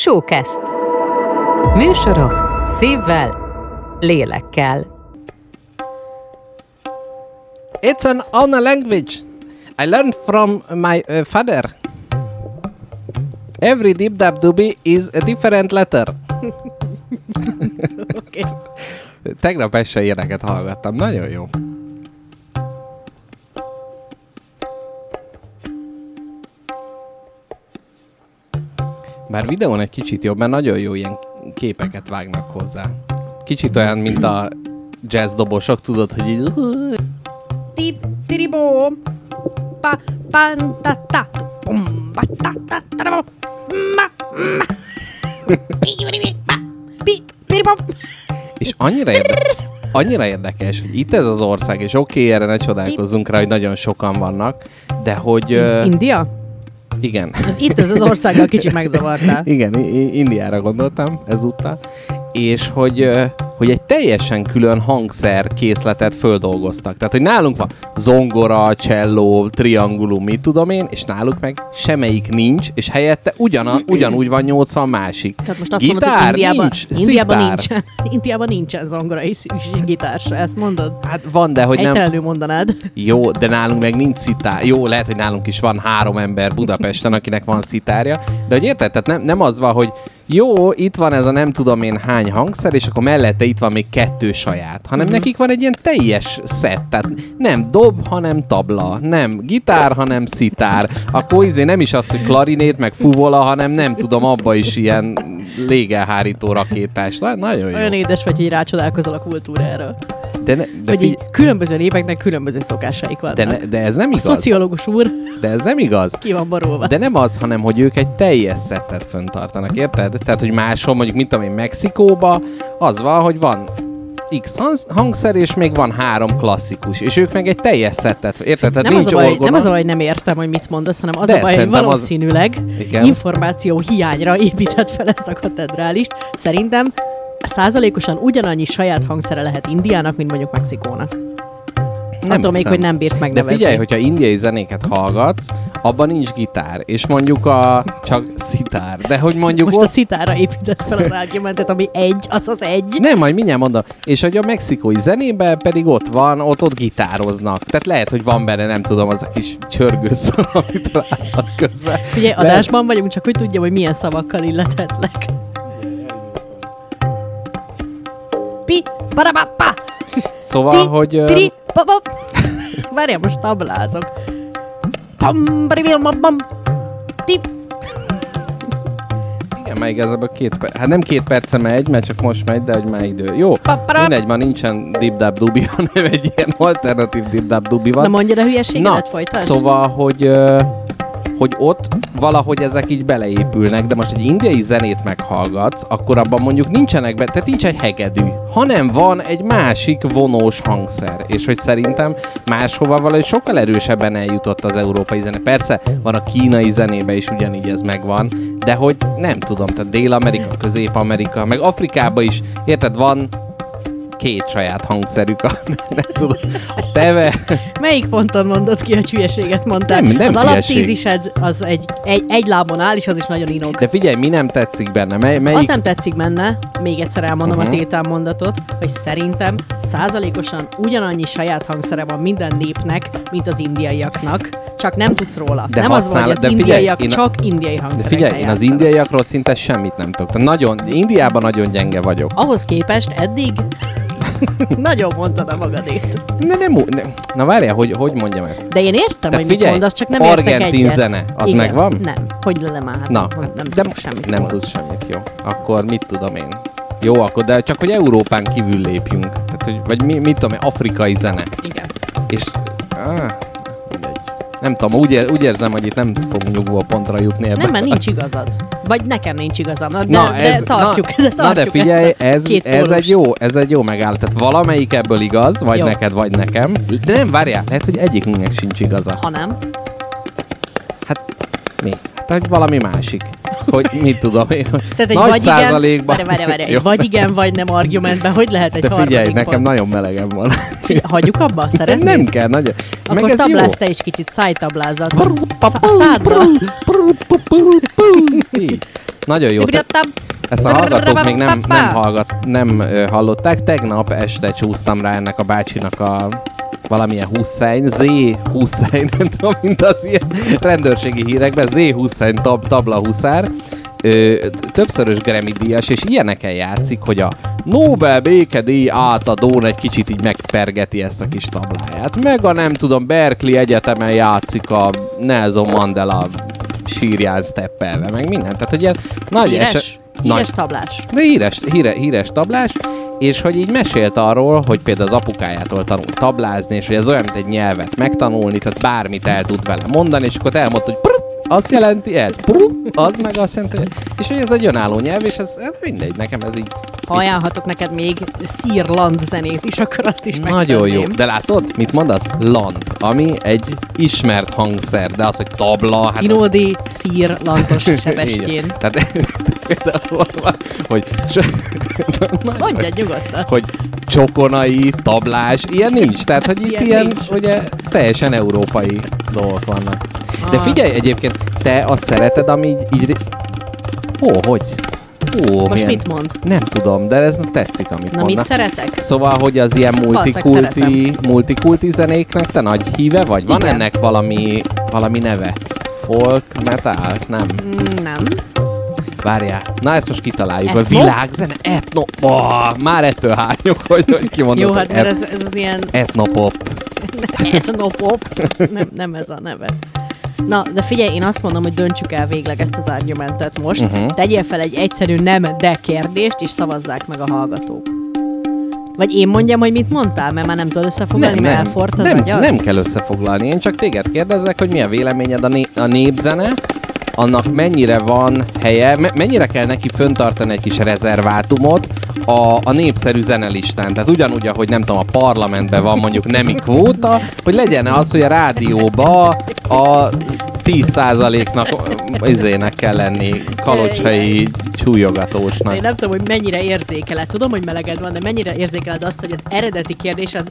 Showcast. Műsorok szívvel, lélekkel. It's an honor language. I learned from my father. Every dib-dab-dubi is a different letter. Okay. Tegnap este ilyeneket hallgattam. Nagyon jó. Bár videón egy kicsit jobb, mert nagyon jó ilyen képeket vágnak hozzá. Kicsit olyan, mint a jazz dobosok, tudod, hogy így... Tip-tiri-bó. Pa-pan-ta-ta. Pum-ba-ta-ta-ta-ta. És annyira érdekes, hogy itt ez az ország, és oké, erre ne csodálkozzunk rá, hogy nagyon sokan vannak, de hogy... India? Igen. Itt ez az országgal kicsit megzavartál. Igen, Indiára gondoltam ezúttal. És hogy egy teljesen külön hangszer készletet földolgoztak. Tehát, hogy nálunk van zongora, cselló, triangulum, mit tudom én, és náluk meg semmelyik nincs, és helyette ugyanúgy van 80 másik. Tehát most azt gitár, mondod, hogy Indiában szitár. nincsen. Indiában nincsen zongora és gitár se, ezt mondod? Hát van, de hogy nem... Egytelenül mondanád. Jó, de nálunk meg nincs szitár. Jó, lehet, hogy nálunk is van 3 ember Budapesten, akinek van szitárja, de hogy érted? Tehát nem az van, hogy jó, itt van ez a nem tudom én hány hangszer, és akkor mellette itt van még 2 saját, hanem nekik van egy ilyen teljes szett, tehát nem dob, hanem tabla, nem gitár, hanem szitár, akkor nem is az, hogy klarinét, meg fuvola, hanem nem tudom, abba is ilyen légelhárító rakétás. Nagyon jó. Olyan édes vagy, hogy rácsodálkozol a kultúrára. De hogy így különböző népeknek különböző szokásaik vannak. De ez nem igaz. A szociológus úr. De ez nem igaz. Ki van borulva. De nem az, hanem hogy ők egy teljes szettet fenntartanak, érted? Tehát, hogy máshol, mondjuk, mint tudom én, Mexikóba, az van, hogy van X hangszer, és még van 3 klasszikus, és ők meg egy teljes szettet, érted? Tehát nem, nem az a baj, hogy nem értem, hogy mit mondasz, hanem az a baj, hogy valószínűleg információ hiányra épített fel ezt a katedrálist. Szerintem százalékosan ugyanannyi saját hangszere lehet Indiának, mint mondjuk Mexikónak. Nem attól még, hogy nem bírsz megnevezni. De figyelj, hogyha indiai zenéket hallgatsz, abban nincs gitár, és mondjuk csak szitár. De hogy mondjuk most a szitára épített fel az argumentet, ami az egy. Nem, majd mindjárt mondom. És hogy a mexikói zenében pedig ott gitároznak. Tehát lehet, hogy van benne, nem tudom, az a kis csörgőszó, amit ráznak közben. Ugye adásban vagyunk, csak hogy tudja, hogy milyen szavakkal illethetlek. Pi-para-pa-pa! Szóval, hogy... Várjál, most tablázok. Pam-bari-bam-bam. Tip. Igen, már igazából 2 perc. Hát nem 2 perce megy, mert csak most megy, de hogy már idő. Jó, mindegy, ma nincsen dib-dab-dubi, hanem egy ilyen alternatív dib-dab-dubi van. Na mondjad a hülyeségedet, folytasd. Szóval, hogy ott valahogy ezek így beleépülnek, de most egy indiai zenét meghallgatsz, akkor abban mondjuk nincsenek tehát nincs egy hegedű, hanem van egy másik vonós hangszer. És hogy szerintem máshova valahogy sokkal erősebben eljutott az európai zene. Persze van a kínai zenében is ugyanígy ez megvan, de hogy nem tudom, tehát Dél-Amerika, Közép-Amerika, meg Afrikában is, érted, van 2 saját hangszerük, nem tudom, a teve... Melyik ponton mondod ki, hogy hülyeséget mondtál? Nem az alaptézised az egy lábon áll, és az is nagyon inog. De figyelj, mi nem tetszik benne? Melyik... Az nem tetszik benne, még egyszer elmondom a tételmondatot, hogy szerintem százalékosan ugyanannyi saját hangszere van minden népnek, mint az indiaiaknak, csak nem tudsz róla. De nem az van, hogy az indiaiak csak indiai hangszerekkel De figyelj, én az indiaiakról szinte semmit nem tudok. Indiában nagyon gyenge vagyok. Ahhoz képest eddig... Nagyon mondtad a magadét. Nem. Na várjál, hogy mondjam ezt? De én értem, tehát hogy mit mondasz, csak nem értek egyet. Argentin zene, az igen, megvan? Nem, hogy le már. Na, nem tudok semmit. Nem tudsz semmit, jó. Akkor mit tudom én? Jó, akkor de csak hogy Európán kívül lépjünk. Tehát, hogy, vagy mit tudom én, afrikai zene. Igen. És... nem tudom, úgy érzem, hogy itt nem fogunk nyugvó pontra jutni ebben. Nem, mert nincs igazad. Vagy nekem nincs igazam. De tartjuk de figyelj, ez egy jó megállás. Tehát valamelyik ebből igaz, vagy jó. Neked, vagy nekem. De nem, várjál, lehet, hogy egyikünknek sincs igaza. Ha nem? Hát mi? Hát, hogy valami másik. Hogy mit tudom én. Tehát egy nagy vagy százalékban... Várj. Vagy igen, vagy nem argumentben. Hogy lehet egy harmadik figyelj, nekem nagyon melegem van. Hagyjuk abba? Szeretnéd? Nem kell, nagyon. Akkor tablázz te is kicsit, szájtablázat. A száddal. Nagyon jó. Ezt a hallgatók még nem hallották. Tegnap este csúsztam rá ennek a bácsinak a valamilyen Hussein, Z. Hussein, nem tudom, mint az ilyen rendőrségi hírekben, Z. Hussein tabla huszár. Többszörös Grammy díjas, és ilyeneken játszik, hogy a Nobel békedíj átadón egy kicsit így megpergeti ezt a kis tabláját. Meg a nem tudom, Berkeley Egyetemen játszik a Nelson Mandela sírján steppelve, meg minden. Tehát, hogy ilyen nagy híres tablás. Híres tablás, és hogy így mesélt arról, hogy például az apukájától tanult tablázni, és hogy ez olyan, mint egy nyelvet megtanulni, tehát bármit el tud vele mondani, és akkor elmondta, hogy azt jelenti el, az meg azt jelenti, és hogy ez egy önálló nyelv, és ez mindegy, nekem ez így... Ha ajánlhatok neked még szírland zenét is, akkor azt is megtenném. Nagyon jó, de látod, mit mondasz? Land, ami egy ismert hangszer, de az, hogy tabla... Hát Inódi szírlantos Sebestyén. Tehát például hogy... Mondja nyugodtan. Hogy csokonai, tablás, ilyen nincs. Tehát, hogy itt ilyen ugye, teljesen európai dolgok vannak. De figyelj, egyébként, te azt szereted, ami így... Hogy? Most mit mond? Nem tudom, de ez tetszik, amit mondanak. Mit szeretek? Szóval, hogy az ilyen multikulti zenéknek te nagy híve vagy? Van igen. Ennek valami neve? Folk, metal? Nem. Nem. Várjál, na ezt most kitaláljuk. Etno? A világzene? Etno. Már ettől hányok, hogy kimondod. Jó, hát ez az ilyen... Etnopop. Etnopop. Nem ez a neve. Na, de figyelj, én azt mondom, hogy döntsük el végleg ezt az argumentet most. Tegyél fel egy egyszerű nem, de kérdést, és szavazzák meg a hallgatók. Vagy én mondjam, hogy mit mondtál, mert már nem tudod összefoglalni, mert elfort az agyad? Nem kell összefoglalni. Én csak téged kérdezlek, hogy mi a véleményed a népzene, annak mennyire van helye, mennyire kell neki föntartani egy kis rezervátumot a népszerű zenelistán. Tehát ugyanúgy, ahogy nem tudom, a parlamentben van mondjuk nemi kvóta, hogy legyen az, hogy a rádióba a 10%-nak izének kell lenni, kalocsai csúlyogatósnak. Én nem tudom, hogy mennyire érzékeled. Tudom, hogy meleged van, de mennyire érzékeled azt, hogy az eredeti kérdésed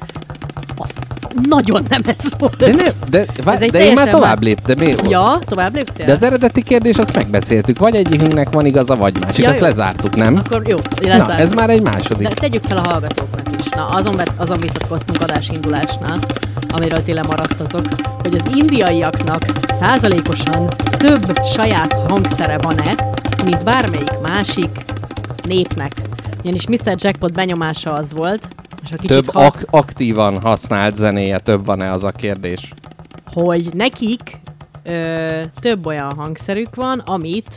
nagyon nem ez volt. De én már tovább léptem. Ja, tovább léptél? De az eredeti kérdés, azt megbeszéltük. Vagy egyikünknek van igaza, vagy másik. Azt lezártuk, nem? Akkor jó, lezártuk. Na, ez már egy második. De tegyük fel a hallgatóknak is. Na, azon vitatkoztunk adásindulásnál, amiről ti lemaradtatok, hogy az indiaiaknak százalékosan több saját hangszere van-e, mint bármelyik másik népnek. Ugyanis Mr. Jackpot benyomása az volt, több aktívan használt zenéje több van-e, az a kérdés? Hogy nekik több olyan hangszerük van, amit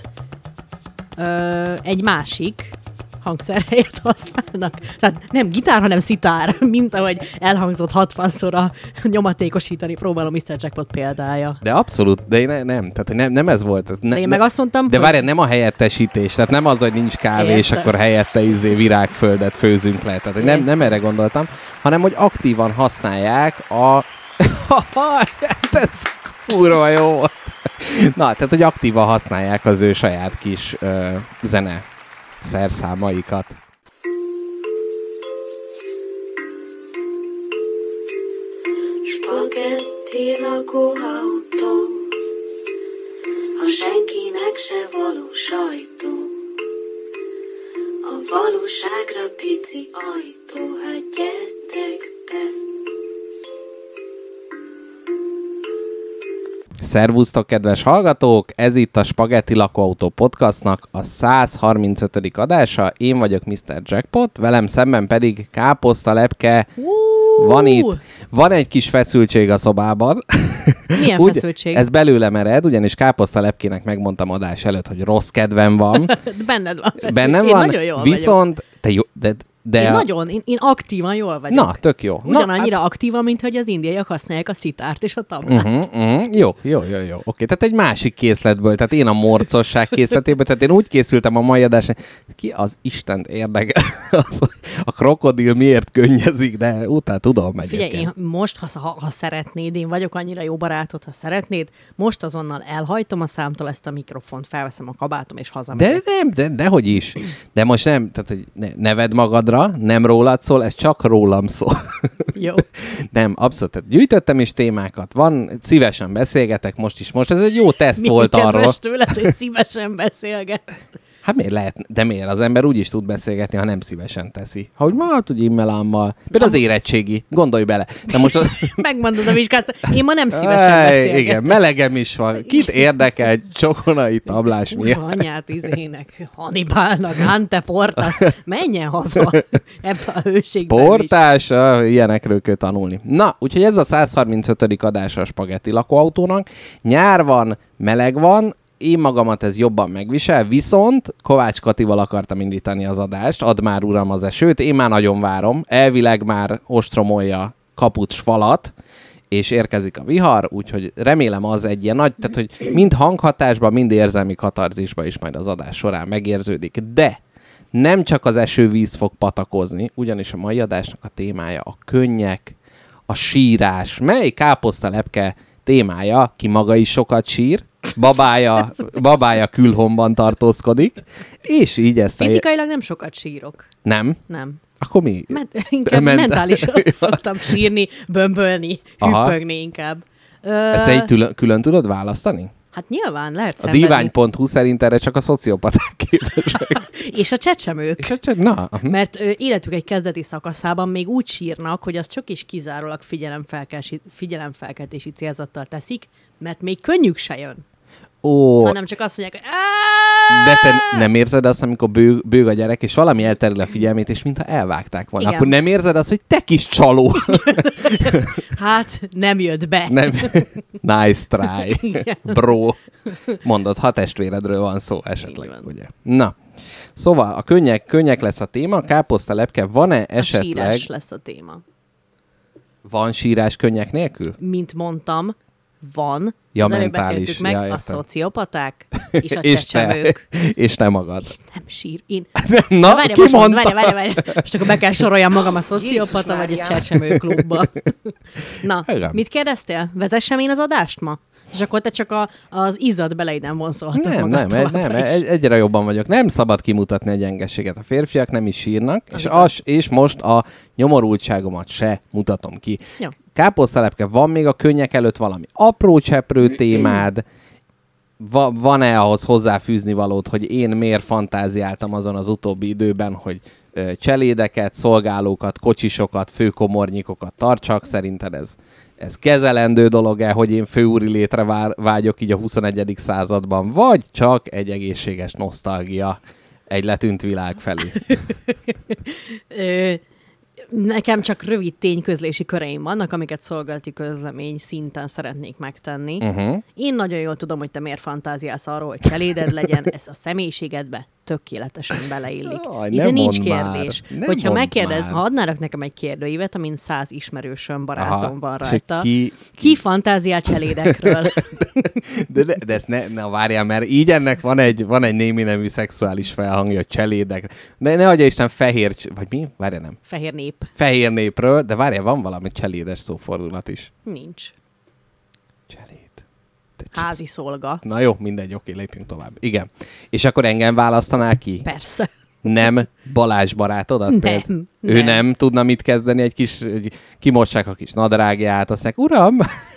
egy másik hangszer helyett használnak. Tehát nem gitár, hanem szitár, mint ahogy elhangzott 60-szor a nyomatékosítani próbáló Mr. Jackpot példája. De abszolút, de én tehát nem ez volt. De én meg azt mondtam, de várjál, nem a helyettesítés, tehát nem az, hogy nincs kávé, és akkor helyette virágföldet főzünk le. Tehát nem erre gondoltam, hanem hogy aktívan használják ez kurva jó volt. Na, tehát hogy aktívan használják az ő saját kis zene szerszámaikat. Spagetti lakóautó, a senkinek se való sajtó, a valóságra pici ajtó, hát gyertek be. Szervusztok, kedves hallgatók! Ez itt a Spagetti Lakóautó podcastnak a 135. adása. Én vagyok Mr. Jackpot, velem szemben pedig Káposzta Lepke. Van egy kis feszültség a szobában. Milyen feszültség? Ez belőlem ered, ugyanis Káposzta Lepkének megmondtam adás előtt, hogy rossz kedvem van. Benned van feszültség. Bennem van, nagyon jól viszont én aktívan jól vagyok. Na, tök jó. Ugyanannyira aktívan, mint hogy az indiaiak használják a szitárt és a tablát. Jó. Oké, tehát egy másik készletből, tehát én a morcosság készletéből, tehát én úgy készültem a mai adásra, ki az Istent érdekel, a krokodil miért könnyezik, de utána tudom egyébként. Figyelj, én most, ha szeretnéd, én vagyok annyira jó barátod, ha szeretnéd, most azonnal elhajtom a számtól ezt a mikrofont, felveszem a kabátom és hazamegyek. Dehogy is. De most nem, tehát hogy neved magadra, nem rólad szól, ez csak rólam szól. Jó. Nem, abszolút. Tehát gyűjtöttem is témákat, szívesen beszélgetek most is. Most ez egy jó teszt volt arról. Mi kedves tőled, hogy szívesen beszélgetsz? Hát miért lehet? De miért? Az ember úgy is tud beszélgetni, ha nem szívesen teszi. Ha úgy hát, hogy e-mailámmal. Például az érettségi. Gondolj bele. De most Megmondod a vizsgát, én ma nem szívesen beszélgetek. Igen, melegem is van. Kit érdekel csokonai tablás miatt? Anyát izének, Hannibalnak, Ante Portas, menjen haza ebbe a hőségben. Portás, ilyenekről kell tanulni. Na, úgyhogy ez a 135. adása a Spagetti lakóautónak. Nyár van, meleg van, én magamat ez jobban megvisel, viszont Kovács Katival akartam indítani az adást, add már uram az esőt, én már nagyon várom, elvileg már ostromolja kapucs falat, és érkezik a vihar, úgyhogy remélem az egy ilyen nagy, tehát hogy mind hanghatásban, mind érzelmi katarzisban is majd az adás során megérződik, de nem csak az esővíz fog patakozni, ugyanis a mai adásnak a témája a könnyek, a sírás, mely káposztalepke témája, ki maga is sokat sír, babája külhomban tartózkodik, és így ezt... Fizikailag nem sokat sírok. Nem? Nem. Akkor mi? Inkább mentálisan szoktam sírni, bömbölni, hüppögni inkább. Ezt egy külön tudod választani? Hát nyilván lehet szenvedni. A divány.hu szerint erre csak a szociopaták képesek. És a csecsemők. Mert életük egy kezdeti szakaszában még úgy sírnak, hogy azt csak is kizárólag figyelemfelkeltési célzattal teszik, mert még könnyük se jön. Hanem csak azt mondják, hogy de te nem érzed azt, amikor bőg a gyerek, és valami elterül a figyelmét, és mintha elvágták volna. Igen. Akkor nem érzed azt, hogy te kis csaló? Hát, nem jött be. Nem. Nice try, igen. Bro. Mondod, ha testvéredről van szó esetleg, ugye? Na, szóval a könnyek lesz a téma, káposztalepke, van-e esetleg... A sírás lesz a téma. Van sírás könnyek nélkül? Mint mondtam, van. Ja, az előbb beszéltük meg, a szociopaták és a csecsemők. És te magad. Nem sír. Én... Na, ki mondta? Várj. Most akkor be kell soroljam magam a szociopata vagy a csecsemő klubba. Na, mit kérdeztél? Vezessem én az adást ma? És akkor te csak az izzad beleidem vonszolhatod Nem, egyre jobban vagyok. Nem szabad kimutatni a gyengeséget. A férfiak nem is sírnak, és most a nyomorultságomat se mutatom ki. Jó. Káposztalepke, van még a könnyek előtt valami apró cseprő témád? Van-e ahhoz hozzáfűzni valót, hogy én miért fantáziáltam azon az utóbbi időben, hogy cselédeket, szolgálókat, kocsisokat, főkomornyikokat tartsak? Szerinted ez kezelendő dolog-e, hogy én főúri létre vágyok így a 21. században, vagy csak egy egészséges nosztalgia egy letűnt világ felé? Nekem csak rövid tényközlési köreim vannak, amiket szolgálati közlemény szinten szeretnék megtenni. Én nagyon jól tudom, hogy te miért fantáziálsz arról, hogy cseléded legyen, ez a személyiségedbe tökéletesen beleillik. Ide nincs kérdés. Hogyha megkérdez, ha adnának nekem egy kérdőívet, amin 100 ismerősöm, barátom van rajta, ki fantáziál cselédekről? de ezt ne várjál, mert így ennek van egy némi nemű szexuális felhangja, hogy cselédek. Ne adja Isten fehér, vagy mi? Várjál, nem. Fehér nép. Fehér népről, de várjál, van valami cselédes szófordulat is. Nincs. Cseléd. Házi szolga. Na jó, mindegy, oké, lépjünk tovább. Igen. És akkor engem választanál ki? Persze. Nem Balázs barátodat? Nem. Ő nem tudna mit kezdeni, egy kis, kimossák a kis nadrágját, azt mondják, uram!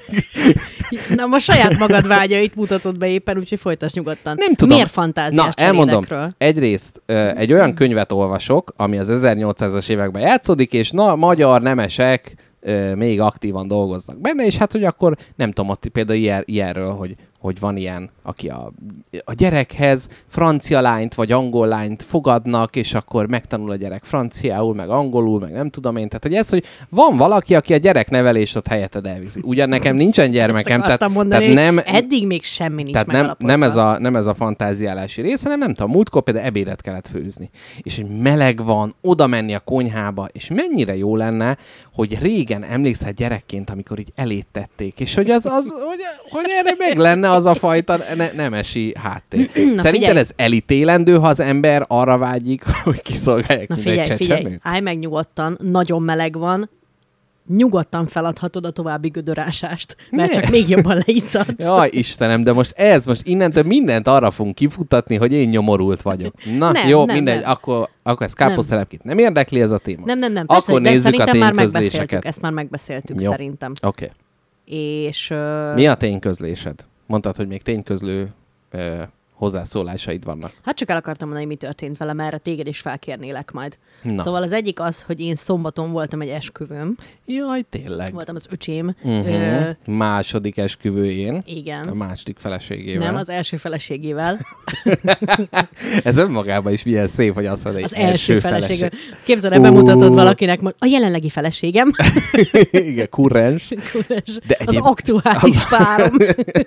Na, most saját magad vágyait mutatod be éppen, úgyhogy folytasd nyugodtan. Nem tudom. Miért fantáziás elmondom. Egyrészt egy olyan könyvet olvasok, ami az 1800-as években játszódik, és magyar nemesek még aktívan dolgoznak benne, és hát, hogy akkor nem tudom, ott például ilyenről, hogy van ilyen, aki a gyerekhez francia lányt vagy angol lányt fogadnak, és akkor megtanul a gyerek franciául, meg angolul, meg nem tudom én. Tehát, hogy ez, hogy van valaki, aki a gyereknevelést ott helyetted elviszi. Ugyan nekem nincsen gyermekem, tehát nem... Eddig még semmi nincs megalapozva. Nem ez a fantáziálási rész, hanem nem tudom, múltkor például ebédet kellett főzni. És hogy meleg van, oda menni a konyhába, és mennyire jó lenne, hogy régen emlékszel gyerekként, amikor így eléttették, és hogy hogy erre meg lenne az a fajta nemesi háttér. Szerinted ez elítélendő, ha az ember arra vágyik, hogy kiszolgálják egy csecsemőt? Állj meg nyugodtan, nagyon meleg van, nyugodtan feladhatod a további gödörásást, mert csak még jobban leizzadsz. Jaj, Istenem, de most innentől mindent arra fogunk kifutatni, hogy én nyomorult vagyok. Na, jó, mindegy, akkor ez káposztelepkét nem érdekli ez a téma. Nem. Persze, akkor nézzük a tényközléseket. Ezt már megbeszéltük jó. Szerintem. Oké. És... Mi a tényközlésed? Mondtad, hogy még tényközlő hozzászólásaid vannak. Hát csak el akartam mondani, mi történt velem, erre téged is felkérnélek majd. Na. Szóval az egyik az, hogy én szombaton voltam egy esküvőm. Jaj, tényleg. Voltam az öcsém. Második esküvőjén. Igen. A második feleségével. Nem, az első feleségével. Ez önmagában is milyen szép, hogy azt mondja, az első feleségével. Képzeld el, bemutatod valakinek, a jelenlegi feleségem. Igen, kurrens. De az aktuális párom.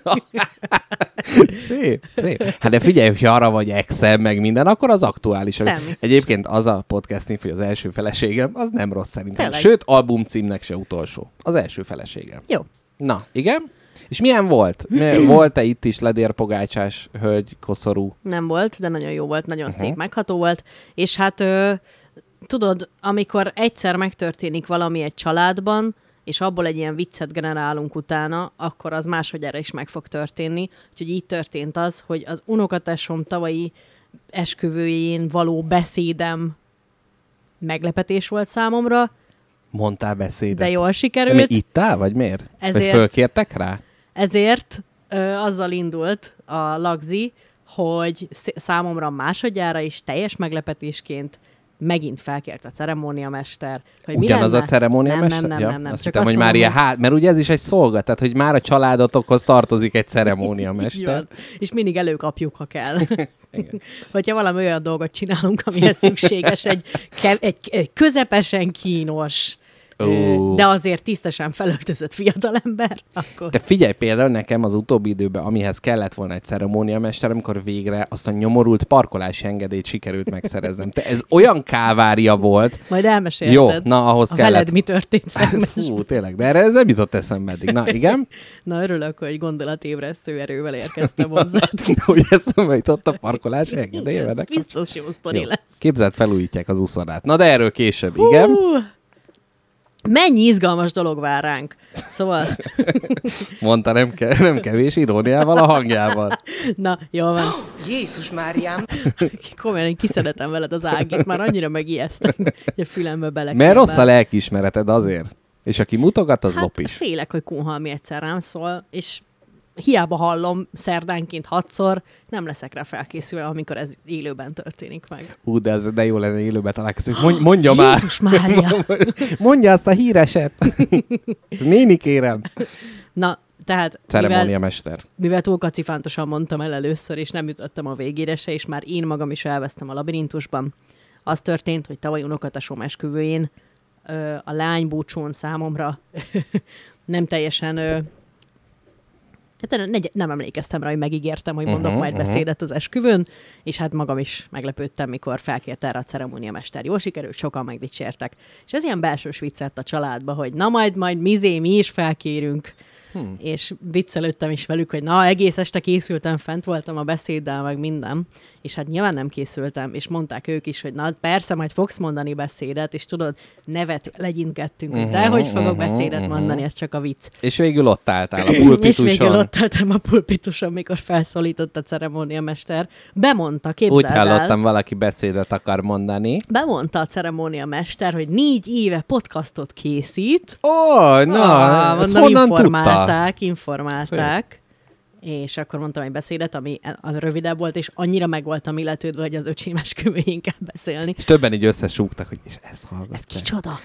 Szép. Hát de figyelj, hogy arra vagy exem, meg minden, akkor az aktuális. Egyébként az a podcasting, hogy az első feleségem, az nem rossz szerintem. Tényleg. Sőt, albumcímnek se utolsó. Az első feleségem. Jó. Na, igen? És milyen volt? Volt-e itt is ledérpogácsás, hölgy, koszorú? Nem volt, de nagyon jó volt, nagyon szép, megható volt. És hát tudod, amikor egyszer megtörténik valami egy családban, és abból egy ilyen viccet generálunk utána, akkor az másodjára is meg fog történni. Úgyhogy így történt az, hogy az unokatesom tavalyi esküvőjén való beszédem meglepetés volt számomra. Mondtál beszédet? De jól sikerült. De mi ittál, vagy miért? Vagy fölkértek rá? Ezért azzal indult a lagzi, hogy számomra másodjára is teljes meglepetésként megint felkért a ceremóniamester. Hogy ugyanaz a ceremóniamester? Nem. Azt hittem, hogy már ilyen mert ugye ez is egy szolga, tehát hogy már a családotokhoz tartozik egy ceremóniamester. És mindig előkapjuk, ha kell. Hogyha valami olyan dolgot csinálunk, amihez szükséges egy közepesen kínos, de azért tisztesen felöltözött fiatalember, akkor... Te figyelj, például nekem az utóbbi időben, amihez kellett volna egy ceremóniamester, amikor végre azt a nyomorult parkolási engedélyt sikerült megszereznem. Te ez olyan kávária volt. Majd elmesélted. Jó, na ahhoz kellett. Veled mi történt szemben. Fú, tényleg, de erre ez nem jutott eszembe eddig. Na, igen? Na, örülök, hogy gondolatébresztő erővel érkeztem hozzád. Hogy eszembe jutott a parkolási engedélyvel. Biztos jó sztori lesz. Képzeld, felújítják az uszodát. Na, de erről később, igen? Mennyi izgalmas dolog vár ránk. Szóval... Mondta, nem kevés iróniával a hangjával. Na, jól van. Jézus Máriám! Komolyan, kiszedhetem veled az Ágit, már annyira megijesztem, hogy a fülembe bele. Mert rossz a lelkiismereted azért. És aki mutogat, az lop is. Félek, hogy Kunhalmi egyszer rám szól, és hiába hallom szerdánként 6-szor, nem leszek rá felkészülve, amikor ez élőben történik meg. De jó lenne élőben találkozunk. Mondja már! Jézus Mária! Mondja azt a híreset! Néni, kérem! Na, tehát... Ceremóniamester. Mivel túl kacifántosan mondtam el először, és nem jutottam a végére se, és már én magam is elvesztem a labirintusban. Az történt, hogy tavaly unokatesom esküvőjén a lánybúcsón számomra nem teljesen... Hát nem emlékeztem rá, hogy megígértem, hogy mondok majd beszédet az esküvőn, és hát magam is meglepődtem, mikor felkért erre a ceremóniamester. Jól sikerült, sokan megdicsértek. És ez ilyen belsős viccett a családba, hogy na majd mi is felkérünk. És viccelődtem is velük, hogy na, egész este készültem, fent voltam a beszéddel, meg minden. És hát nyilván nem készültem, és mondták ők is, hogy na persze, majd fogsz mondani beszédet, és tudod, nevet legyintettünk, hogy dehogy fogok beszédet mondani, ez csak a vicc. És végül ott álltál a pulpituson. És végül ott álltam a pulpituson, mikor felszólított a ceremóniamester. Bemondta, képzeld el. Úgy hallottam, valaki beszédet akar mondani. Bemondta a ceremóniamester, hogy 4 éve podcastot készít. Ezt honnan tudta? Informálták. És akkor mondtam egy beszédet, ami rövidebb volt, és annyira meg voltam illetődve, hogy az öcsém esküvőjén kell beszélni. És többen így összesúgtak, hogy és ez hallgatták. Ez kicsoda?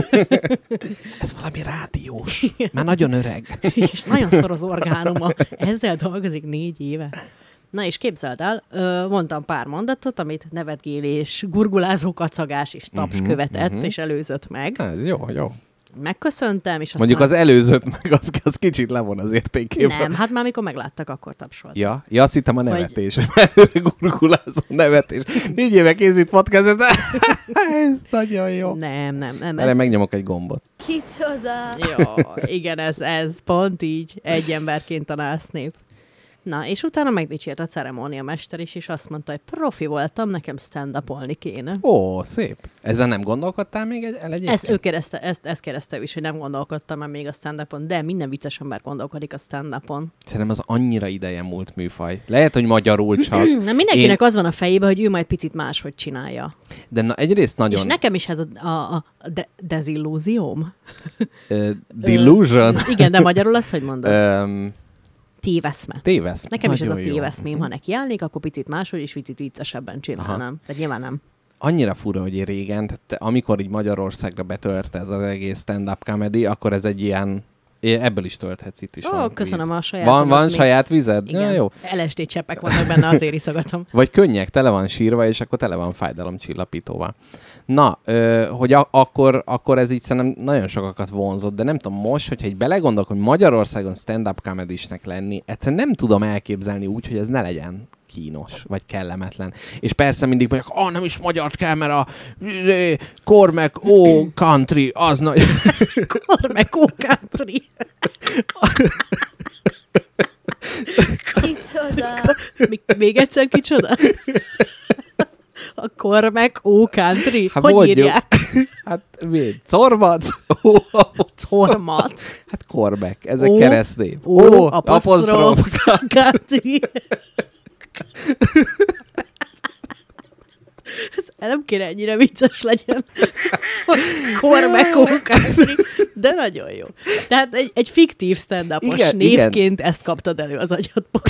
Ez valami rádiós. Már nagyon öreg. És nagyon szor az orgánuma. Ezzel dolgozik 4 éve. Na és képzeld el, mondtam pár mondatot, amit nevetgélés, gurgulázó kacagás és taps követett, és előzött meg. Ez jó. Megköszöntem, és aztán... Mondjuk az előzőt meg az kicsit levon az értékéből. Nem, hát már amikor megláttak, akkor tapsolt. Ja, azt hittem a nevetés. Hogy... gurgulázó nevetés. 4 éve készít podcastet. Ez nagyon jó. Nem. Erre megnyomok egy gombot. Kicsoda! Jó, igen, ez pont így. Egy emberként a násznép. Na, és utána megdicsért a ceremóniamester is, és azt mondta, hogy profi voltam, nekem stand-upolni kéne. Ó, szép. Ezzel nem gondolkodtál még egyébként? Ezt kérdezte ő is, hogy nem gondolkodtam még a stand-upon, de minden vicces ember gondolkodik a stand-upon. Szerintem az annyira ideje múlt műfaj. Lehet, hogy magyarul csak. Na, mindenkinek az van a fejében, hogy ő majd picit máshogy csinálja. De na, egyrészt nagyon... És nekem is ez a dezillúzióm. Delusion? Igen, de magyarul az, hogy mondod? Téveszme. Nekem nagyon is ez a téveszmém, ha nekiállnék, akkor picit máshogy és picit viccesebben csinálnám. Tehát nyilván nem. Annyira fura, hogy régen, tehát amikor így Magyarországra betört ez az egész stand-up comedy, akkor ez egy ilyen, ebből is tölthetsz itt is. Köszönöm víz. A saját. Van saját vized? Igen. Ja, jó. LSD cseppek vannak benne, azért iszogatom. Vagy könnyek, tele van sírva, és akkor tele van fájdalomcsillapítóval. Na, hogy akkor ez így szerintem nagyon sokakat vonzott, de nem tudom most, hogyha így belegondolok, hogy Magyarországon stand-up comedysnek lenni, egyszerűen nem tudom elképzelni úgy, hogy ez ne legyen kínos, vagy kellemetlen. És persze mindig mondják, nem is magyart kell, mert a Cormac Country, az nagy... Cormac Country. Kicsoda? Még egyszer kicsoda? A Cormac Country? Hát hogy írják? Hát mi? Cormac? Cormac. Hát Cormac, ez egy keresztnév. Apostroph Country. Ez nem kéne ennyire vicces legyen. Cormac Country. De nagyon jó. Tehát egy fiktív stand-upos névként igen. Ezt kaptad elő az agyadból.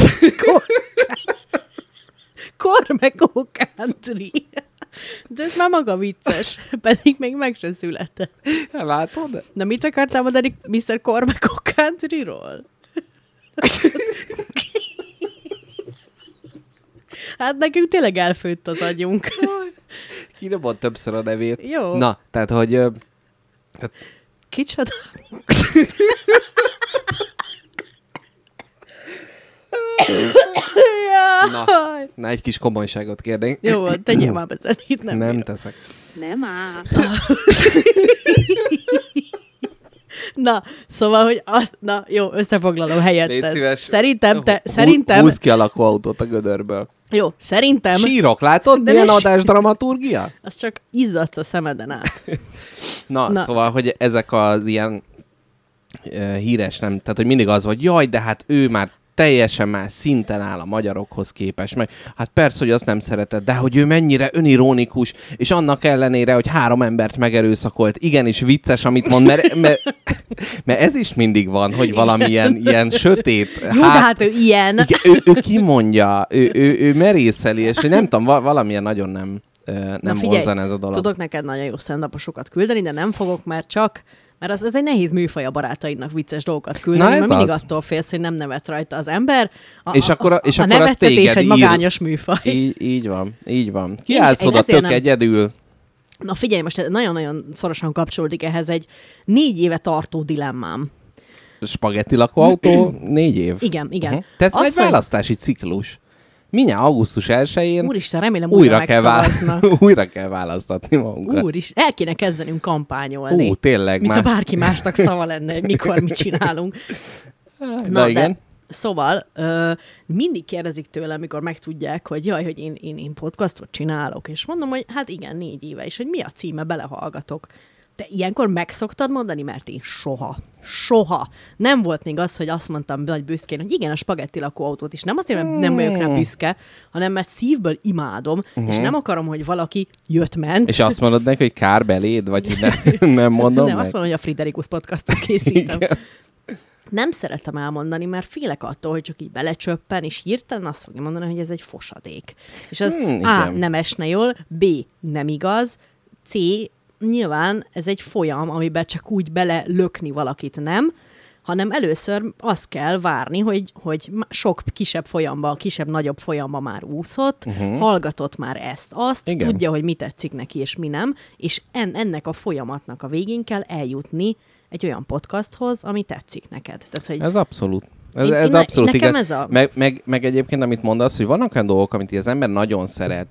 Cormac Country. De ez már maga vicces. Pedig még meg sem született. Látod? Na mit akartál mondani Mr. Cormac Countryról? Hát nekünk tényleg elfőtt az agyunk. Kidobott többször a nevét. Jó. Na, tehát, hogy... Kicsoda? Na, egy kis komolyságot kérnénk. Jó, tegyél már bezeni, itt nem teszek. Nem áll. Na, szóval, hogy... Na, jó, összefoglalom helyetted. Légy szíves. Szerintem... Húzz ki a lakóautót a gödörből. Jó, szerintem... Sírok, látod? Milyen adásdramaturgia? Az csak izzadsz a szemeden át. Na, szóval, hogy ezek az ilyen híres, nem? Tehát, hogy mindig az, hogy jaj, de hát ő már teljesen más szinten áll a magyarokhoz képest, meg hát persze, hogy azt nem szereted, de hogy ő mennyire önironikus, és annak ellenére, hogy 3 embert megerőszakolt, igenis vicces, amit mond, mert ez is mindig van, hogy valamilyen ilyen sötét... Jó, de hát ő ilyen. Igen, ő kimondja, ő merészeli, és nem tudom, valamilyen nagyon nem hozzan ez a dolog. Tudok neked nagyon jó stand-uposokat küldeni, de nem fogok, mert ez egy nehéz műfaj a barátaidnak vicces dolgokat küldeni, mert mindig attól félsz, hogy nem nevet rajta az ember. És akkor a nevettetés egy magányos műfaj. Így van. Kiállsz oda tök egyedül. Na figyelj, most nagyon-nagyon szorosan kapcsolódik ehhez egy 4 éve tartó dilemmám. Spagetti lakóautó 4 év? Igen. Uh-huh. Tehát ez egy választási ciklus. Mindjárt augusztus 1-én Úristen, remélem újra megszavaznak. Újra kell választatni magunkat. Úristen, el kéne kezdenünk kampányolni. Tényleg mint már. Ha bárki másnak szava lenne, hogy mikor mit csinálunk. Na igen. Szóval mindig kérdezik tőlem, amikor megtudják, hogy jaj, hogy én podcastot csinálok, és mondom, hogy hát igen, 4 éve, és hogy mi a címe, belehallgatok. De ilyenkor meg szoktad mondani, mert én soha. Nem volt még az, hogy azt mondtam nagy büszkén, hogy igen, a spagetti lakóautót is. Nem azért, mert nem vagyok rá büszke, hanem mert szívből imádom, és nem akarom, hogy valaki jött-ment. És azt mondod neki, hogy kár beléd, vagy hogy nem mondom Nem, meg? azt mondom, hogy a Friderikus podcastot készítem. Nem szeretem elmondani, mert félek attól, hogy csak így belecsöppen, és hirtelen azt fogja mondani, hogy ez egy fosadék. És az A. nem esne jól, B. nem igaz, C. nyilván ez egy folyam, amiben csak úgy belelökni valakit nem, hanem először azt kell várni, hogy sok kisebb-nagyobb folyamban már úszott, hallgatott már ezt-azt, tudja, hogy mi tetszik neki és mi nem, és ennek a folyamatnak a végén kell eljutni egy olyan podcasthoz, ami tetszik neked. Tehát, hogy ez abszolút. Ez abszolút nekem igen. Ez a... meg egyébként, amit mondasz, hogy vannak olyan dolgok, amit az ember nagyon szeret,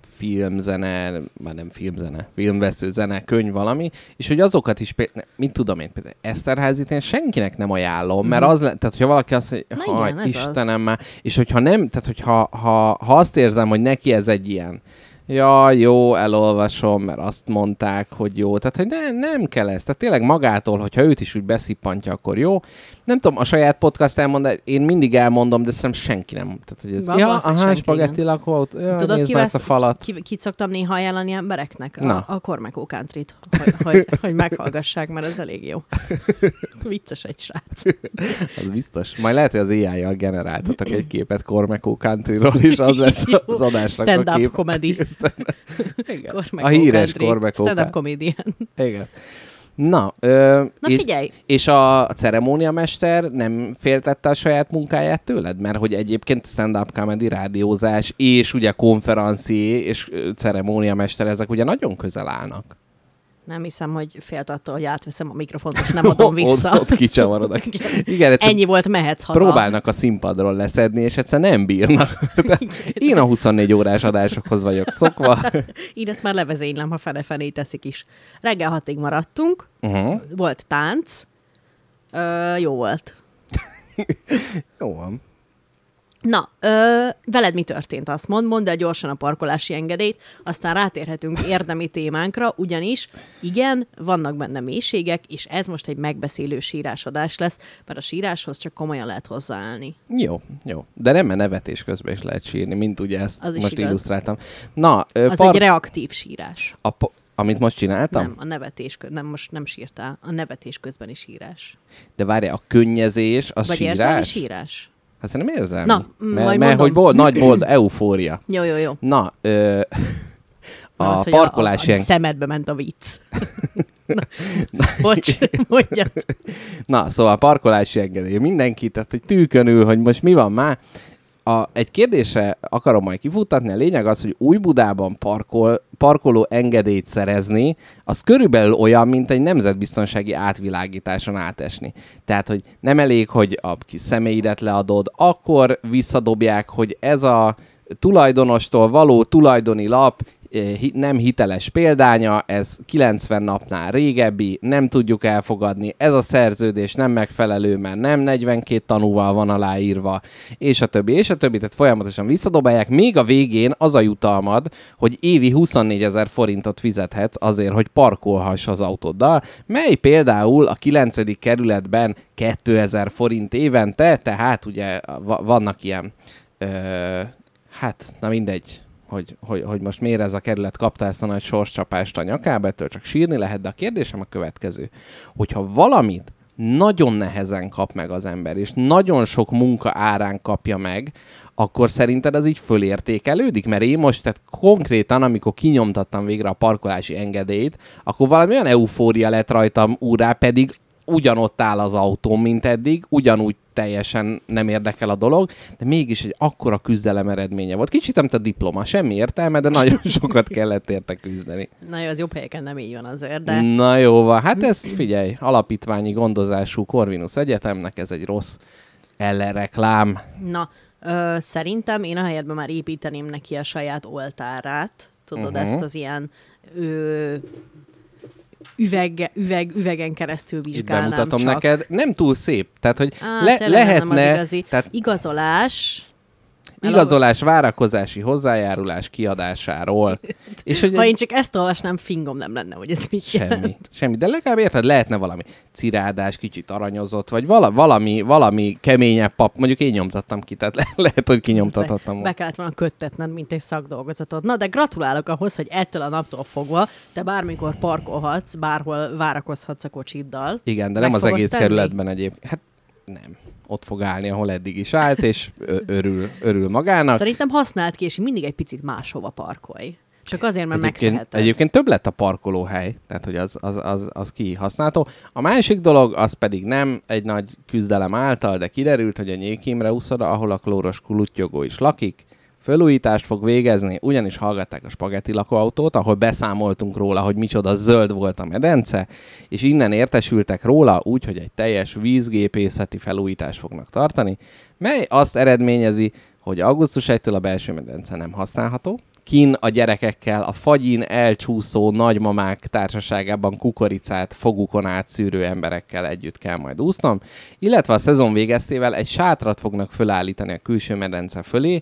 filmvesző zene, könyv valami, és hogy azokat is, mit tudom én, például Eszterházit én senkinek nem ajánlom, mert az, tehát hogyha valaki azt mondja, Istenem már, és hogyha nem, tehát hogyha ha azt érzem, hogy neki ez egy ilyen Ja, jó, elolvasom, mert azt mondták, hogy jó. Tehát, hogy nem kell ez. Tehát tényleg magától, hogyha őt is úgy beszippantja, akkor jó. Nem tudom, a saját podcast elmondani, én mindig elmondom, de szerintem senki nem. Tehát, hogy ez, ja, spagetti lakóautó, ja, tudod, ezt a falat. Kit szoktam néha ajánlani embereknek? A Cormaco Countryt, hogy meghallgassák, mert ez elég jó. Vicces egy srác. Az biztos. Majd lehet, hogy az AI-jal generáltatok egy képet Cormaco Countryról, és az lesz az adásnak a kép. Stand-up comedy. A híres Cormaco. Stand-up comedian. Igen. Na figyelj! És a ceremóniamester nem féltette a saját munkáját tőled? Mert hogy egyébként stand-up comedy, rádiózás, és ugye konferencié és ceremóniamester, ezek ugye nagyon közel állnak. Nem hiszem, hogy félt attól, hogy átveszem a mikrofont, és nem adom vissza. Ott kicsavarod. Igen, ennyi volt, mehetsz haza. Próbálnak a színpadról leszedni, és egyszerűen nem bírnak. Én a 24 órás adásokhoz vagyok szokva. Én ezt már levezénylem, ha fele-felé teszik is. Reggel 6-ig maradtunk, volt tánc, jó volt. Jó van. Na, veled mi történt, azt mondd el gyorsan a parkolási engedélyt, aztán rátérhetünk érdemi témánkra, ugyanis igen, vannak benne mélységek, és ez most egy megbeszélő sírásadás lesz, mert a síráshoz csak komolyan lehet hozzáállni. Jó. De nem, mert nevetés közben is lehet sírni, mint ugye ezt az most illusztráltam. Na, az egy reaktív sírás. Amit most csináltam? Nem, a nevetés közben, most nem sírtál, a nevetés közben is sírás. De várj, a könnyezés, az vagy sírás? Vagy érzelmi sírás? Hát szerintem érzelmi. Na, mert hogy nagy boldog, eufória. Jó. Na, a parkolási... A szemedbe ment a vicc. Bocs, mondjad. Na, szóval a parkolási engedély. Mindenki, tehát hogy tűkönül, hogy most mi van már. Egy kérdésre akarom majd kifutatni, a lényeg az, hogy Új-Budában parkoló engedélyt szerezni, az körülbelül olyan, mint egy nemzetbiztonsági átvilágításon átesni. Tehát, hogy nem elég, hogy a kis személyidet leadod, akkor visszadobják, hogy ez a tulajdonostól való tulajdoni lap nem hiteles példánya, ez 90 napnál régebbi, nem tudjuk elfogadni, ez a szerződés nem megfelelő, mert nem 42 tanúval van aláírva, és a többi, tehát folyamatosan visszadobálják, még a végén az a jutalmad, hogy évi 24 000 forintot fizethetsz azért, hogy parkolhass az autóddal, mely például a 9. kerületben 2000 forint évente, tehát ugye vannak ilyen, na mindegy, hogy most miért ez a kerület kapta ezt a nagy sorscsapást a nyakába, ettől csak sírni lehet, de a kérdésem a következő, hogyha valamit nagyon nehezen kap meg az ember, és nagyon sok munka árán kapja meg, akkor szerinted az így fölértékelődik? Mert én most, tehát konkrétan, amikor kinyomtattam végre a parkolási engedélyt, akkor valami olyan eufória lett rajtam úrrá, pedig ugyanott áll az autóm, mint eddig, ugyanúgy teljesen nem érdekel a dolog, de mégis egy akkora küzdelem eredménye volt. Kicsit, mint a diploma, semmi értelme, de nagyon sokat kellett érte küzdeni. Na jó, az jobb helyeken nem így van azért, de... Na jó van, hát ez figyelj, alapítványi gondozású Corvinus Egyetemnek ez egy rossz ellenreklám. Na, szerintem én a helyedben már építeném neki a saját oltárát, tudod, ezt az ilyen... üvegen keresztül vizsgálnám. Itt bemutatom csak neked. Nem túl szép. Tehát, hogy lehetne... Nem az igazi. Tehát Igazolás várakozási hozzájárulás kiadásáról. És, hogy én csak ezt olvasnám, fingom nem lenne, hogy ez mit jelent. Semmi. De legalább érted, lehetne valami cirádás, kicsit aranyozott, vagy valami keményebb pap. Mondjuk én nyomtattam ki, tehát lehet, hogy kinyomtathattam. Be kellett volna köttetned, mint egy szakdolgozatot. Na, de gratulálok ahhoz, hogy ettől a naptól fogva te bármikor parkolhatsz, bárhol várakozhatsz a kocsiddal. Igen, de nem az egész kerületben egyébként. Hát nem. Ott fog állni, ahol eddig is állt, és örül magának. Szerintem használd ki, és mindig egy picit máshova parkolj. Csak azért, mert megteheted. Egyébként több lett a parkolóhely, tehát hogy az kihasználható. A másik dolog, az pedig nem egy nagy küzdelem által, de kiderült, hogy a Nyék Imre uszoda, ahol a Klóros Kuluttyogó is lakik, fölújítást fog végezni, ugyanis hallgatták a spagetti lakóautót, ahol beszámoltunk róla, hogy micsoda zöld volt a medence, és innen értesültek róla úgy, hogy egy teljes vízgépészeti felújítást fognak tartani, mely azt eredményezi, hogy augusztus 1-től a belső medence nem használható. Kin a gyerekekkel, a fagyin elcsúszó nagymamák társaságában kukoricát fogukon átszűrő emberekkel együtt kell majd úsznom, illetve a szezon végeztével egy sátrat fognak fölállítani a külső medence fölé,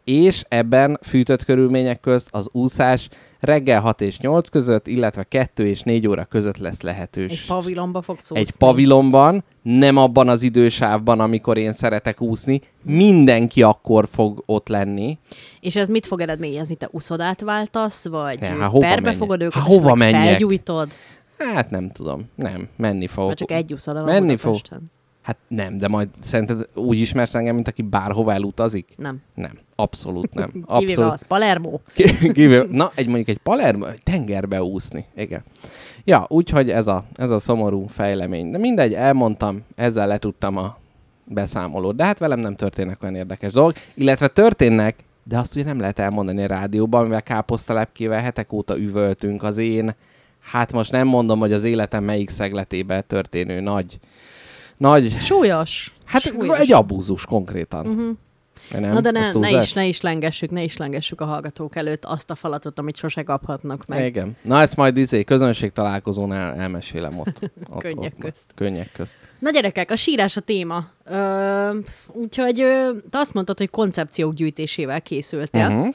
és ebben fűtött körülmények közt az úszás reggel 6 és 8 között, illetve 2 és 4 óra között lesz lehetős. Egy pavilonba fogsz úszni? Egy pavilonban, nem abban az idősávban, amikor én szeretek úszni. Mindenki akkor fog ott lenni. És ez mit fog eredményezni? Te úszodát váltasz, vagy perbe menjek? Fogod őket, hova menjek? Felgyújtod? Hát nem tudom. Nem, menni fogok. Vagy csak egy úszoda van menni Budapesten? Hát nem, de majd szerinted úgy ismersz engem, mint aki bárhova elutazik? Nem. Nem, abszolút nem. Kivéve az Palermo. Na, mondjuk egy Palermo, tengerbe úszni. Igen. Ja, úgyhogy ez a szomorú fejlemény. De mindegy, elmondtam, ezzel letudtam a beszámolót. De hát velem nem történnek olyan érdekes dolgok, illetve történnek, de azt ugye nem lehet elmondani a rádióban, mivel káposztalepkével hetek óta üvöltünk az én, hát most nem mondom, hogy az életem melyik szegletében történő nagy... Súlyos. Hát súlyos. Egy abúzus konkrétan. Nem, na de ne is lengessük a hallgatók előtt azt a falatot, amit sose kaphatnak meg. Igen. Na ezt majd közönség találkozón elmesélem ott. Könnyek közt. Na gyerekek, a sírás a téma. Úgyhogy te azt mondtad, hogy koncepciók gyűjtésével készültél.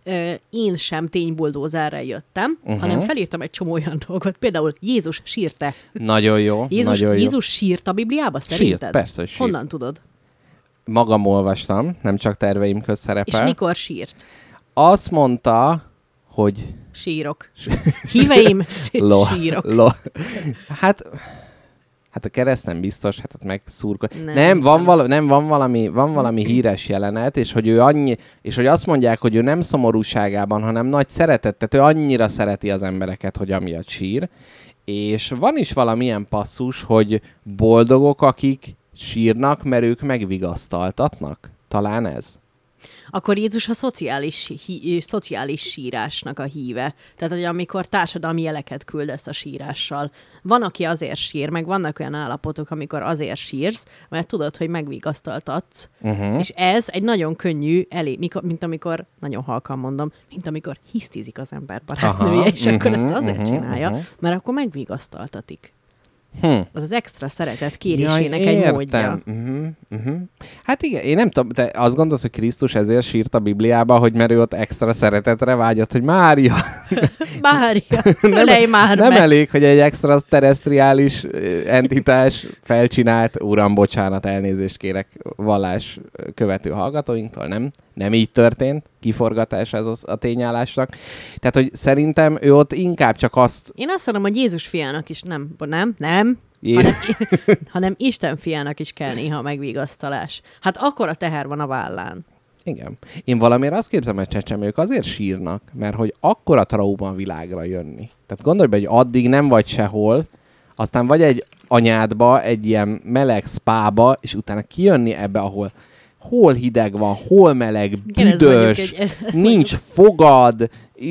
Én sem ténybuldózerrel jöttem, hanem felírtam egy csomó olyan dolgot. Például Jézus sírt-e? Nagyon jó. Jézus sírt a Bibliába szerinted? Sírt, persze, hogy sírt. Honnan tudod? Magam olvastam, nem csak terveim közt szerepel. És mikor sírt? Azt mondta, hogy... Sírok. Híveim, sírok. Hát a kereszt nem biztos, hát ott megszurkol. Nem, van valami híres jelenet, és hogy azt mondják, hogy ő nem szomorúságában, hanem nagy szeretet, tehát ő annyira szereti az embereket, hogy amiatt sír. És van is valamilyen passzus, hogy boldogok, akik sírnak, mert ők megvigasztaltatnak. Talán ez? Akkor Jézus a szociális sírásnak a híve. Tehát, hogy amikor társadalmi jeleket küldesz a sírással. Van, aki azért sír, meg vannak olyan állapotok, amikor azért sírsz, mert tudod, hogy megvigasztaltatsz. És ez egy nagyon könnyű mint amikor, nagyon halkan mondom, mint amikor hisztizik az ember barátnője, és akkor ezt azért csinálja, mert akkor megvigasztaltatik. Az az extra szeretet kérésének egy módja. Hát igen, én nem tudom, te azt gondolod, hogy Krisztus ezért sírt a Bibliába, hogy mert ő ott extra szeretetre vágyott, hogy Mária, ölej már nem elég, hogy egy extra terrestriális entitás felcsinált, uram, bocsánat, elnézést kérek vallás követő hallgatóinktól, nem így történt, kiforgatás ez a tényállásnak. Tehát, hogy szerintem ő ott inkább csak azt... Én azt mondom, hogy Jézus fiának is hanem Isten fiának is kell néha megvigasztalás. Hát akkor a teher van a vállán. Igen. Én valamiért azt képzelem, hogy csecsemők azért sírnak, mert hogy akkora trauma világra jönni. Tehát gondolj be, hogy addig nem vagy sehol, aztán vagy egy anyádba, egy ilyen meleg spába, és utána kijönni ebbe, ahol hol hideg van, hol meleg, büdös, nincs fogad,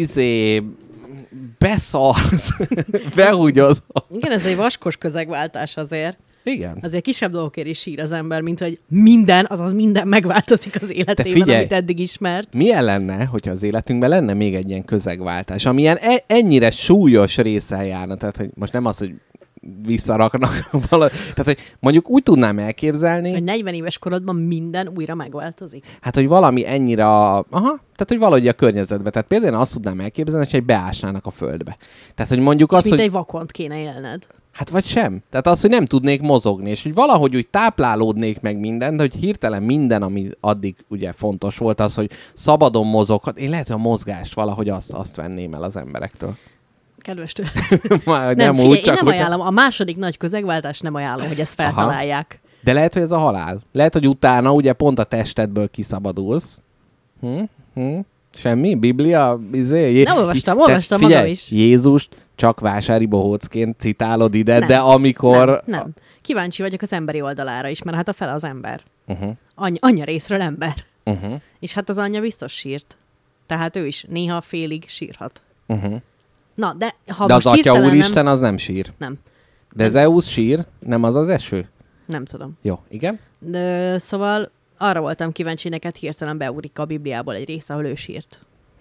beszarsz, behúgyozol. Igen, ez egy vaskos közegváltás azért. Igen. Azért kisebb dolgokért is sír az ember, mint hogy minden megváltozik az életében, amit eddig ismert. Milyen lenne, hogyha az életünkben lenne még egy ilyen közegváltás, ami ilyen ennyire súlyos részsel járna, tehát hogy most nem az, hogy visszaraknak valahogy. Tehát, hogy mondjuk úgy tudnám elképzelni... Hogy 40 éves korodban minden újra megváltozik. Hát, hogy valami ennyire... tehát, hogy valahogy a környezetbe. Tehát például azt tudnám elképzelni, hogy beásnának a földbe. Tehát, hogy mondjuk azt, mint hogy... egy vakont kéne élned. Hát vagy sem. Tehát az, hogy nem tudnék mozogni, és hogy valahogy úgy táplálódnék meg minden, de hogy hirtelen minden, ami addig ugye fontos volt, az, hogy szabadon mozoghat. Én lehet, hogy a mozgást valahogy azt venném el az emberektől. Kedves tőle. Nem, én nem ajánlom. A második nagy közegváltás nem ajánlom, hogy ezt feltalálják. De lehet, hogy ez a halál. Lehet, hogy utána ugye pont a testedből kiszabadulsz. Semmi? Biblia? Nem olvastam magam is. Jézust csak vásári bohócként citálod ide, nem, de amikor... Nem. Kíváncsi vagyok az emberi oldalára is, mert hát a fele az ember. Anyja részről ember. És hát az anyja biztos sírt. Tehát ő is néha félig sírhat. Na, de az Atya Úristen az nem sír. Nem. De Zeus sír? Nem az eső? Nem tudom. Jó, igen? De, szóval arra voltam kíváncsi, neked hirtelen beugrik a Bibliából egy rész, ahol ő sírt.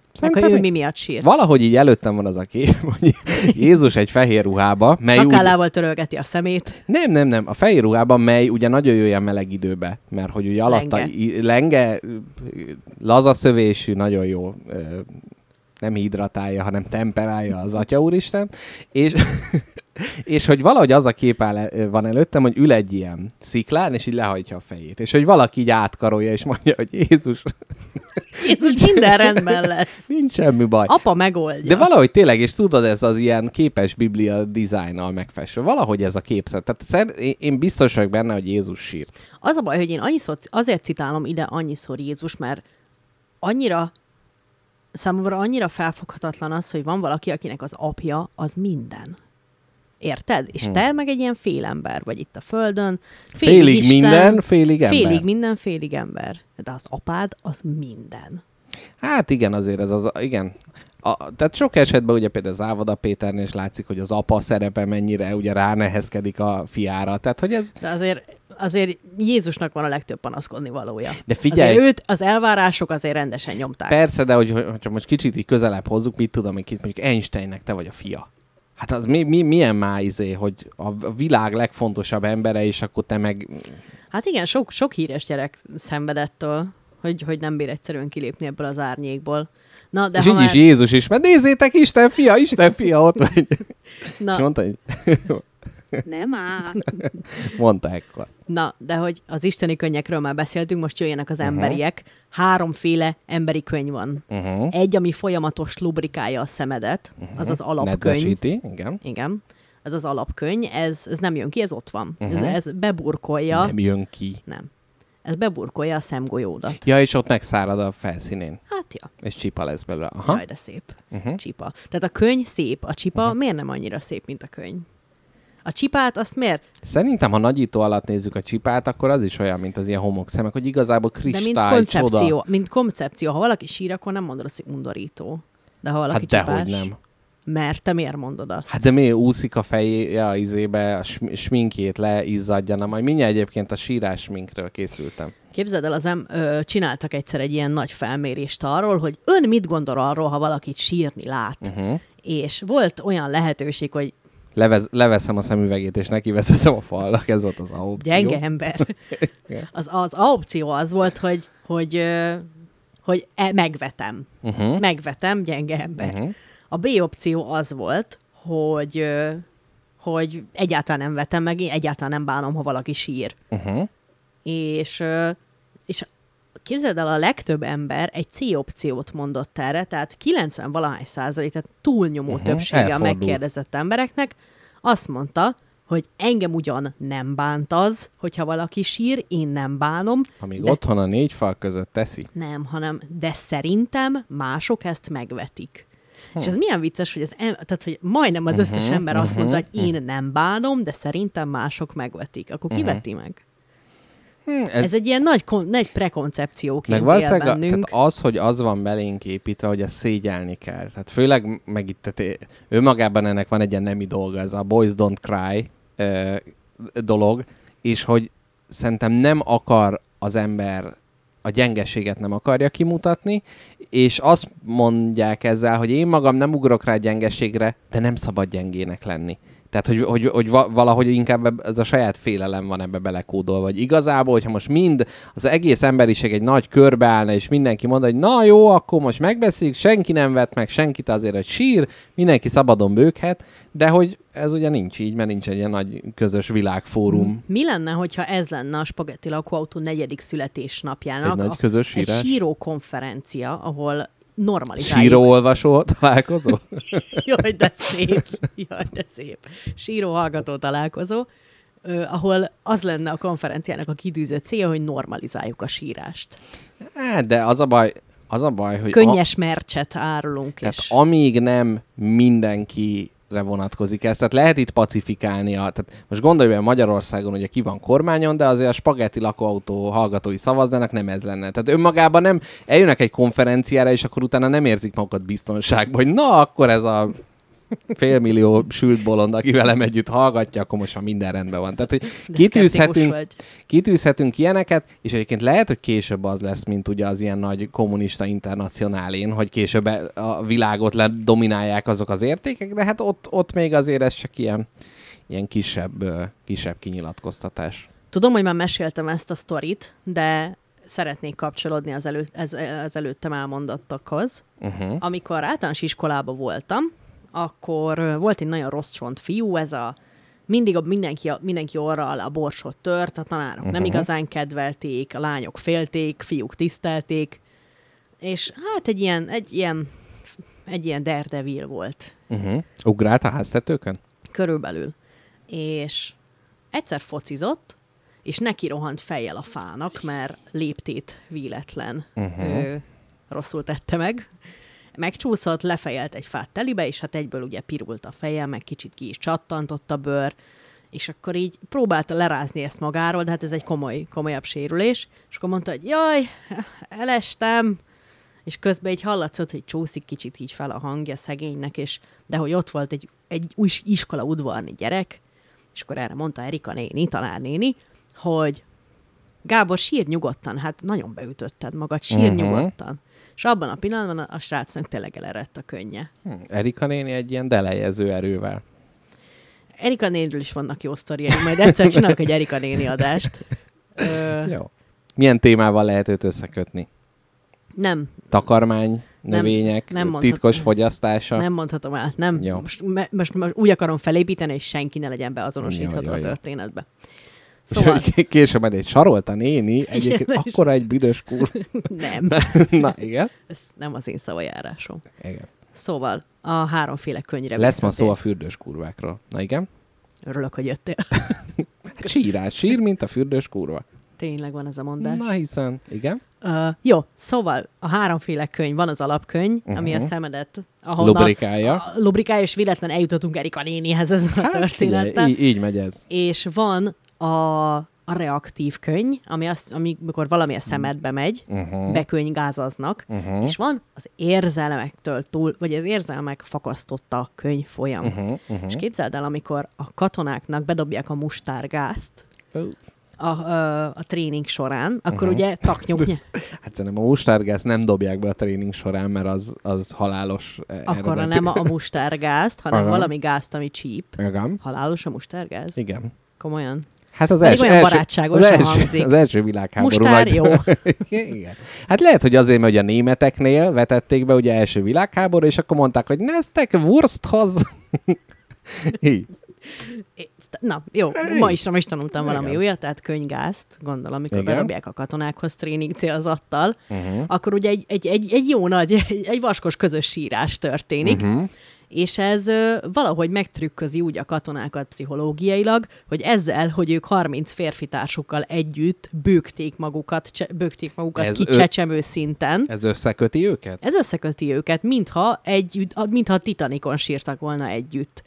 Akkor ő mi miatt sírt? Valahogy így előttem van az a kép, hogy Jézus egy fehér ruhába, mely szakállával törölgeti a szemét. Nem. A fehér ruhában, mely ugye nagyon jó ilyen meleg időbe, mert hogy ugye alatta lenge lazaszövésű, nagyon jó, nem hidratálja, hanem temperálja az Atya Úristen, és hogy valahogy az a kép van előttem, hogy ül egy ilyen sziklán, és így lehajtja a fejét. És hogy valaki így átkarolja, és mondja, hogy Jézus, minden rendben lesz. Nincs semmi baj. Apa megoldja. De valahogy tényleg, és tudod, ez az ilyen képes biblia dizájnnal megfestve. Valahogy ez a képzet. Tehát én biztos vagyok benne, hogy Jézus sírt. Az a baj, hogy én azért citálom ide annyiszor Jézus, mert számomra annyira felfoghatatlan az, hogy van valaki, akinek az apja az minden. Érted? És te meg egy ilyen félember vagy itt a földön. Félig Isten, minden, félig ember. Félig minden, félig ember. De az apád az minden. Hát igen, azért ez az, igen. Tehát sok esetben ugye például Závada Péternél is látszik, hogy az apa szerepe mennyire ugye ránehezkedik a fiára. Tehát, hogy ez... De azért Jézusnak van a legtöbb panaszkodni valója. De figyelj! Azért őt az elvárások azért rendesen nyomták. Persze, de hogyha most kicsit így közelebb hozzuk, mit tudom, hogy mondjuk Einsteinnek te vagy a fia. Hát az milyen májzé, hogy a világ legfontosabb embere, és akkor te meg... Hát igen, sok híres gyerek szenvedettől, hogy nem bír egyszerűen kilépni ebből az árnyékból. Na, de és így is Jézus is, mert nézzétek, Isten fia, ott vagy. Na. És mondta, hogy... Nem áll. Mondta ekkor. Na, de hogy az isteni könyvekről már beszéltünk, most jöjjenek az emberiek. 3 emberi könyv van. Egy, ami folyamatos lubrikálja a szemedet, az az alapkönyv. Nedvesíti, igen. Igen. Ez az alapkönyv, ez nem jön ki, ez ott van. Ez beburkolja. Nem jön ki. Nem. Ez beburkolja a szemgolyódat. Ja, és ott megszárad a felszínén. Hát ja. És csipa lesz belőle. Aha. Jaj, de szép. Csipa. Tehát a könyv szép. A csipa miért nem annyira szép, mint a könyv? A csipát azt miért? Szerintem, ha nagyító alatt nézzük a csipát, akkor az is olyan, mint az ilyen homokszemek, hogy igazából kristály, de mint koncepció, csoda. Mint koncepció. Ha valaki sír, akkor nem mondod azt, hogy undorító. De ha valaki csipás... dehogy nem. Mert te miért mondod azt? Hát de miért úszik a fejéje a izébe, a sminkjét leizzadjana, majd mindjárt egyébként a sírás sminkről készültem. Képzeld el, csináltak egyszer egy ilyen nagy felmérést arról, hogy ön mit gondol arról, ha valakit sírni lát. És volt olyan lehetőség, hogy leveszem a szemüvegét, és neki vezetem a falnak, ez volt az A opció. Gyenge ember. Az A opció az volt, hogy megvetem. Megvetem, gyenge ember. A B opció az volt, hogy egyáltalán nem vetem meg, én egyáltalán nem bánom, ha valaki sír. És képzeld el, a legtöbb ember egy C opciót mondott erre, tehát 90-valahány%, tehát túlnyomó többsége a megkérdezett embereknek azt mondta, hogy engem ugyan nem bánt az, hogyha valaki sír, én nem bánom. Amíg otthon a 4 fal között teszi. Nem, hanem de szerintem mások ezt megvetik. És ez milyen vicces, hogy tehát, hogy majdnem az összes ember azt mondta, hogy én nem bánom, de szerintem mások megvetik. Akkor ki veti meg? Ez egy ilyen nagy prekoncepcióként él bennünk. Tehát az, hogy az van belénk építve, hogy ezt szégyelni kell. Tehát főleg meg itt, tehát önmagában ennek van egy ilyen nemi dolga, ez a boys don't cry dolog, és hogy szerintem nem akar az ember a gyengeséget nem akarja kimutatni, és azt mondják ezzel, hogy én magam nem ugrok rá gyengeségre, de nem szabad gyengének lenni. Tehát, hogy valahogy inkább ez a saját félelem van ebbe belekódolva. Vagy igazából, hogyha most az egész emberiség egy nagy körbe állna, és mindenki mond, hogy na jó, akkor most megbeszéljük, senki nem vett meg senkit azért, hogy sír, mindenki szabadon bőghet, de hogy ez ugye nincs így, mert nincs egy ilyen nagy közös világfórum. Mi lenne, hogyha ez lenne a Spagetti lakóautó 4. születésnapjának? Egy nagy közös sírás? Egy sírókonferencia, ahol normalizáljuk. Síró-olvasó találkozó? Jaj, de szép. Síró-hallgató találkozó, ahol az lenne a konferenciának a kitűzött célja, hogy normalizáljuk a sírást. De az a baj, hogy... Könnyes mercset árulunk tehát is. Amíg nem mindenkire vonatkozik ez, tehát lehet itt pacifikálni. Tehát most gondolj be, Magyarországon ugye ki van kormányon, de azért a Spagetti lakóautó hallgatói szavaznának, nem ez lenne. Tehát önmagában nem eljönnek egy konferenciára, és akkor utána nem érzik magukat biztonságban, hogy na, akkor ez a félmillió sült bolond, aki velem együtt hallgatja, akkor most már minden rendben van. Tehát, hogy kitűzhetünk ilyeneket, és egyébként lehet, hogy később az lesz, mint ugye az ilyen nagy kommunista internacionálén, hogy később a világot ledominálják azok az értékek, de hát ott még azért ez csak ilyen kisebb kinyilatkoztatás. Tudom, hogy már meséltem ezt a sztorit, de szeretnék kapcsolódni az előttem elmondottakhoz. Amikor általános iskolában voltam, akkor volt egy nagyon rossz csont fiú, ez a mindenki orral a borsot tört, a tanárok nem igazán kedvelték, a lányok félték, fiúk tisztelték, és hát egy ilyen daredevil volt. Ugrált a háztetőkön? Körülbelül. És egyszer focizott, és neki rohant fejjel a fának, mert léptét véletlen rosszul tette meg. Megcsúszott, lefejelt egy fát telibe, és hát egyből ugye pirult a feje, meg kicsit ki is csattantott a bőr, és akkor így próbálta lerázni ezt magáról, de hát ez egy komolyabb sérülés, és akkor mondta, hogy jaj, elestem, és közben így hallatszott, hogy csúszik kicsit így fel a hangja szegénynek, de hogy ott volt egy új iskola udvarni gyerek, és akkor erre mondta Erika néni, tanárnéni, hogy Gábor, sír nyugodtan, hát nagyon beütötted magad, sír nyugodtan. És abban a pillanatban a srácnak tényleg elerett a könnye. Erika néni egy ilyen delejező erővel. Erika néniről is vannak jó sztoriai, majd egyszer csinálok egy Erika néni adást. Jó. Milyen témával lehet őt összekötni? Nem. Takarmány, növények, nem titkos fogyasztása? Nem mondhatom el. Nem. Most úgy akarom felépíteni, hogy senki ne legyen beazonosítható a történetbe. Szóval... Később majd egy sarolta néni, egyébként akkora egy büdös kur. Nem. Na, igen. Ez nem az én szavajárásom. Igen. Szóval a háromféle könyvre lesz ma szó a fürdős kurvákról. Na igen? Örülök, hogy jöttél. Sírás, sír, mint a fürdős kurva. Tényleg van ez a mondás. Na hiszen, igen. Jó, szóval a háromféle könyv, van az alapkönyv, ami a szemedet lubrikálja, és véletlen eljutottunk Erika nénihez ezen a történettel. Így megy ez. És van a reaktív könyv, amikor valami a szemedbe megy, bekönyvgázaznak, és van az érzelmektől túl, vagy az érzelmek fakasztotta könyv folyam. És képzeld el, amikor a katonáknak bedobják a mustárgázt, a tréning során, akkor ugye taknyok... Hát szerintem a mustárgázt nem dobják be a tréning során, mert az halálos eredeti. Akkor nem a mustárgázt, hanem valami gázt, ami csíp. Igen. Halálos a mustárgáz? Igen. Komolyan? Hát az első világháború. Mustár, jó. Igen. Hát lehet, hogy azért, mert a németeknél vetették be ugye első világháború, és akkor mondták, hogy neztek Wursthoz. Így. Na, jó, ma is tanultam valami újat, tehát könyvgázt, gondolom, amikor berobják a katonákhoz tréning célzattal, akkor ugye egy jó nagy, egy vaskos közös sírás történik, és ez valahogy megtrükközi úgy a katonákat pszichológiailag, hogy ezzel, hogy ők 30 férfitársukkal együtt bőgték magukat kicsecsemő szinten. Ez összeköti őket? Ez összeköti őket, mintha Titanicon sírtak volna együtt.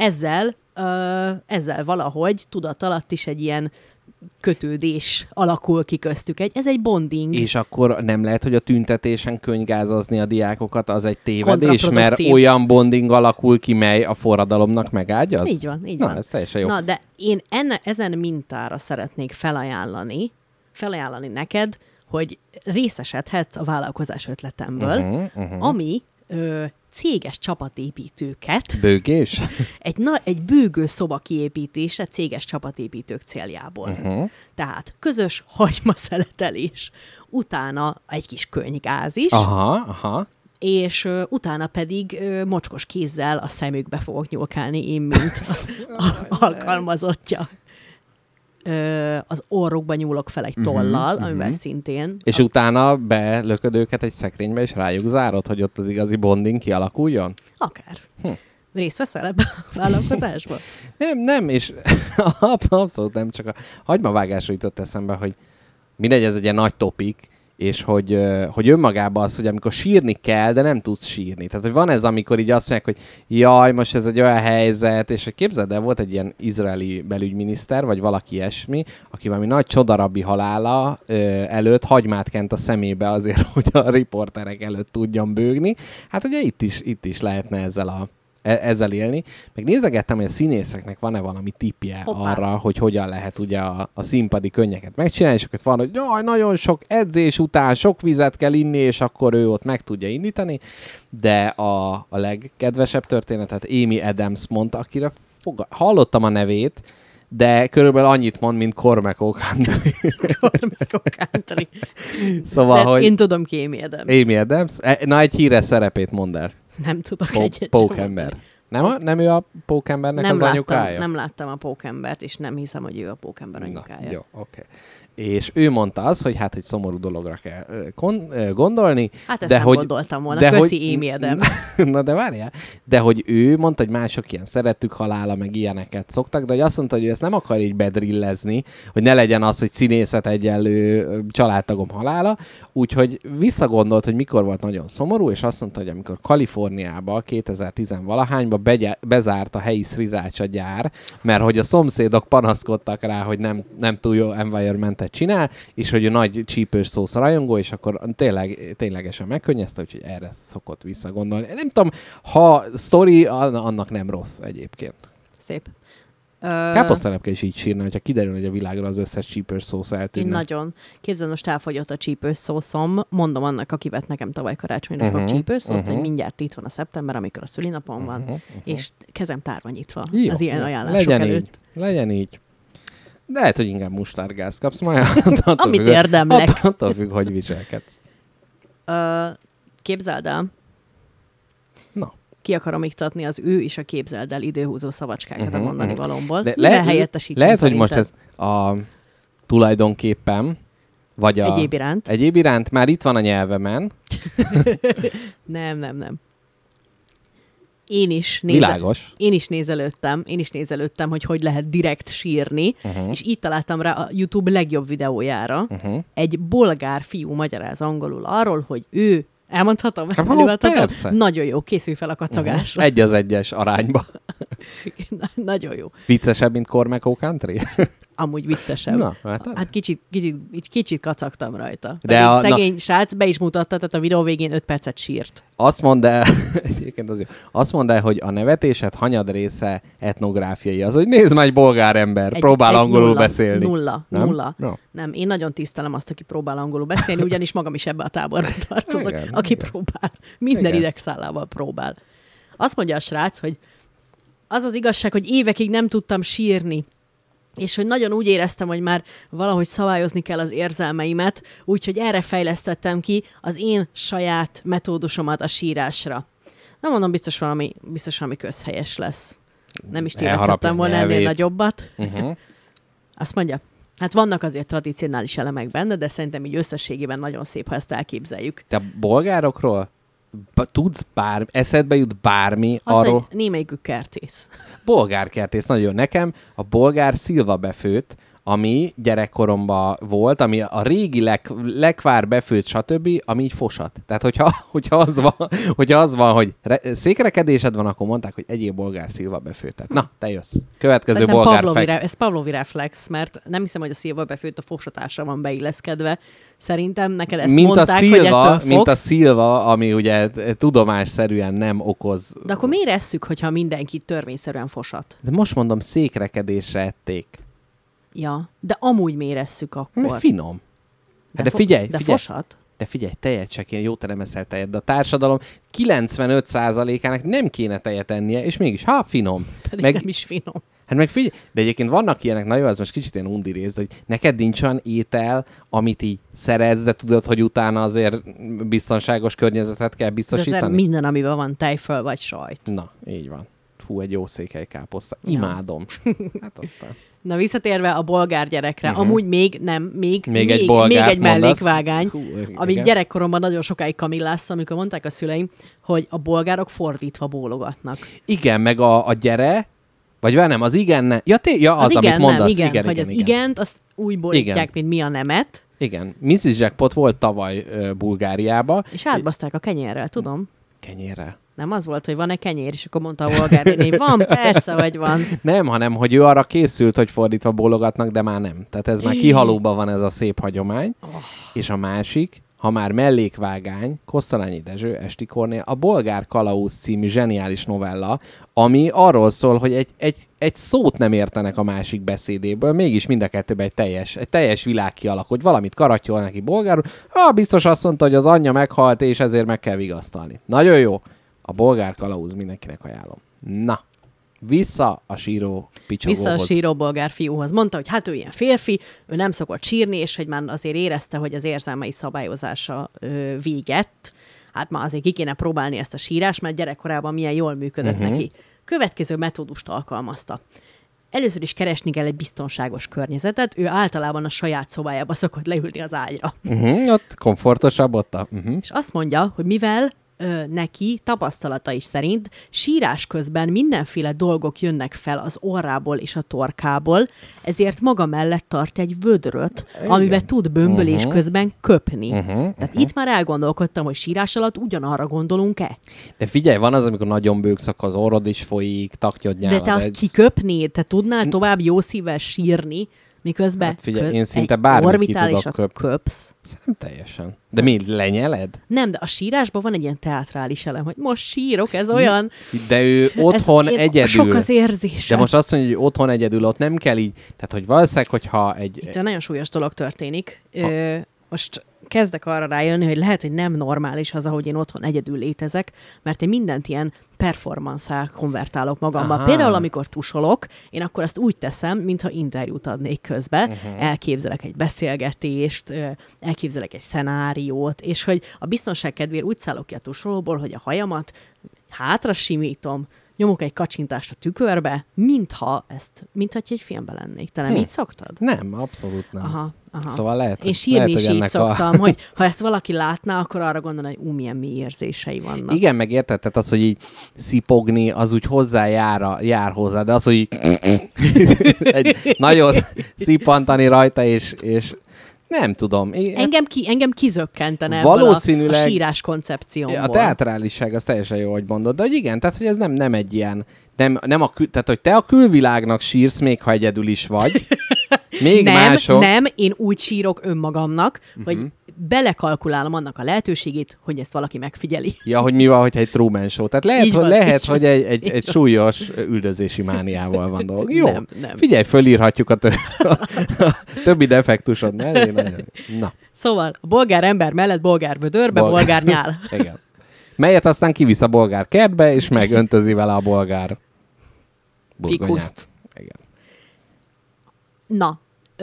Ezzel valahogy tudatalatt is egy ilyen kötődés alakul ki köztük. Ez egy bonding. És akkor nem lehet, hogy a tüntetésen könyvgázazni a diákokat, az egy tévedés, mert olyan bonding alakul ki, mely a forradalomnak megágyaz? Így van. Ez teljesen jó. Na, de én ezen mintára szeretnék felajánlani neked, hogy részesedhetsz a vállalkozás ötletemből, ami céges csapatépítőket. Bőgés? Egy bőgő szoba kiépítése céges csapatépítők céljából. Tehát közös hagymaszeletelés, utána egy kis könyvgáz is, és utána pedig mocskos kézzel a szemükbe fogok nyúlkálni én, mint alkalmazottja. Az orrukba nyúlok fel egy tollal, amivel szintén... És utána belököd őket egy szekrénybe, és rájuk zárod, hogy ott az igazi bonding kialakuljon? Akár. Részt veszel ebbe a vállalkozásba? Nem, és abszolút nem, csak a hagymavágásra jutott eszembe, hogy mindegy, ez egy ilyen nagy topik, és hogy önmagában az, hogy amikor sírni kell, de nem tudsz sírni. Tehát, hogy van ez, amikor így azt mondják, hogy jaj, most ez egy olyan helyzet, és hogy képzeld el, volt egy ilyen izraeli belügyminiszter, vagy valaki ilyesmi, aki valami nagy csodarabbi halála előtt hagymát kent a szemébe azért, hogy a riporterek előtt tudjon bőgni. Hát ugye itt is lehetne ezzel ezzel élni. Meg nézegettem, hogy a színészeknek van-e valami tippje arra, hogy hogyan lehet ugye a színpadi könnyeket megcsinálni, és akkor van, hogy jaj, nagyon sok edzés után sok vizet kell inni, és akkor ő ott meg tudja indítani. De a legkedvesebb történetet Amy Adams mondta, akire hallottam a nevét, de körülbelül annyit mond, mint Cormac O'Country. Cormac O'Country. Szóval, hogy... Én tudom ki Amy Adams. Amy Adams? Na, egy híres szerepét mondd el. Nem tudok egyet. Pókember. Nem ő a Pókembernek az anyukája? Nem láttam a Pókembert, és nem hiszem, hogy ő a Pókember anyukája. Na, jó, oké. És ő mondta azt, hogy hát, hogy szomorú dologra kell gondolni. Hát ezt nem gondoltam volna. Köszi, Amy Adams. Na de várjál. De hogy ő mondta, hogy mások ilyen szerettük halála, meg ilyeneket szoktak, de hogy azt mondta, hogy ő ezt nem akar így bedrillezni, hogy ne legyen az, hogy színészet egyenlő családtagom halála. Úgyhogy visszagondolt, hogy mikor volt nagyon szomorú, és azt mondta, hogy amikor Kaliforniába 2010-valahányba bezárt a helyi Sriracha gyár, mert hogy a szomszédok panaszkodtak rá, hogy nem túl jó environmentet csinál, és hogy a nagy csípős szósz rajongó, és akkor ténylegesen megkönnyezte, úgyhogy erre szokott visszagondolni. Nem tudom, ha sztori, annak nem rossz egyébként. Szép. Káposztelepke is így sírna, hogyha kiderül, hogy a világra az összes csípős szósz eltűnne. Én nagyon. Képzeld, most elfogyott a csípős szószom. Mondom annak, aki vett nekem tavaly karácsonyra a csípős szószt, hogy mindjárt itt van a szeptember, amikor a szülinapom van, és kezem tárva nyitva az ilyen ajánlások előtt. Legyen így. De lehet, hogy inkább mustárgázt kapsz majd. Amit érdemlek. Attól függ, hogy viselkedsz. Képzeld el. Na. Ki akarom iktatni az ő és a képzeld el időhúzó szavacskákat a mondani valomból. De lehet, hogy most ez a tulajdonképpen, vagy egyéb iránt már itt van a nyelvemen. Nem. Én is nézelődtem, hogy lehet direkt sírni, és így találtam rá a YouTube legjobb videójára. Egy bolgár fiú magyaráz angolul arról, hogy ő, elmondhatom? Persze. Nagyon jó, készülj fel a kacagásra. 1:1 arányba. Nagyon jó. Viccesebb, mint Cormac O'Country? Amúgy viccesebb. Na, hát kicsit kacagtam rajta. De szegény srác be is mutatta, tehát a videó végén 5 percet sírt. Azt mondd el, hogy a nevetésed hanyad része etnográfiai. Az, hogy nézd már, egy bolgár ember, próbál angolul beszélni. Nulla. Nem, én nagyon tisztelem azt, aki próbál angolul beszélni, ugyanis magam is ebbe a táborba tartozok, aki próbál. Minden idegszállával próbál. Azt mondja a srác, hogy az az igazság, hogy évekig nem tudtam sírni, és hogy nagyon úgy éreztem, hogy már valahogy szabályozni kell az érzelmeimet, úgyhogy erre fejlesztettem ki az én saját metódusomat a sírásra. Nem mondom, biztos valami közhelyes lesz. Nem is tévedhettem volna ennél nagyobbat. Azt mondja, hát vannak azért tradicionális elemek benne, de szerintem így összességében nagyon szép, ha ezt elképzeljük. Te bolgárokról tudsz eszedbe jut bármi arról? Azt némelyikük kertész. Bolgár kertész, nagyon nekem. A bolgár szilvabefőt, ami gyerekkoromban volt, ami a régi lekvár befőt, stb., ami így fosat. Tehát, hogyha az van, hogy székrekedésed van, akkor mondták, hogy egyéb bolgár szilvabefőt. Na, te jössz. Következő szerintem bolgár ez Pavlovi reflex, mert nem hiszem, hogy a szilvabefőt a fosatásra van beilleszkedve. Szerintem neked ezt mondták, hogy ettől fogsz. Mint a szilva, ami ugye tudomásszerűen nem okoz. De akkor miért esszük, hogyha mindenki törvényszerűen fosat? De most mondom, székrekedésre ették. Ja, de amúgy miért esszük akkor? Mert finom. De figyelj. Fosat? De figyelj, tejet csak ilyen, jó, te nem eszel tejet, de a társadalom 95%-ának nem kéne tejet ennie, és mégis, finom. Pedig nem is finom. Hát meg figyelj, de egyébként vannak ilyenek, na jó, ez most kicsit ilyen undi rész, hogy neked nincs olyan étel, amit így szeretsz, de tudod, hogy utána azért biztonságos környezetet kell biztosítani? De minden, amiben van tejföl vagy sajt. Na, így van. Fú, egy jó székely káposzta. Imádom. Hát aztán... Na, visszatérve a bolgár gyerekre, amúgy még egy mellékvágány, amit gyerekkoromban nagyon sokáig kamilláztam, amikor mondták a szüleim, hogy a bolgárok fordítva bólogatnak. Igen, meg a gyere, vagy nem, az igen, amit mondasz. Igen, igent, azt úgy borítják, mint mi a nemet. Igen, Mrs. Jackpot volt tavaly Bulgáriába. És átbaszták a kenyérrel, tudom. Kenyérrel? Nem az volt, hogy van-e kenyér, és akkor mondta a bolgár néni, van, persze, hogy van. Nem, hanem, hogy ő arra készült, hogy fordítva bólogatnak, de már nem. Tehát ez már kihalóban van ez a szép hagyomány. És a másik, ha már mellékvágány, Kosztolányi Dezső, Esti Kornél, a Bolgár Kalauz című zseniális novella, ami arról szól, hogy egy szót nem értenek a másik beszédéből, mégis mind a kettőben egy teljes világ kialakul, hogy valamit karatyol neki bolgárul, biztos azt mondta, hogy az anyja meghalt, és ezért meg kell vigasztalni. Nagyon jó. A Bolgár Kalauz, mindenkinek ajánlom. Na, vissza a síró picsogóhoz. Vissza a síró bolgár fiúhoz. Mondta, hogy hát ő ilyen férfi, ő nem szokott sírni, és hogy már azért érezte, hogy az érzelmei szabályozása végett. Hát már azért ki kéne próbálni ezt a sírást, mert gyerekkorában milyen jól működött neki. Következő metódust alkalmazta. Először is keresni kell egy biztonságos környezetet, ő általában a saját szobájába szokott leülni az ágyra. Ott komfortosabb ott És azt mondja, hogy mivel neki tapasztalata is szerint sírás közben mindenféle dolgok jönnek fel az orrából és a torkából, ezért maga mellett tart egy vödröt, amiben tud bömbölés közben köpni. Tehát itt már elgondolkodtam, hogy sírás alatt ugyanarra gondolunk-e? De figyelj, van az, amikor nagyon bőgszak, az orrod is folyik, taknyod nyálad. De te azt kiköpnéd? Te tudnál tovább jó szívvel sírni, miközben hát figyelj, én szinte bármit ki tudok köpsz. Szerintem teljesen. De mi, lenyeled? Nem, de a sírásban van egy ilyen teátrális elem, hogy most sírok, ez olyan... De ő otthon egyedül. Sok az érzése. De most azt mondja, hogy otthon egyedül, ott nem kell így. Tehát, hogy valószínűleg, hogyha egy... Itt nagyon súlyos dolog történik. Most kezdek arra rájönni, hogy lehet, hogy nem normális az, ahogy én otthon egyedül létezek, mert én mindent ilyen performance-á konvertálok magamban. Aha. Például, amikor tusolok, én akkor azt úgy teszem, mintha interjút adnék közbe. Elképzelek egy beszélgetést, elképzelek egy szenáriót, és hogy a biztonság kedvéért úgy szállok ki a tusolóból, hogy a hajamat hátra simítom, nyomok egy kacsintást a tükörbe, mintha egy filmben lennék. Te nem így szoktad? Nem, abszolút nem. Aha. Szóval lehet, én sírni is így szoktam, hogy ha ezt valaki látná, akkor arra gondolna, hogy milyen mély érzései vannak. Igen, meg érted, tehát az, hogy így szipogni, az úgy jár hozzá, de az, hogy egy nagyon szipantani rajta, és nem tudom. Engem kizökkentene valószínűleg ebből a sírás koncepciómból. A teátrálisság az teljesen jó, hogy mondod, de hogy igen, tehát hogy ez nem egy ilyen, tehát hogy te a külvilágnak sírsz, még ha egyedül is vagy. Még mások. Nem, én úgy sírok önmagamnak, hogy belekalkulálom annak a lehetőségét, hogy ezt valaki megfigyeli. Ja, hogy mi van, hogyha egy Truman Show. Tehát lehet, hogy egy súlyos üldözési mániával van dolog. Jó, nem. Figyelj, fölírhatjuk a többi defektusod mellé. Na. Szóval a bolgár ember mellett bolgár vödörbe, bolgár nyál. Igen. Melyet aztán kivisz a bolgár kertbe, és megöntözi vele a bolgár fikuszt. Igen. Na.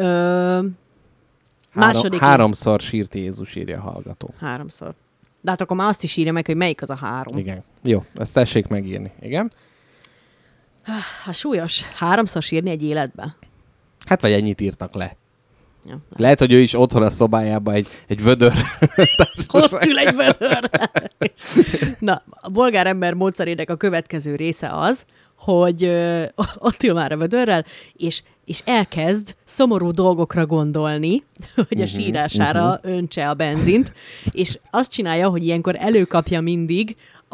Második. Háromszor sírt Jézus, írja a hallgató. 3-szor. De hát akkor már azt is írja meg, hogy melyik az a 3. Igen. Jó, ezt tessék megírni. Igen? Hát súlyos. 3-szor sírni egy életbe. Hát vagy ennyit írtak le. Ja, lehet, hogy ő is otthon a szobájában egy vödör. Ott ül egy vödör. Na, a bolgár ember módszerének a következő része az, hogy ott ül már a vödörrel, és elkezd szomorú dolgokra gondolni, hogy a sírására öntse a benzint, és azt csinálja, hogy ilyenkor előkapja mindig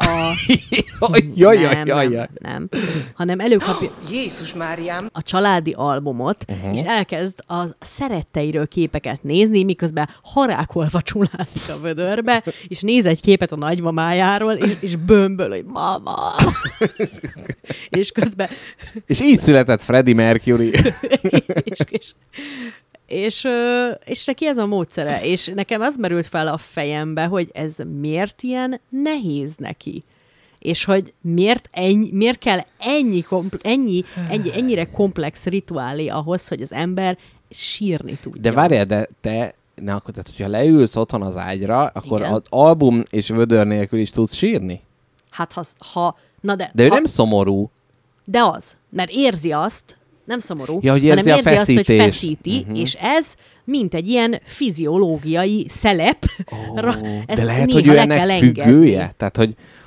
nem, hanem előkapja Jézus Máriám a családi albumot, és elkezd a szeretteiről képeket nézni, miközben harákolva csulázik a vödörbe, és néz egy képet a nagymamájáról, és bömböl, hogy mama. És közben... És így született Freddie Mercury. és neki ez a módszere. És nekem az merült fel a fejembe, hogy ez miért ilyen nehéz neki. És hogy miért kell ennyire komplex rituálé ahhoz, hogy az ember sírni tudja. De várjál, de te, akkor tehát, hogyha leülsz otthon az ágyra, akkor igen, az album és vödör nélkül is tudsz sírni? Hát de ő nem szomorú. De az, mert érzi azt, nem szomorú, ja, hogy érzi hanem érzi azt, hogy feszíti, és ez mint egy ilyen fiziológiai szelep. De lehet, hogy ő ennek függője? Tehát,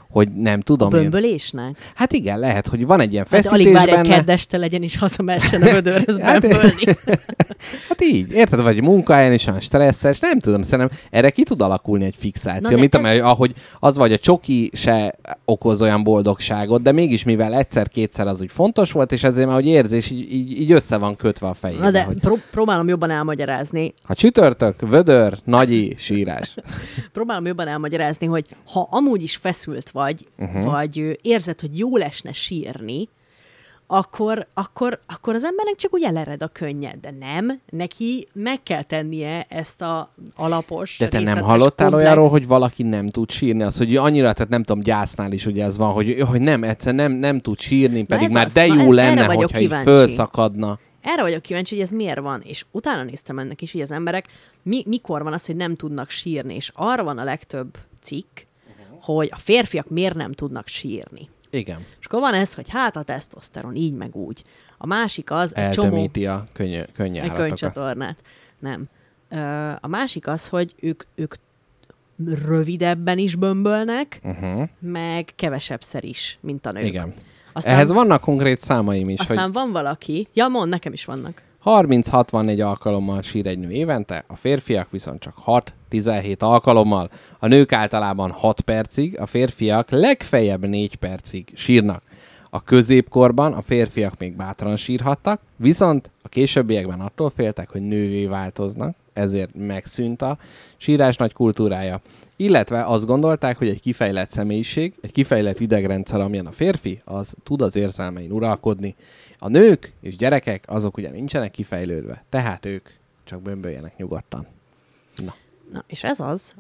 hogy nem tudom. A bömbölésnek? Hát igen, lehet, hogy van egy ilyen feszítés alig várj, benne. egy kedd este legyen, és hazamessen a vödörhöz bömbölni. Hát így, érted, vagy munkahelyen is olyan stresszes, nem tudom, szerintem erre ki tud alakulni egy fixáció. Ahogy az vagy a csoki se okoz olyan boldogságot, de mégis mivel egyszer-kétszer az úgy fontos volt, és ezért már, hogy érzés így össze van kötve a fejében. Na de hogy... próbálom jobban elmagyarázni. Ha csütörtök, vödör, nagyi, sírás. Próbálom jobban elmagyarázni, hogy ha amúgy is feszült vagy érzed, hogy jól esne sírni, akkor az embernek csak úgy elered a könnyed, de nem, neki meg kell tennie ezt a alapos, de te nem hallottál olyanról, hogy valaki nem tud sírni? Az, hogy annyira, tehát nem tudom, gyásznál is ugye ez van, hogy nem, egyszer nem tud sírni, pedig már de jó lenne, hogyha így fölszakadna. Erre vagyok kíváncsi, hogy ez miért van, és utána néztem ennek is, hogy az emberek mikor van az, hogy nem tudnak sírni, és arra van a legtöbb cikk, hogy a férfiak miért nem tudnak sírni. Igen. És akkor van ez, hogy hát a tesztoszteron így meg úgy. A másik az egy csomó... Eltömíti a könnyáratokat. Egy könycsatornát. Nem. A másik az, hogy ők rövidebben is bömbölnek, meg kevesebbszer is, mint a nők. Igen. Ehhez vannak konkrét számaim is. Aztán van valaki... Ja, mondd, nekem is vannak. 30-64 alkalommal sír egy nő évente, a férfiak viszont csak 6-17 alkalommal. A nők általában 6 percig, a férfiak legfeljebb 4 percig sírnak. A középkorban a férfiak még bátran sírhattak, viszont a későbbiekben attól féltek, hogy nővé változnak, ezért megszűnt a sírás nagy kultúrája. Illetve azt gondolták, hogy egy kifejlett személyiség, egy kifejlett idegrendszer, amilyen a férfi, az tud az érzelmein uralkodni. A nők és gyerekek azok ugye nincsenek kifejlődve, tehát ők csak bömböljenek nyugodtan. Na és ez az,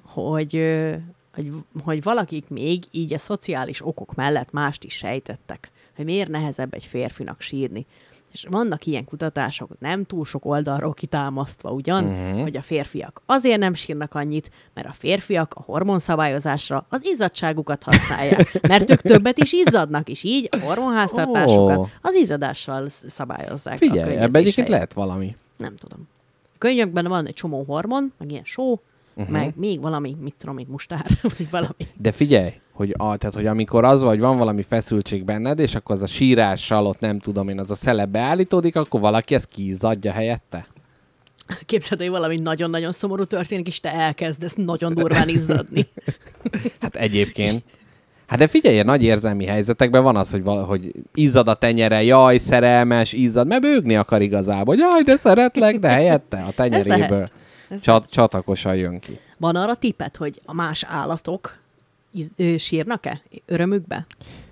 hogy valakik még így a szociális okok mellett mást is sejtettek, hogy miért nehezebb egy férfinak sírni. És vannak ilyen kutatások, nem túl sok oldalról kitámasztva ugyan, hogy a férfiak azért nem sírnak annyit, mert a férfiak a hormonszabályozásra az izzadságukat használják, mert ők többet is izzadnak, és így a hormonháztartásukat az izzadással szabályozzák. Figyelj, ebben egyébként lehet valami. Nem tudom. A könyvekben van egy csomó hormon, meg ilyen só, meg még valami, mit tudom, itt mustár, vagy valami. De figyelj, tehát, hogy amikor az vagy, van valami feszültség benned, és akkor az a sírással ott nem tudom én, az a szele beállítódik, akkor valaki ezt kiizzadja helyette? Képzeld, hogy valami nagyon-nagyon szomorú történik, és te elkezdesz nagyon durván izzadni. Hát egyébként. Hát de figyelj, nagy érzelmi helyzetekben van az, hogy izzad a tenyere, jaj, szerelmes, izzad, mert bőgni akar igazából, jaj, de szeretlek, de helyette a tenyeréből csatakosan jön ki. Van arra tippet, hogy a más állatok sírnak-e örömükbe?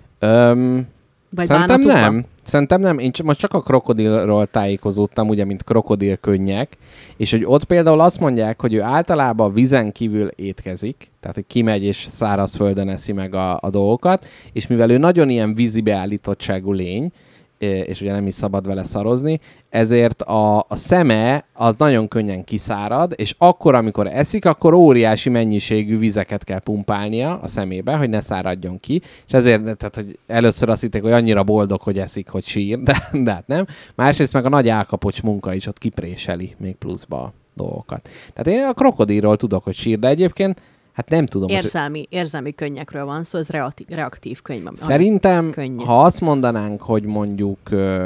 Szerintem nem. Én most csak a krokodilról tájékozódtam, ugye, mint krokodilkönnyek, és hogy ott például azt mondják, hogy ő általában vízen kívül étkezik, tehát hogy kimegy és szárazföldön eszi meg a dolgokat, és mivel ő nagyon ilyen vízi beállítottságú lény, és ugye nem is szabad vele szarozni, ezért a szeme az nagyon könnyen kiszárad, és akkor, amikor eszik, akkor óriási mennyiségű vizeket kell pumpálnia a szemébe, hogy ne száradjon ki, és ezért, tehát, hogy először azt hitték, hogy annyira boldog, hogy eszik, hogy sír, de hát nem. Másrészt meg a nagy állkapocs munka is ott kipréseli még pluszba a dolgokat. Tehát én a krokodilról tudok, hogy sír, de egyébként hát nem tudom. Érzelmi könnyekről van szó, ez reaktív könyv. Szerintem, ha azt mondanánk, hogy mondjuk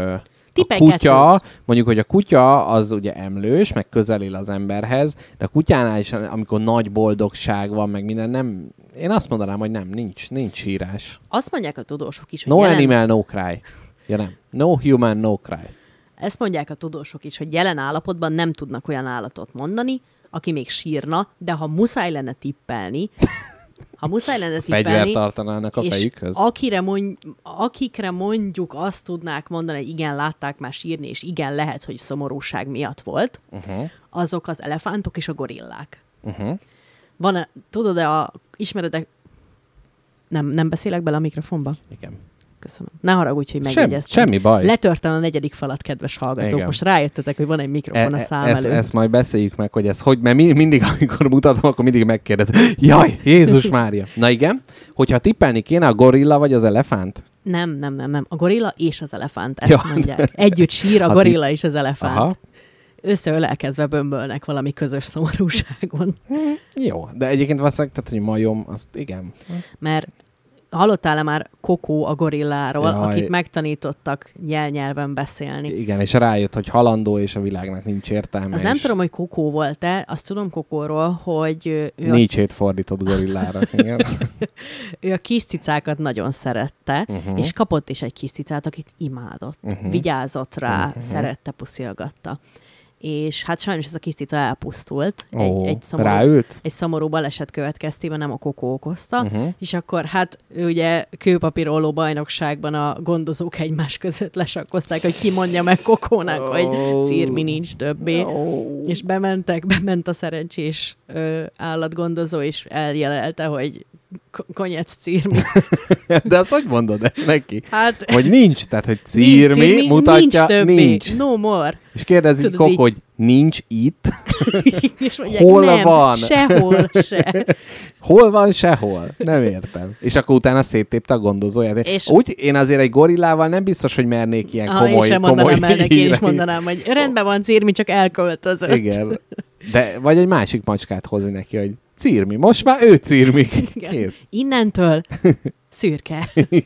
a kutya az ugye emlős, meg közel él az emberhez, de a kutyánál is, amikor nagy boldogság van, meg minden, nem, én azt mondanám, hogy nincs sírás. Azt mondják a tudósok is, hogy no animal, no cry. Ja nem. No human, no cry. Ezt mondják a tudósok is, hogy jelen állapotban nem tudnak olyan állatot mondani, aki még sírna, de ha muszáj lenne tippelni, fegyvert tartanának a fejükhöz. Akikre mondjuk azt tudnák mondani, hogy igen, látták már sírni, és igen, lehet, hogy szomorúság miatt volt, azok az elefántok és a gorillák. Tudod-e, ismered-e... Nem beszélek bele a mikrofonba? Igen. Köszönöm. Ne haragudj, hogy megjegyeztem. Semmi baj. Letörtem a 4. falat, kedves hallgatók. Igen. Most rájöttetek, hogy van egy mikrofon a szám előtt. Ezt majd beszéljük meg, hogy ez hogy, mert mindig, amikor mutatom, akkor mindig megkérdez. Jaj, Jézus Mária. Na igen, hogyha tippelni kéne, a gorilla vagy az elefánt? Nem. A gorilla és az elefánt, ezt mondják. Együtt sír a gorilla és az elefánt. Aha. Összeölelkezve bömbölnek valami közös szomorúságon. Jó, de egyébként valószínűleg, tehát, hogy majom, azt igen. Mert hallottál-e már Kokó a gorilláról, akit megtanítottak nyelven beszélni? Igen, és rájött, hogy halandó, és a világnak nincs értelme. Az nem tudom, hogy Kokó volt-e, azt tudom Kokóról, hogy... ő Nietzsét fordított gorillára. Igen. Ő a kis cicákat nagyon szerette, és kapott is egy kis cicát, akit imádott. Vigyázott rá, szerette, puszilgatta. És hát sajnos ez a kis cica elpusztult. Egy szomorú baleset következtében, nem a Kokó okozta. És akkor hát ugye kőpapírolló bajnokságban a gondozók egymás között lesakkozták, hogy ki mondja meg Kokónak, hogy Cirmi nincs többé. És bement a szerencsés állatgondozó, és eljelelte, hogy Konyec Cirmi. De azt hogy mondod neki? Hát, hogy nincs, tehát hogy Cirmi mutatja, nincs. No more. És kérdezi Kok, hogy nincs itt. És mondják, hol nem, van? Sehol se. Hol van, sehol. Nem értem. És akkor utána széttépte a gondozóját. És úgy én azért egy gorillával nem biztos, hogy mernék ilyen komoly én sem mondanám el neki, én is mondanám, hogy rendben van Cirmi, csak elköltözött. Igen. De vagy egy másik macskát hozni neki, hogy Cirmi. Most már ő Cirmi. Kész. Innentől szürke.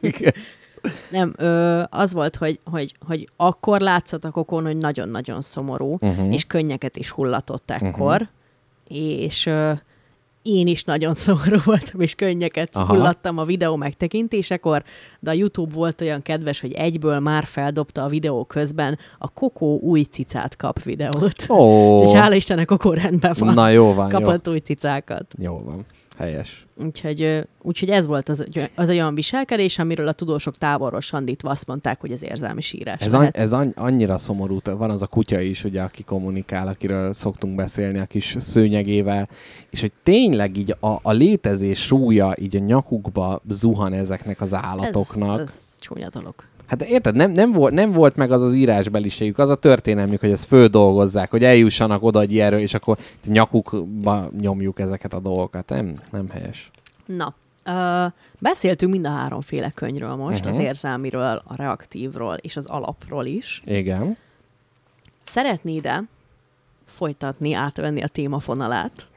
Nem, az volt, hogy akkor látszott a Kokón, hogy nagyon-nagyon szomorú, és könnyeket is hullatott ekkor, és én is nagyon szomorú voltam, és könnyeket hullattam a videó megtekintésekor, de a YouTube volt olyan kedves, hogy egyből már feldobta a videó közben a Kokó új cicát kap videót. És hála Istennek Kokó rendben van. Na jó van, kapott új cicákat. Jó van. Helyes. Úgyhogy ez volt az olyan viselkedés, amiről a tudósok távolról sandítva azt mondták, hogy ez érzelmi sírás. Ez annyira szomorú. Van az a kutya is, ugye, aki kommunikál, akiről szoktunk beszélni a kis szőnyegével, és hogy tényleg így a létezés súlya így a nyakukba zuhan ezeknek az állatoknak. Ez csúnya dolog. Hát érted, nem volt meg az az írásbeliségük, az a történelmük, hogy ezt földolgozzák, hogy eljussanak oda egy ilyenről, és akkor nyakukba nyomjuk ezeket a dolgokat. Nem helyes. Na, beszéltünk mind a háromféle könyvről most, az érzelmiről, a reaktívról és az alapról is. Igen. Szeretnéd-e folytatni, átvenni a témafonalát?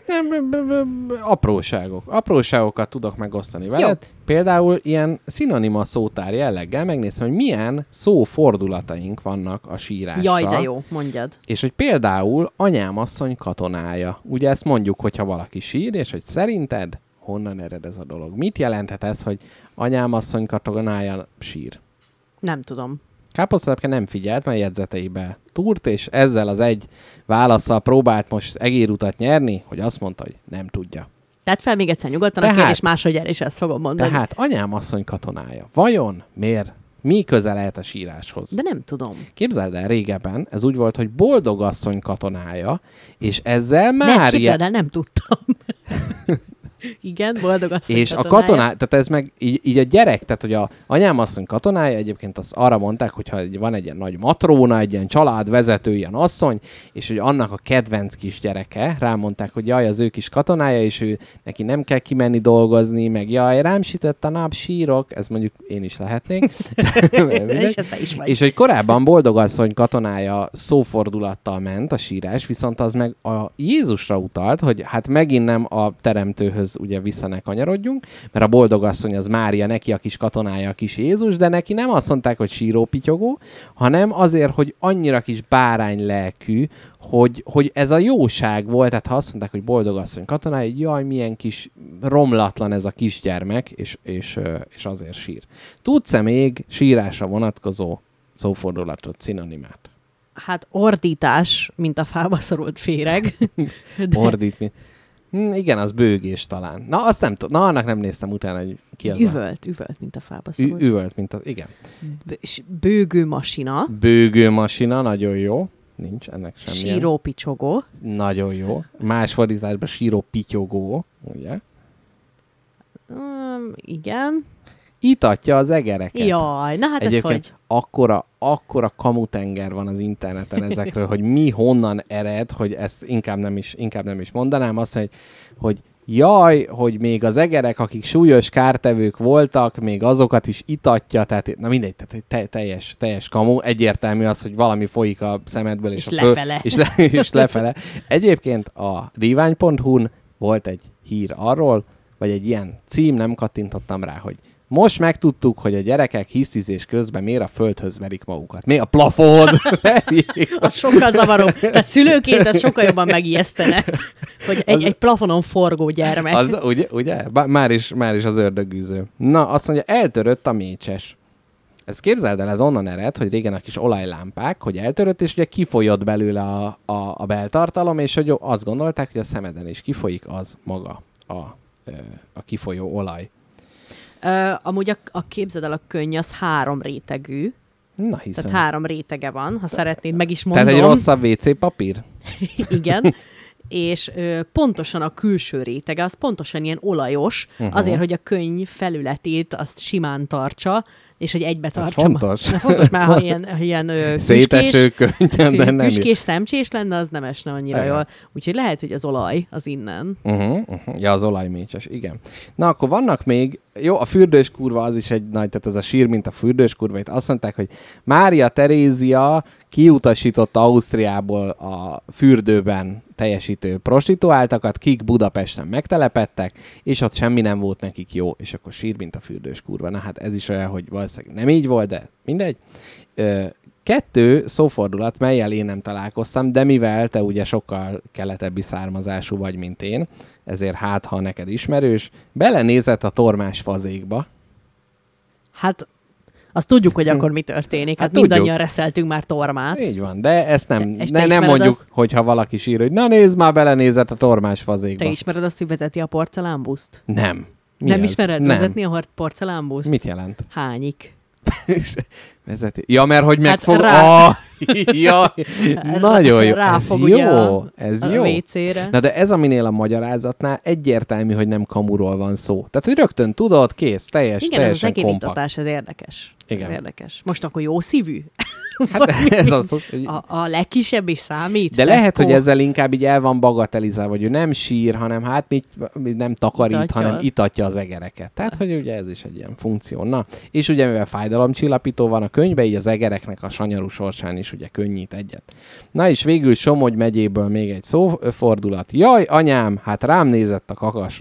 Apróságokat tudok megosztani veled. Jó. Például ilyen szinonima szótár jelleggel megnézem, hogy milyen szófordulataink vannak a sírásra. Jaj, de jó, mondjad. És hogy például anyám asszony katonája. Ugye ezt mondjuk, hogyha valaki sír, és hogy szerinted honnan ered ez a dolog? Mit jelenthet ez, hogy anyám asszony katonája sír? Nem tudom. Káposztalepke nem figyelt, mert jegyzeteibe túrt, és ezzel az egy válasszal próbált most egérutat nyerni, hogy azt mondta, hogy nem tudja. Tehát fel még egyszer nyugodtan a kérdés másodjára, és ezt fogom mondani. Tehát anyám asszony katonája. Vajon miért? Mi köze lehet a síráshoz? De nem tudom. Képzeld el, régebben ez úgy volt, hogy boldog asszony katonája, és ezzel már... Nem, képzeld el, nem tudtam. Igen, boldog asszony és katonája. A katonája, tehát ez meg így a gyerek, tehát hogy a anyám asszony katonája, egyébként azt arra mondták, hogyha van egy ilyen nagy matróna, egy ilyen családvezető, ilyen asszony, és hogy annak a kedvenc kis gyereke, rámondták, hogy jaj, az ő kis katonája, és ő neki nem kell kimenni dolgozni, meg jaj, rám sütött a nap, sírok, ez mondjuk én is lehetnék. És hogy korábban boldog asszony katonája szófordulattal ment a sírás, viszont az meg a Jézusra utalt, hogy hát megint nem a teremtőhöz ugye vissza ne kanyarodjunk, mert a boldogasszony az Mária, neki a kis katonája a kis Jézus, de neki nem azt mondták, hogy síró-pityogó, hanem azért, hogy annyira kis bárány lelkű, hogy ez a jóság volt, tehát ha azt mondták, hogy boldogasszony katonája, jaj, milyen kis romlatlan ez a kisgyermek, és azért sír. Tudsz-e még sírásra vonatkozó szófordulatot, szinonimát? Hát ordítás, mint a fába szorult féreg. Ordít, mint... igen, az bőgés talán. Na, azt nem tudom. Na, annak nem néztem utána, hogy ki az. Üvölt, mint a fába szorult. Üvölt, mint a... igen. Bőgőmasina. Bőgőmasina, nagyon jó. Nincs ennek semmilyen. Sírópicsogó. Nagyon jó. Más fordításban sírópityogó, ugye? Igen. Itatja az egereket. Jaj, na hát egyébként ez hogy? akkora kamutenger van az interneten ezekről, hogy mi honnan ered, hogy ezt inkább nem is mondanám, azt mondja, hogy jaj, hogy még az egerek, akik súlyos kártevők voltak, még azokat is itatja, tehát na mindegy, tehát teljes kamu, egyértelmű az, hogy valami folyik a szemedből, és lefele. És lefele. Egyébként a divány.hu-n volt egy hír arról, vagy egy ilyen cím, nem kattintottam rá, hogy Most megtudtuk, hogy a gyerekek hisztizés közben miért a földhöz verik magukat. Mi a plafonhoz verik? Az sokkal zavaróbb. Tehát szülőként ez sokkal jobban megijesztene, hogy egy plafonon forgó gyermek. Az, ugye? Már is az ördögűző. Na, azt mondja, eltörött a mécses. Ezt képzeld el, ez onnan ered, hogy régen a kis olajlámpák, hogy eltörött, és ugye kifolyott belőle a beltartalom, és hogy azt gondolták, hogy a szemeden is kifolyik az maga a kifolyó olaj. Amúgy képzeld el, a könny az 3 rétegű. Na hiszem. Tehát 3 rétege van, ha szeretnéd, meg is mondom. Tehát egy rosszabb WC papír? Igen. És pontosan a külső rétege, az pontosan ilyen olajos, azért, hogy a könny felületét azt simán tartsa, és hogy egybe tartsa. Ez fontos. De fontos, mert ha ilyen széteső könny, de nem tüskés szemcsés lenne, az nem esne annyira jól. Úgyhogy lehet, hogy az olaj az innen. Ja, az olajmécses, igen. Na, akkor vannak még, jó, a fürdős kurva az is egy nagy, tehát ez a sír, mint a fürdős kurva. Itt azt mondták, hogy Mária Terézia kiutasította Ausztriából a fürdőben teljesítő prostituáltakat, kik Budapesten megtelepedtek, és ott semmi nem volt nekik jó, és akkor sír, mint a fürdős kurva. Na hát ez is olyan, hogy valószínűleg nem így volt, de mindegy. 2 szófordulat, mellyel én nem találkoztam, de mivel te ugye sokkal keletebbi származású vagy, mint én, ezért hát, ha neked ismerős, belenézett a tormás fazékba. Hát azt tudjuk, hogy akkor mi történik. Hát mindannyian reszeltünk már tormát. Így van, de ezt nem mondjuk, hogyha valaki sír, hogy na nézd már, belenézett a tormás fazékba. Te ismered azt, hogy vezeti a porcelánbuszt? Nem. Nem ismered vezetni a porcelánbuszt? Mit jelent? Hányik. Vezeti. Ja, mert hogy megfog... Ja, nagyon jó. Ez jó. WC-re. Na de ez, aminél a magyarázatnál egyértelmű, hogy nem kamuról van szó. Tehát, hogy rögtön tudod, kész, teljesen kompakt. Igen, ez az egérítatás, ez érdekes. Igen. Ez érdekes. Most akkor jó szívű? Hát ez az, hogy... a legkisebb is számít? De lehet, hogy ezzel inkább így el van bagatelizálva, hogy ő nem sír, hanem hát nem takarít, hanem itatja az egereket. Tehát, hogy ugye ez is egy ilyen funkció. Na, és ugye mivel fájdalomcsillapító van a könyvben, így az egereknek a sanyarú sorsán is ugye könnyít egyet. Na és végül Somogy megyéből még egy szófordulat. Jaj, anyám, hát rám nézett a kakas.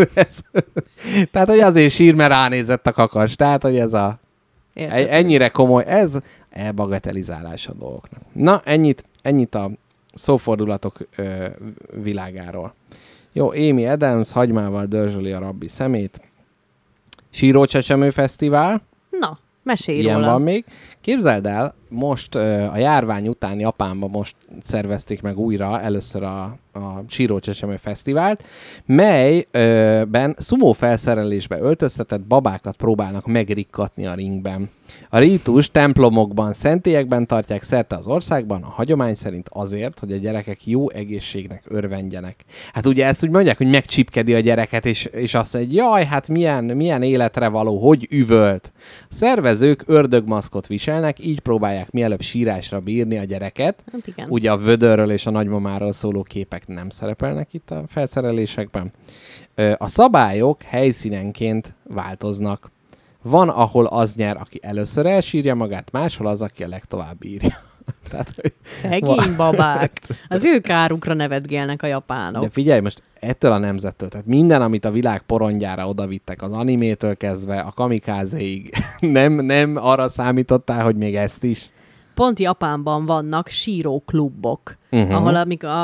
Tehát, hogy azért sír, mert ránézett a kakas. Tehát, hogy ez ennyire komoly, ez elbagatelizálás a dolgoknak. Na, ennyit a szófordulatok világáról. Jó, Amy Adams hagymával dörzsöli a rabbi szemét. Sírócsecsemő fesztivál. Na, mesélj ilyen róla. Van még. Képzeld el, most a járvány után Japánban most szervezték meg újra először a Sírócsecsemő fesztivált, melyben szumó felszerelésbe öltöztetett babákat próbálnak megrikkatni a ringben. A rítus templomokban, szentélyekben tartják szerte az országban, a hagyomány szerint azért, hogy a gyerekek jó egészségnek örvendjenek. Hát ugye ezt úgy mondják, hogy megcsipkedi a gyereket, és azt mondja, jaj, hát milyen életre való, hogy üvölt. A szervezők ördögmaszkot viselnek, így próbálják mielőbb sírásra bírni a gyereket. Hát igen. Ugye a vödörről és a nagymamáról szóló képek nem szerepelnek itt a felszerelésekben. A szabályok helyszínenként változnak. Van, ahol az nyer, aki először elsírja magát, máshol az, aki a legtovább bírja. Tehát, szegény babák. Az ő kárukra nevetgélnek a japánok. De figyelj, most ettől a nemzettől, tehát minden, amit a világ porondjára odavittek, az animétől kezdve a kamikázéig, nem arra számítottál, hogy még ezt is? Pont Japánban vannak síróklubok, ahol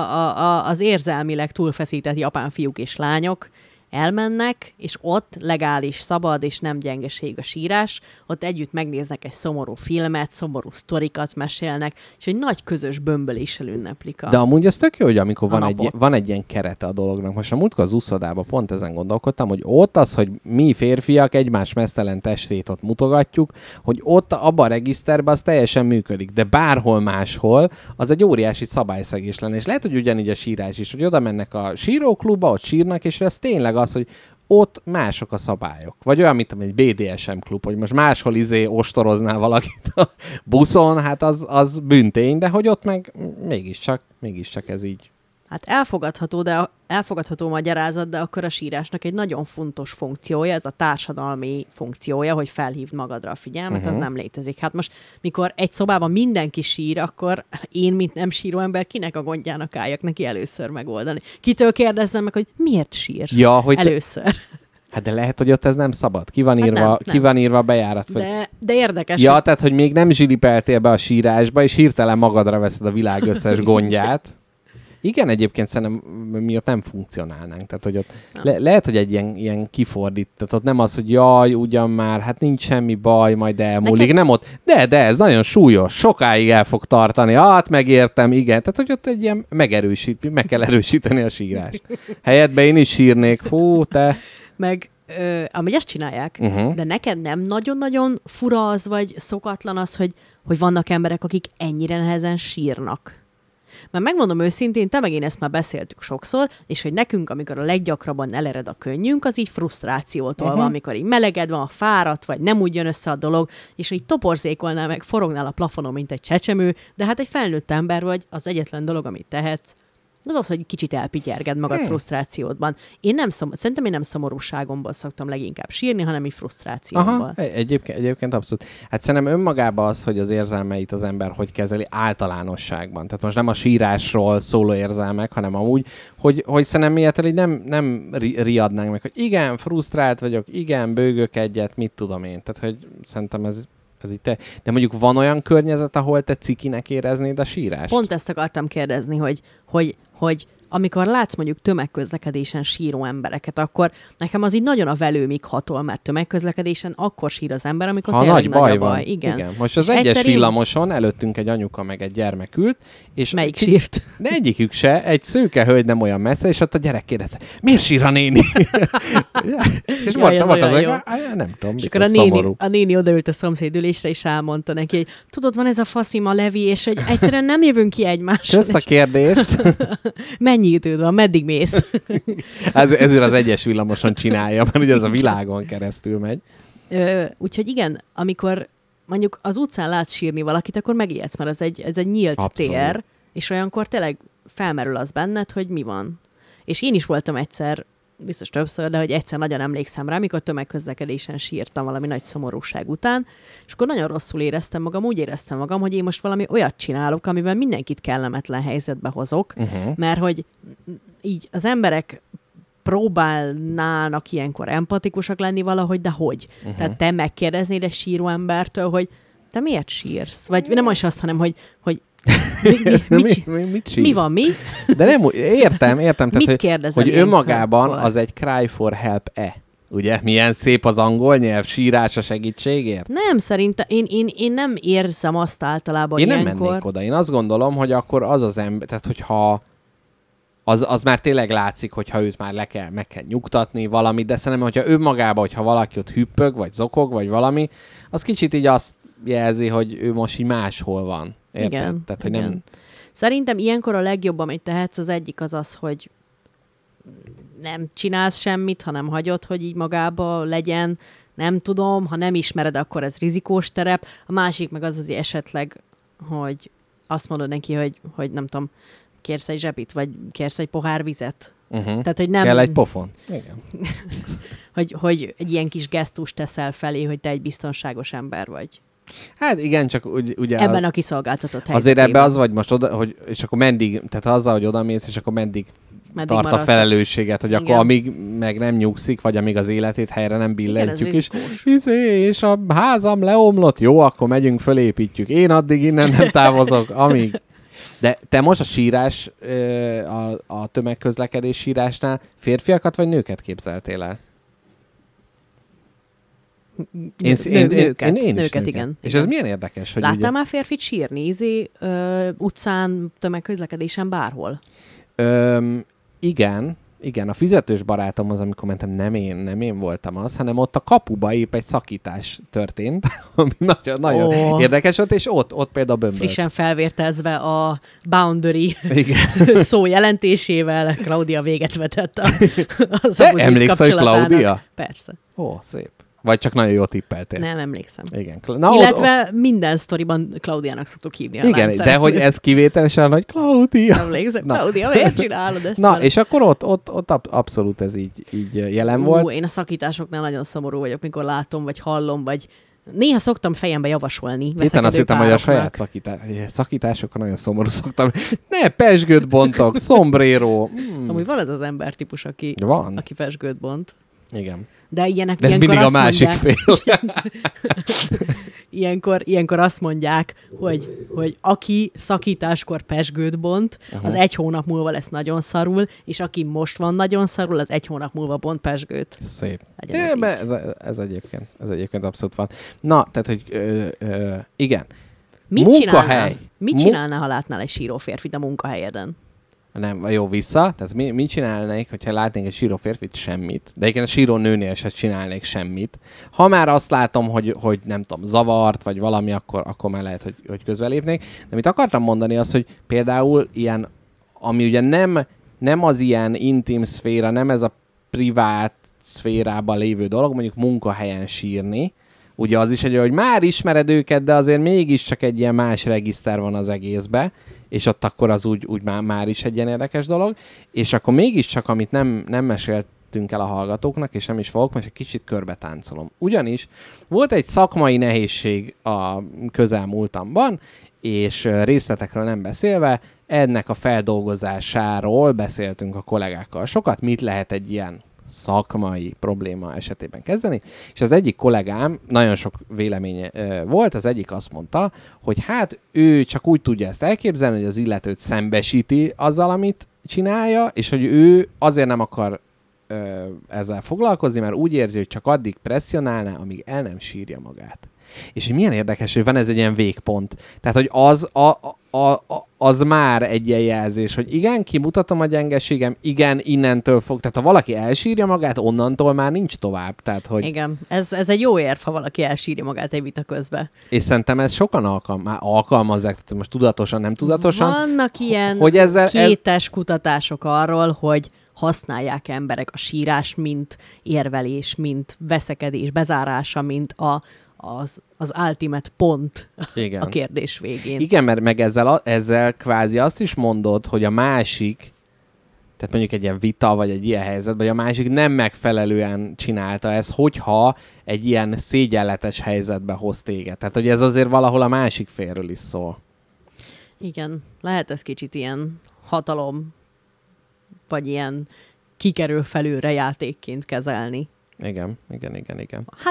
az érzelmileg túlfeszített japán fiúk és lányok elmennek, és ott legális, szabad és nem gyengeség a sírás, ott együtt megnéznek egy szomorú filmet, szomorú sztorikat mesélnek, és egy nagy közös bömböléssel ünneplik De amúgy ez tök jó, hogy amikor van egy ilyen kerete a dolognak. Most a múltkor az úszodában pont ezen gondolkodtam, hogy ott az, hogy mi férfiak egymás meztelen testét ott mutogatjuk, hogy ott abban a regiszterben az teljesen működik, de bárhol máshol az egy óriási szabályszegés lenne. És lehet, hogy ugyanígy a sírás is, hogy oda mennek a síróklubba, ott sírnak, és ez tényleg az, hogy ott mások a szabályok. Vagy olyan, mint egy BDSM klub, hogy most máshol ostoroznál valakit a buszon, hát az bűntény, de hogy ott meg mégiscsak ez így. Hát elfogadható magyarázat, de akkor a sírásnak egy nagyon fontos funkciója, ez a társadalmi funkciója, hogy felhívd magadra a figyelmet, az nem létezik. Hát most, mikor egy szobában mindenki sír, akkor én, mint nem síró ember, kinek a gondjának álljak neki először megoldani? Kitől kérdezzem meg, hogy miért sírsz először? Hát de lehet, hogy ott ez nem szabad. Ki van írva a bejárat. De érdekes. Ja, tehát, hogy még nem zsilipeltél be a sírásba, és hirtelen magadra veszed a világ összes gondját. Igen, egyébként szerintem mi ott nem funkcionálnánk. Tehát, hogy ott lehet, hogy egy ilyen kifordít. Tehát ott nem az, hogy jaj, ugyan már, hát nincs semmi baj, majd elmúlik. Nem ott. De ez nagyon súlyos. Sokáig el fog tartani. Hát megértem, igen. Tehát, hogy ott egy ilyen meg kell erősíteni a sírást. Helyetben én is sírnék. Fú, te... Meg, amúgy ezt csinálják, de neked nem nagyon-nagyon fura az, vagy szokatlan az, hogy vannak emberek, akik ennyire nehezen sírnak. Mert megmondom őszintén, te meg én ezt már beszéltük sokszor, és hogy nekünk, amikor a leggyakrabban elered a könnyünk, az így frusztrációtól van, amikor így meleged van, fáradt, vagy nem úgy jön össze a dolog, és így toporzékolnál meg forognál a plafonon, mint egy csecsemő, de hát egy felnőtt ember vagy, az egyetlen dolog, amit tehetsz, az, hogy kicsit elpityerged magad frusztrációdban. Szerintem én nem szomorúságomból szoktam leginkább sírni, hanem így frusztrációmból. Aha, egyébként abszolút. Hát szerintem önmagában az, hogy az érzelmeit az ember hogy kezeli általánosságban. Tehát most nem a sírásról szóló érzelmek, hanem amúgy, hogy szerintem miatt így nem riadnánk meg, hogy igen, frusztrált vagyok, igen, bőgök egyet, mit tudom én. Tehát, hogy szerintem ez így de mondjuk van olyan környezet, ahol te cikinek éreznéd a sírást? Pont ezt akartam kérdezni, hogy amikor látsz mondjuk tömegközlekedésen síró embereket, akkor nekem az így nagyon a velőmig hatol, mert tömegközlekedésen akkor sír az ember, amikor tényleg nagy baj van. Igen. Most az egyes villamoson előttünk egy anyuka meg egy gyermek ült, és melyik sírt? De egyikük se, egy szőke hölgy nem olyan messze, és ott a gyerek kérdezte, miért sír a néni? És volt az nem tudom, és akkor a néni odaült a szomszédülésre, és elmondta neki, hogy tudod, van ez a faszima Levi, és hogy egyszerűen nem jövünk ki egymásra. Kösz a kérdést. Mennyi időd van? Meddig mész? Ezért az egyes villamoson csinálja, mert ugye az a világon keresztül megy. Úgyhogy igen, amikor mondjuk az utcán látsz sírni valakit, akkor megijedsz, mert ez egy nyílt tér, és olyankor tényleg felmerül az benned, hogy mi van. És én is voltam egyszer, biztos többször, de hogy egyszer nagyon emlékszem rá, amikor tömegközlekedésen sírtam valami nagy szomorúság után, és akkor nagyon rosszul éreztem magam, úgy éreztem magam, hogy én most valami olyat csinálok, amivel mindenkit kellemetlen helyzetbe hozok, mert hogy így az emberek próbálnának ilyenkor empatikusak lenni valahogy, de hogy? Tehát te megkérdeznéd egy síró embertől, hogy te miért sírsz? Vagy nem is azt, hanem, hogy mi van, mi? De nem, értem. Tehát, hogy önmagában akkor? Az egy cry for help-e. Ugye? Milyen szép az angol nyelv, sírás a segítségért? Nem, szerintem én nem érzem azt általában én ilyenkor. Nem mennék oda. Én azt gondolom, hogy akkor az ember, tehát hogyha az már tényleg látszik, hogyha őt már meg kell nyugtatni valamit, de szerintem, hogyha önmagában, hogyha valaki ott hüppög, vagy zokog, vagy valami, az kicsit így azt jelzi, hogy ő most így máshol van. Érted? Igen. Tehát, hogy igen. Nem... Szerintem ilyenkor a legjobb, amit tehetsz, az egyik az, hogy nem csinálsz semmit, hanem hagyod, hogy így magába legyen. Nem tudom, ha nem ismered, akkor ez rizikós terep. A másik meg az esetleg, hogy azt mondod neki, hogy nem tudom, kérsz egy zsebit, vagy kérsz egy pohár vizet. Tehát, hogy nem... Kell egy pofon. Igen. hogy egy ilyen kis gesztust teszel felé, hogy te egy biztonságos ember vagy. Hát igen, csak ugye... Ebben a kiszolgáltatott helyzetében. Azért ebbe az vagy most oda, hogy, és akkor meddig, tehát azzal, hogy odamész, és akkor meddig tart maradsz a felelősséget, hogy igen. Akkor amíg meg nem nyugszik, vagy amíg az életét helyre nem billentjük, és a házam leomlott, jó, akkor megyünk, fölépítjük. Én addig innen nem távozok, amíg... De te most a sírás, a tömegközlekedés sírásnál férfiakat vagy nőket képzeltél el? Nőket, igen. És ez milyen érdekes? Hogy láttál már férfit sírni? Utcán, tömegközlekedésen, bárhol? Igen, a fizetős barátom az, amikor mentem, nem én voltam az, hanem ott a kapuba épp egy szakítás történt, ami nagyon érdekes volt, és ott például bömbölt. Frissen felvértezve a boundary szó jelentésével Claudia véget vetett az de emlékszel, hogy Claudia? Persze. Ó, szép. Vagy csak nagyon jól tippeltél. Nem emlékszem. Igen. Illetve minden sztoriban Claudiának szoktuk hívni. Igen, de hogy ez kivételesen, hogy Claudia. Emlékszem, Claudia, miért csinálod ezt? Na, és akkor ott abszolút ez így jelen volt. Én a szakításoknál nagyon szomorú vagyok, mikor látom, vagy hallom, vagy néha szoktam fejembe javasolni. Itt azt hittem, hogy a saját szakításokon nagyon szomorú szoktam. Ne, pezsgőt bontok, sombrero. Amúgy van az ember típus, aki pezsgőt bont. Igen. De de ez mindig a másik fél. Ilyenkor azt mondják, hogy aki szakításkor pezsgőt bont, az 1 hónap múlva lesz nagyon szarul, és aki most van nagyon szarul, az 1 hónap múlva bont pezsgőt. Szép. Ez egyébként abszolút van. Na, tehát, hogy igen. Mit csinálnál, ha látnál egy síró férfit a munkahelyeden? Nem, jó, vissza. Tehát mit csinálnék, hogyha látnék egy síró férfit? Semmit. De egyébként a síró nőnél se csinálnék semmit. Ha már azt látom, hogy nem tudom, zavart, vagy valami, akkor már lehet, hogy közbelépnék. De mit akartam mondani az, hogy például ilyen, ami ugye nem az ilyen intim szféra, nem ez a privát szférában lévő dolog, mondjuk munkahelyen sírni. Ugye az is egy, hogy már ismered őket, de azért mégiscsak egy ilyen más regiszter van az egészbe, és ott akkor az úgy már is egy ilyen érdekes dolog, és akkor mégiscsak, amit nem meséltünk el a hallgatóknak, és nem is fogok, most egy kicsit körbe táncolom. Ugyanis volt egy szakmai nehézség a közelmúltamban, és részletekről nem beszélve, ennek a feldolgozásáról beszéltünk a kollégákkal sokat, mit lehet egy ilyen szakmai probléma esetében kezdeni, és az egyik kollégám, nagyon sok véleménye volt, az egyik azt mondta, hogy hát ő csak úgy tudja ezt elképzelni, hogy az illetőt szembesíti azzal, amit csinálja, és hogy ő azért nem akar ezzel foglalkozni, mert úgy érzi, hogy csak addig presszionálná, amíg el nem sírja magát. És milyen érdekes, hogy van ez egy ilyen végpont. Tehát, hogy az már egy ilyen jelzés, hogy igen, kimutatom a gyengeségem, igen, innentől fog. Tehát, ha valaki elsírja magát, onnantól már nincs tovább. Tehát, hogy... Igen, ez egy jó érv, ha valaki elsírja magát egy vita közben. És szerintem ez sokan alkalmazzák, tehát most tudatosan, nem tudatosan. Vannak ilyen kétes kutatások arról, hogy használják emberek a sírás, mint érvelés, mint veszekedés, bezárása, mint az ultimate pont. Igen. A kérdés végén. Igen, mert meg ezzel kvázi azt is mondod, hogy a másik, tehát mondjuk egy ilyen vita, vagy egy ilyen helyzetben, hogy a másik nem megfelelően csinálta ezt, hogyha egy ilyen szégyenletes helyzetbe hoz téged. Tehát, hogy ez azért valahol a másik félről is szól. Igen, lehet ez kicsit ilyen hatalom, vagy ilyen kikerül felülre játékként kezelni. Igen. Hát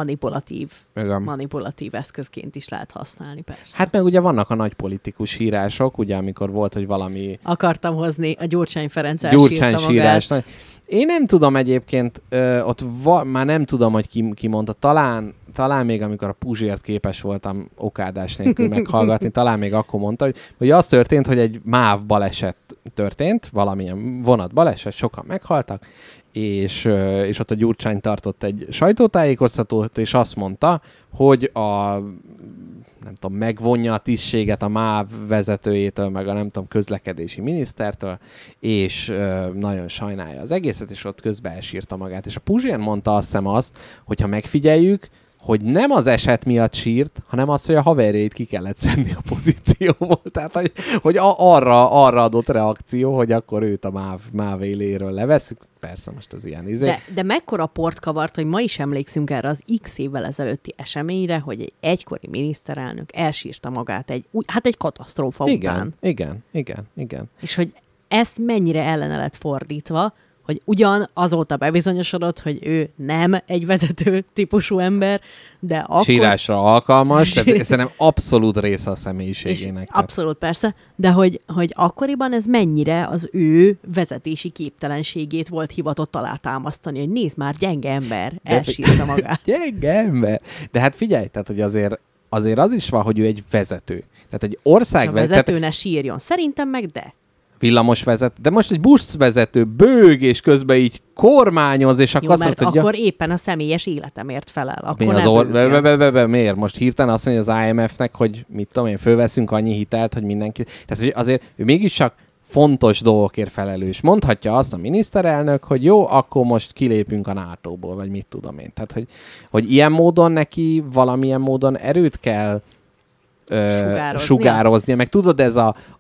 manipulatív eszközként is lehet használni, persze. Hát meg ugye vannak a nagy politikus sírások, ugye amikor volt, hogy valami... Akartam hozni, a Gyurcsány Ferenc elsírta magát. Én nem tudom egyébként, már nem tudom, hogy ki mondta, talán még amikor a Puzsért képes voltam okádás nélkül meghallgatni, talán még akkor mondta, hogy az történt, hogy egy MÁV baleset történt, valamilyen vonatbaleset, sokan meghaltak, és ott a Gyurcsány tartott egy sajtótájékoztatót, és azt mondta, hogy nem tudom, megvonja a tisztséget a MÁV vezetőjétől, meg a nem tudom, közlekedési minisztertől, és nagyon sajnálja az egészet, és ott közben elsírta magát. És a Puzsér mondta azt hiszem azt, hogyha megfigyeljük, hogy nem az eset miatt sírt, hanem az, hogy a haverjait ki kellett szedni a pozícióból. Tehát, hogy arra adott reakció, hogy akkor őt a MÁV éléről levesszük. Persze most az ilyen izé. De mekkora port kavart, hogy ma is emlékszünk erre az x évvel ezelőtti eseményre, hogy egy egykori miniszterelnök elsírta magát egy katasztrófa után. Igen. És hogy ezt mennyire ellene lett fordítva, hogy ugyan azóta bebizonyosodott, hogy ő nem egy vezető típusú ember, de akkor... Sírásra alkalmas, tehát szerintem abszolút része a személyiségének. Abszolút, persze, de hogy akkoriban ez mennyire az ő vezetési képtelenségét volt hivatott alátámasztani, hogy nézd már, gyenge ember, elsírta magát. Gyenge ember! De hát figyelj, tehát hogy azért az is van, hogy ő egy vezető. Tehát egy ország vezető ne sírjon. Szerintem meg de. Villamosvezető, de most egy buszvezető bőg, és közben így kormányoz, és akkor azt mondja, akkor éppen a személyes életemért felel. Akkor miért? Most hirtelen azt mondja az IMF-nek, hogy mit tudom én, fölveszünk annyi hitelt, hogy mindenki... Tehát hogy azért ő mégiscsak fontos dolgokért felelős. Mondhatja azt a miniszterelnök, hogy jó, akkor most kilépünk a NATO-ból, vagy mit tudom én. Tehát, hogy ilyen módon neki valamilyen módon erőt kell sugároznia. Meg tudod, ez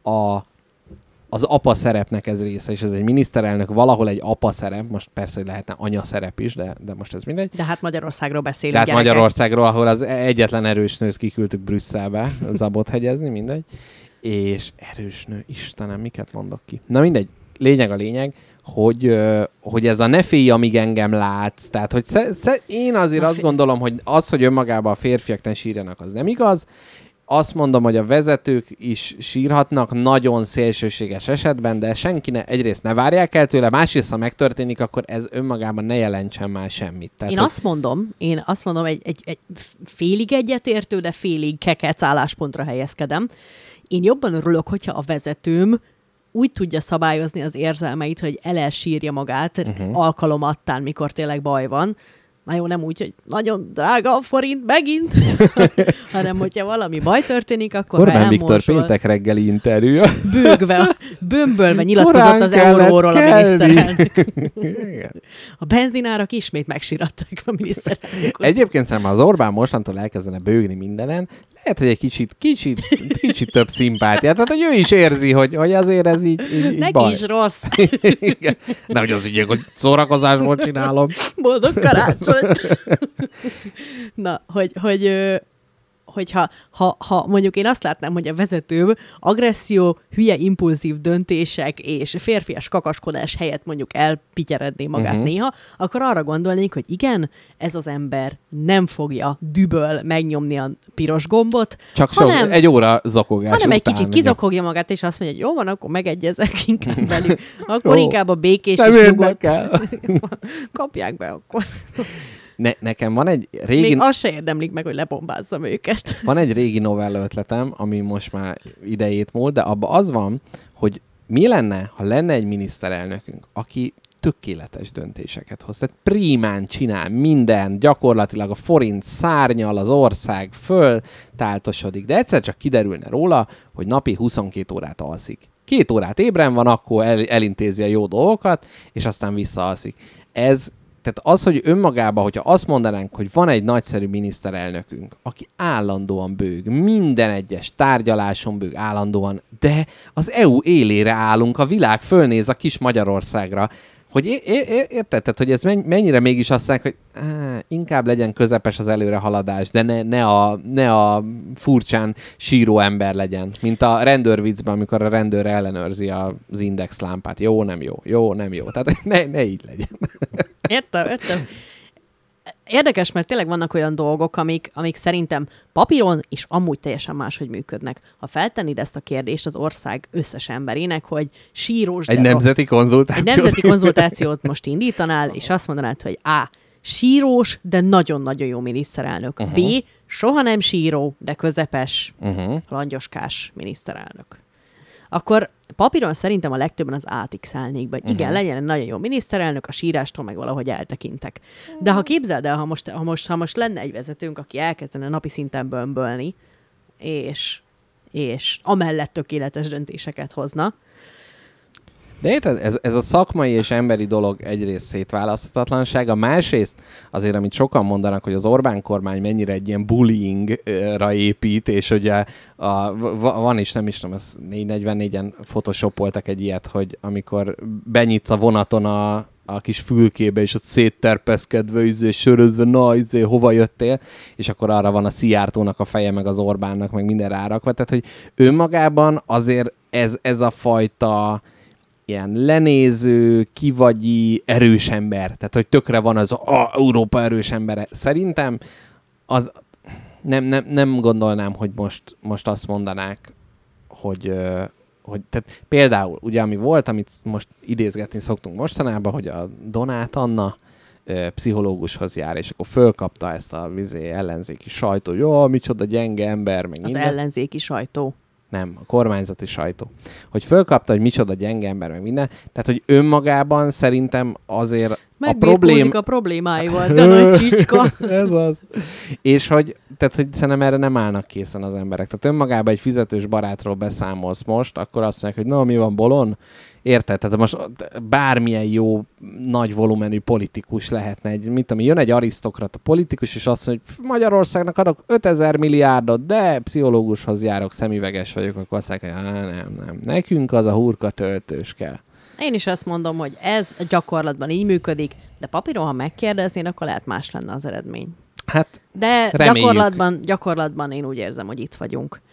az apa szerepnek ez része, és ez egy miniszterelnök valahol egy apa szerep, most persze, hogy lehetne anya szerep is, de most ez mindegy. De hát Magyarországról beszélünk, de hát Magyarországról, ahol az egyetlen erős nőt kiküldtük Brüsszelbe Zabot hegyezni, mindegy. És erős nő, Istenem, miket mondok ki? Na mindegy, lényeg a lényeg, hogy ez a ne félj, amíg engem látsz. Tehát, hogy én azért azt gondolom, hogy az, hogy önmagában a férfiak ne sírjanak, az nem igaz. Azt mondom, hogy a vezetők is sírhatnak nagyon szélsőséges esetben, de egyrészt ne várják el tőle, másrészt, ha megtörténik, akkor ez önmagában ne jelentsen már semmit. Tehát, én azt mondom, egy félig egyetértő, de félig kekec álláspontra helyezkedem. Én jobban örülök, hogyha a vezetőm úgy tudja szabályozni az érzelmeit, hogy elsírja magát alkalomattán, mikor tényleg baj van. Na jó, nem úgy, hogy nagyon drága a forint megint, hanem hogyha valami baj történik, akkor Orbán Viktor péntek reggeli interjúja. Bömbölve nyilatkozott az euróról a miniszterelnök. A benzinárak ismét megsiratták a miniszterelnök. Egyébként szerintem az Orbán mostantól elkezdene bőgni mindenen, lehet, hogy egy kicsit több szimpátiát. Tehát, hogy ő is érzi, hogy azért ez így neki baj. is rossz. Nehogy az így, hogy szórakozásból csinálom. Boldog karácsonyt. Na, hogyha mondjuk én azt látnám, hogy a vezetőm agresszió, hülye impulzív döntések és férfias kakaskodás helyett mondjuk elpityeredné magát néha, akkor arra gondolnék, hogy igen, ez az ember nem fogja düböl megnyomni a piros gombot, csak egy óra zakogás hanem után. egy kicsit kizakogja magát, és azt mondja, hogy jó van, akkor megegyezek inkább velük. Akkor inkább a békés és nyugodt. Kapják be akkor. Nekem van egy régi... Még az se érdemlik meg, hogy lebombázzam őket. Van egy régi novella ötletem, ami most már idejét múlt, de abban az van, hogy mi lenne, ha lenne egy miniszterelnökünk, aki tökéletes döntéseket hoz. Tehát prímán csinál minden, gyakorlatilag a forint szárnyal, az ország föl táltosodik, de egyszer csak kiderülne róla, hogy napi 22 órát alszik. 2 órát ébren van, akkor elintézi a jó dolgokat, és aztán visszaalszik. Tehát az, hogy önmagában, hogyha azt mondanánk, hogy van egy nagyszerű miniszterelnökünk, aki állandóan bőg, minden egyes tárgyaláson bőg állandóan, de az EU élére állunk, a világ fölnéz a kis Magyarországra, hogy érted, hogy ez mennyire mégis azt mondják, hogy inkább legyen közepes az előrehaladás, de ne a furcsán síró ember legyen, mint a rendőrviccben, amikor a rendőr ellenőrzi az index lámpát. Jó, nem jó. Jó, nem jó. Tehát ne így legyen. Értem. Érdekes, mert tényleg vannak olyan dolgok, amik szerintem papíron és amúgy teljesen máshogy működnek. Ha feltennéd ezt a kérdést az ország összes emberének, hogy sírós... Egy nemzeti konzultációt most indítanál, és azt mondanád, hogy A. Sírós, de nagyon-nagyon jó miniszterelnök. B. Soha nem síró, de közepes, langyoskás miniszterelnök. Akkor papíron szerintem a legtöbben az átixálnék be. Igen, legyen egy nagyon jó miniszterelnök, a sírástól meg valahogy eltekintek. De ha képzeld el, ha most lenne egy vezetőnk, aki elkezdene napi szinten bömbölni, és amellett tökéletes döntéseket hozna. De érted, ez a szakmai és emberi dolog egyrészt szétválaszthatatlansága, másrészt azért, amit sokan mondanak, hogy az Orbán kormány mennyire egy ilyen bullyingra épít, és ugye van is, nem is tudom, ez 444-en photoshopoltak egy ilyet, hogy amikor benyitsz a vonaton a kis fülkébe, és ott szétterpeszkedve, sörözve, hova jöttél, és akkor arra van a Szijjártónak a feje, meg az Orbánnak, meg minden rárakva. Tehát, hogy önmagában azért ez a fajta ilyen lenéző, kivagyi, erős ember. Tehát, hogy tökre van az Európa erős embere. Szerintem az nem gondolnám, hogy most azt mondanák, hogy tehát például, ugye, ami volt, amit most idézgetni szoktunk mostanában, hogy a Donát Anna pszichológushoz jár, és akkor fölkapta ezt a ellenzéki sajtó, hogy jó, micsoda gyenge ember, meg minden. Az ellenzéki sajtó. Nem, a kormányzati sajtó. Hogy fölkapta, hogy micsoda gyenge ember, meg minden. Tehát, hogy önmagában szerintem azért a problémáival, de nagy csicska. Ez az. És hogy szerintem erre nem állnak készen az emberek. Tehát önmagában egy fizetős barátról beszámolsz most, akkor azt mondják, hogy mi van bolon? Érted? Tehát most bármilyen jó, nagy volumenű politikus lehetne. Jön egy arisztokrata politikus, és azt mondja, hogy Magyarországnak adok 5000 milliárdot, de pszichológushoz járok, szemüveges vagyok, akkor azt mondják, hogy nem. Nekünk az a hurka töltős kell. Én is azt mondom, hogy ez gyakorlatban így működik, de papíron, ha megkérdeznéd, akkor lehet más lenne az eredmény. Hát, de gyakorlatban én úgy érzem, hogy itt vagyunk.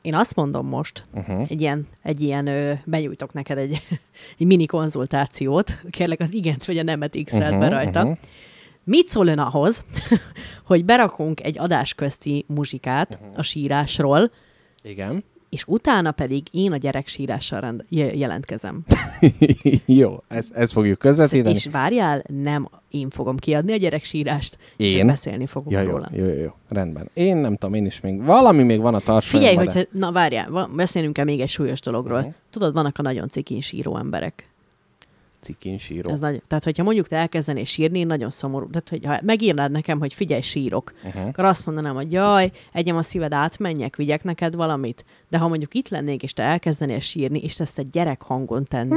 Én azt mondom most, egy ilyen benyújtok neked egy mini konzultációt, kérlek az igent vagy a nemet x-eld be rajta. Mit szól ön ahhoz, hogy berakunk egy adásközti muzsikát a sírásról, igen, és utána pedig én a gyerek sírással jelentkezem. Jó, ezt fogjuk közvetíteni. És várjál, nem én fogom kiadni a gyerek sírást, csak beszélni fogok róla. Jó, rendben. Én nem tudom, én is valami még van a tartsajomban. Figyelj, hogyha, na várjál, beszélnünk-e még egy súlyos dologról. Tudod, vannak a nagyon cikin síró emberek. Cikin síró. Tehát, hogyha mondjuk te elkezdenél sírni, én nagyon szomorú. Tehát, hogyha megírnád nekem, hogy figyelj, sírok, akkor azt mondanám, hogy jaj, egyem a szíved, átmenjek, vigyek neked valamit. De ha mondjuk itt lennék, és te elkezdenél sírni, és ezt egy gyerek hangon tennéd,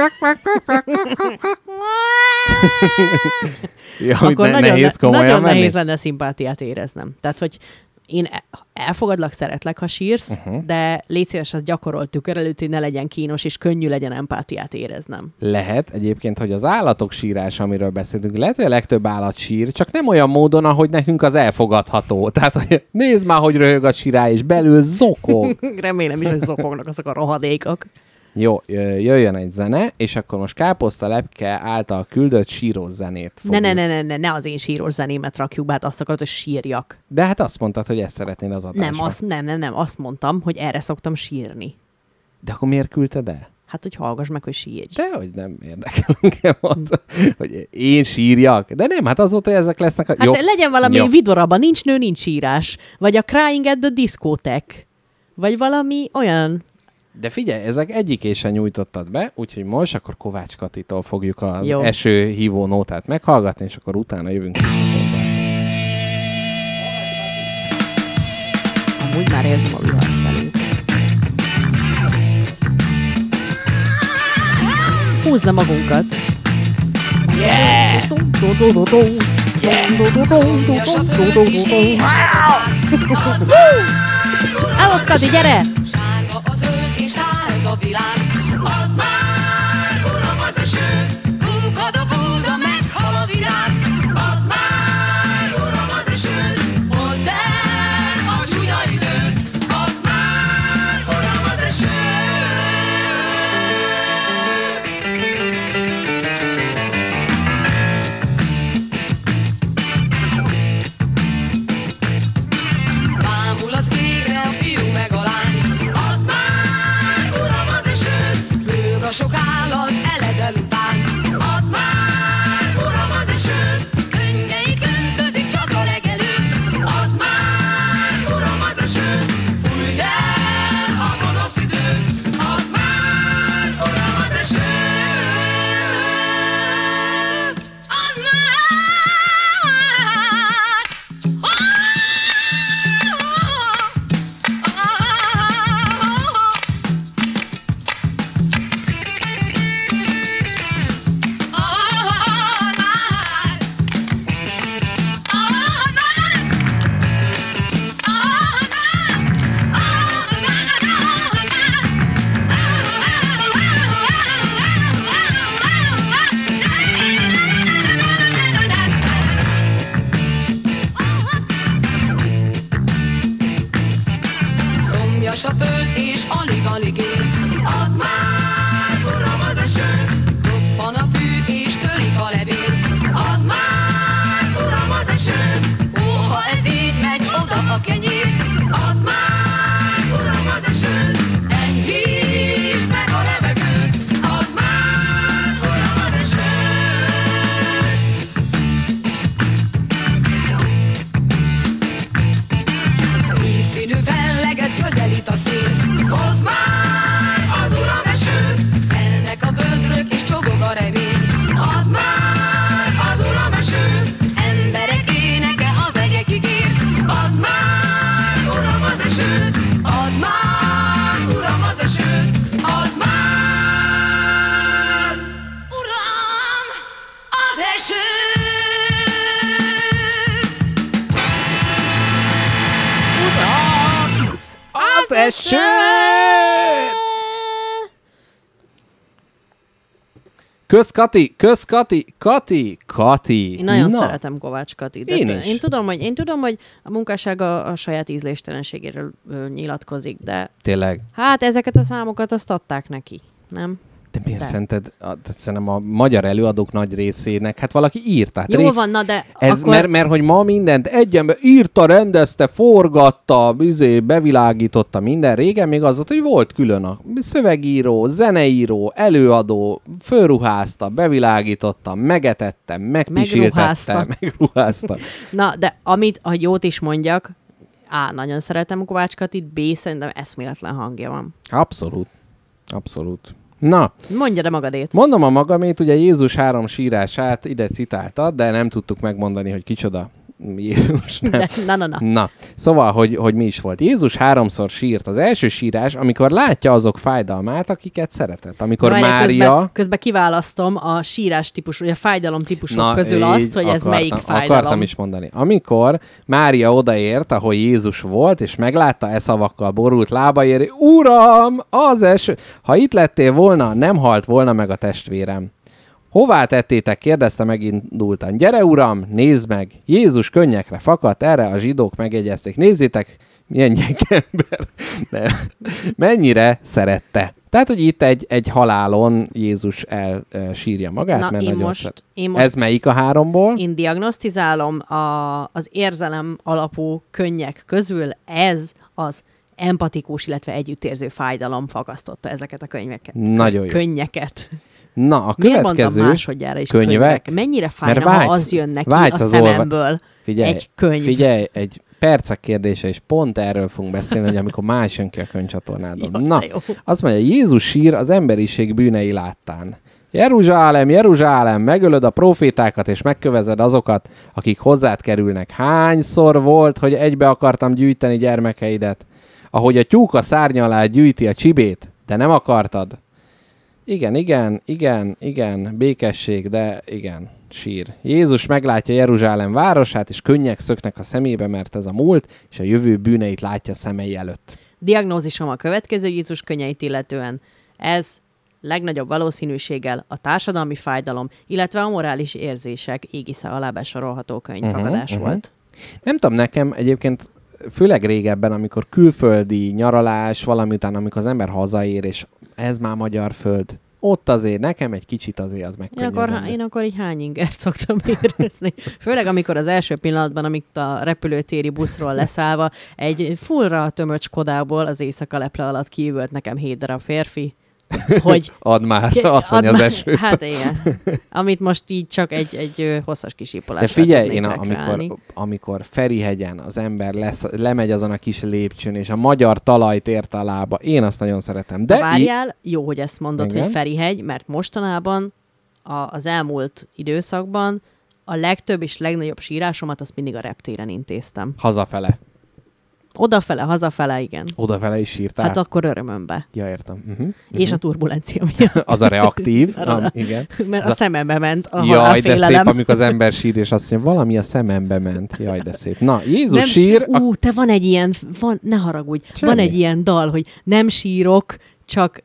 akkor nagyon nehéz lenne szimpátiát éreznem. Tehát, hogy én elfogadlak, szeretlek, ha sírsz, de légy szíves, az gyakorolt tükör előtt, hogy ne legyen kínos, és könnyű legyen empátiát éreznem. Lehet egyébként, hogy az állatok sírása, amiről beszéltünk, lehet, hogy a legtöbb állat sír, csak nem olyan módon, ahogy nekünk az elfogadható. Tehát, hogy nézd már, hogy röhög a sirály, és belül zokog. Remélem is, hogy zokognak azok a rohadékok. Jó, jöjjön egy zene, és akkor most Káposzta Lepke által küldött sírós zenét fogjuk. Ne az én sírós zenémet rakjuk be, hát azt akarod, hogy sírjak. De hát azt mondtad, hogy ezt szeretnél az adásban. Nem, azt mondtam, hogy erre szoktam sírni. De akkor miért küldted el? Hát, hogy hallgass meg, hogy sírj. Dehogy nem érdekel engem az, hogy én sírjak. De nem, hát azóta ezek lesznek. Hát jó. Legyen valami vidorabban, nincs nő, nincs sírás. Vagy a Crying at the Discotheque. Vagy valami olyan... De figyelj, ezek egyikésen nyújtottad be, úgyhogy most akkor Kovács Katitól fogjuk az esőhívó nótát meghallgatni, és akkor utána jövünk vissza hozzá. Amúgy már érzem a viharszelét. Húzd le magunkat! Yeah! Állsz, Kati, gyere! A világ, add már, uram, az eső, kúkad a búza, meghal a virág, add már, uram, az eső, hozd el a csúnya időt, add már, uram, az eső. Bámul az égre a fiú meg a lány, add már, uram, az eső, lőg a sok állat eledel után, add már, uram, az eső, könnyeit öntözik csak a legelőtt, add már, uram, az eső, fújd el a gonosz időt, add már, uram, az eső, add már, szomjas a föld és alig-alig él, add már, uram, az eső, roppan a fű és törik a levél, add már, uram, az eső, ó, ha ez így megy oda a kenyér, add már, uram, az eső, enyhítsd meg a levegőt, add már, uram, az eső. Vízszínű felleget közelít a szél, hozd már az uram esőt, ennek a vödrök és csobog a remény, add már az uram esőt, emberek éneke az egekig ér, add már, uram, az esőt, add már, uram, az esőt, add már, uram, az esőt. Az eső! Kösz Kati. Én nagyon szeretem Kovács Katit. Én tudom, hogy a munkássága a saját ízléstelenségéről nyilatkozik, de... Tényleg. Hát ezeket a számokat azt adták neki, nem? De miért szerinted, szerintem a magyar előadók nagy részének, hát valaki írta. Hát jó van, na de ez, akkor... mert hogy ma mindent egy ember írta, rendezte, forgatta, bevilágította minden. Régen még az volt, hogy volt külön a szövegíró, zeneíró, előadó, fölruházta, bevilágította, megetette, megpisíltette, megruházta. Na, de amit a jót is mondjak, nagyon szeretem Kovács Katit, szerintem eszméletlen hangja van. Abszolút. Na. Mondja de magadét. Mondom a magamét, ugye Jézus 3 sírását ide citáltad, de nem tudtuk megmondani, hogy kicsoda Jézus. Na. Szóval, hogy mi is volt. Jézus 3-szor sírt. Az első sírás, amikor látja azok fájdalmát, akiket szeretett. Amikor Mária... Közben kiválasztom a sírás típusú, vagy a fájdalom típusok közül azt, hogy ez melyik fájdalom. Akartam is mondani. Amikor Mária odaért, ahol Jézus volt, és meglátta szavakkal borult lábaért, Uram, az eső! Ha itt lettél volna, nem halt volna meg a testvérem. Hová tettétek? Kérdezte megindultan. Gyere, uram, nézd meg! Jézus könnyekre fakadt, erre a zsidók megjegyezték. Nézzétek, milyen gyenge ember. Mennyire szerette. Tehát, hogy itt egy halálon Jézus elsírja magát, na, mert nagyon most ez melyik a 3-ból? Én diagnosztizálom az érzelem alapú könnyek közül, ez az empatikus, illetve együttérző fájdalom fakasztotta ezeket a Nagyon jó. Könnyeket. Na, a következő másodjára is könyvek. Mennyire fájna, ha az jön neki a szememből egy könyv. Figyelj, egy percek kérdése, és pont erről fogunk beszélni, hogy amikor más jön ki a könyvcsatornádon. Na, azt mondja, Jézus sír az emberiség bűnei láttán. Jeruzsálem, Jeruzsálem, megölöd a profétákat, és megkövezed azokat, akik hozzád kerülnek. Hányszor volt, hogy egybe akartam gyűjteni gyermekeidet? Ahogy a tyúk a szárnya alá gyűjti a csibét, de nem akartad. Igen, békesség, de igen, sír. Jézus meglátja Jeruzsálem városát, és könnyek szöknek a szemébe, mert ez a múlt, és a jövő bűneit látja szemei előtt. Diagnózisom a következő Jézus könnyeit illetően. Ez legnagyobb valószínűséggel a társadalmi fájdalom, illetve a morális érzések égisze alá besorolható könyvfakadás volt. Nem tudom, nekem egyébként főleg régebben, amikor külföldi nyaralás, valami után, amikor az ember hazaér, és ez már magyar föld. Ott azért nekem egy kicsit azért az megkönnyezendő. Én akkor így hány ingert szoktam érezni. Főleg amikor az első pillanatban, amikor a repülőtéri buszról leszállva egy fullra tömött Skodából az éjszaka leple alatt kiüvölt nekem 7 darab férfi, hogy... Add már, asszony az esőt. Hát igen. Amit most így csak egy hosszas kisípolásra. De figyelj, amikor Ferihegyen az ember lemegy azon a kis lépcsőn, és a magyar talajt ért a lába, én azt nagyon szeretem. De várjál, jó, hogy ezt mondod, igen? Hogy Ferihegy, mert mostanában az elmúlt időszakban a legtöbb és legnagyobb sírásomat azt mindig a reptéren intéztem. Hazafele. Odafele, hazafele, igen. Odafele is sírtál? Hát akkor örömömbe. Ja, értem. És a turbulencia miatt. Az a reaktív. Igen. Mert a szemembe ment a halálfélelem. Jaj, de szép, amikor az ember sír, és azt mondja, valami a szemembe ment. Jaj, de szép. Na, Jézus nem sír... te van egy ilyen... ne haragudj. Semmi. Van egy ilyen dal, hogy nem sírok, csak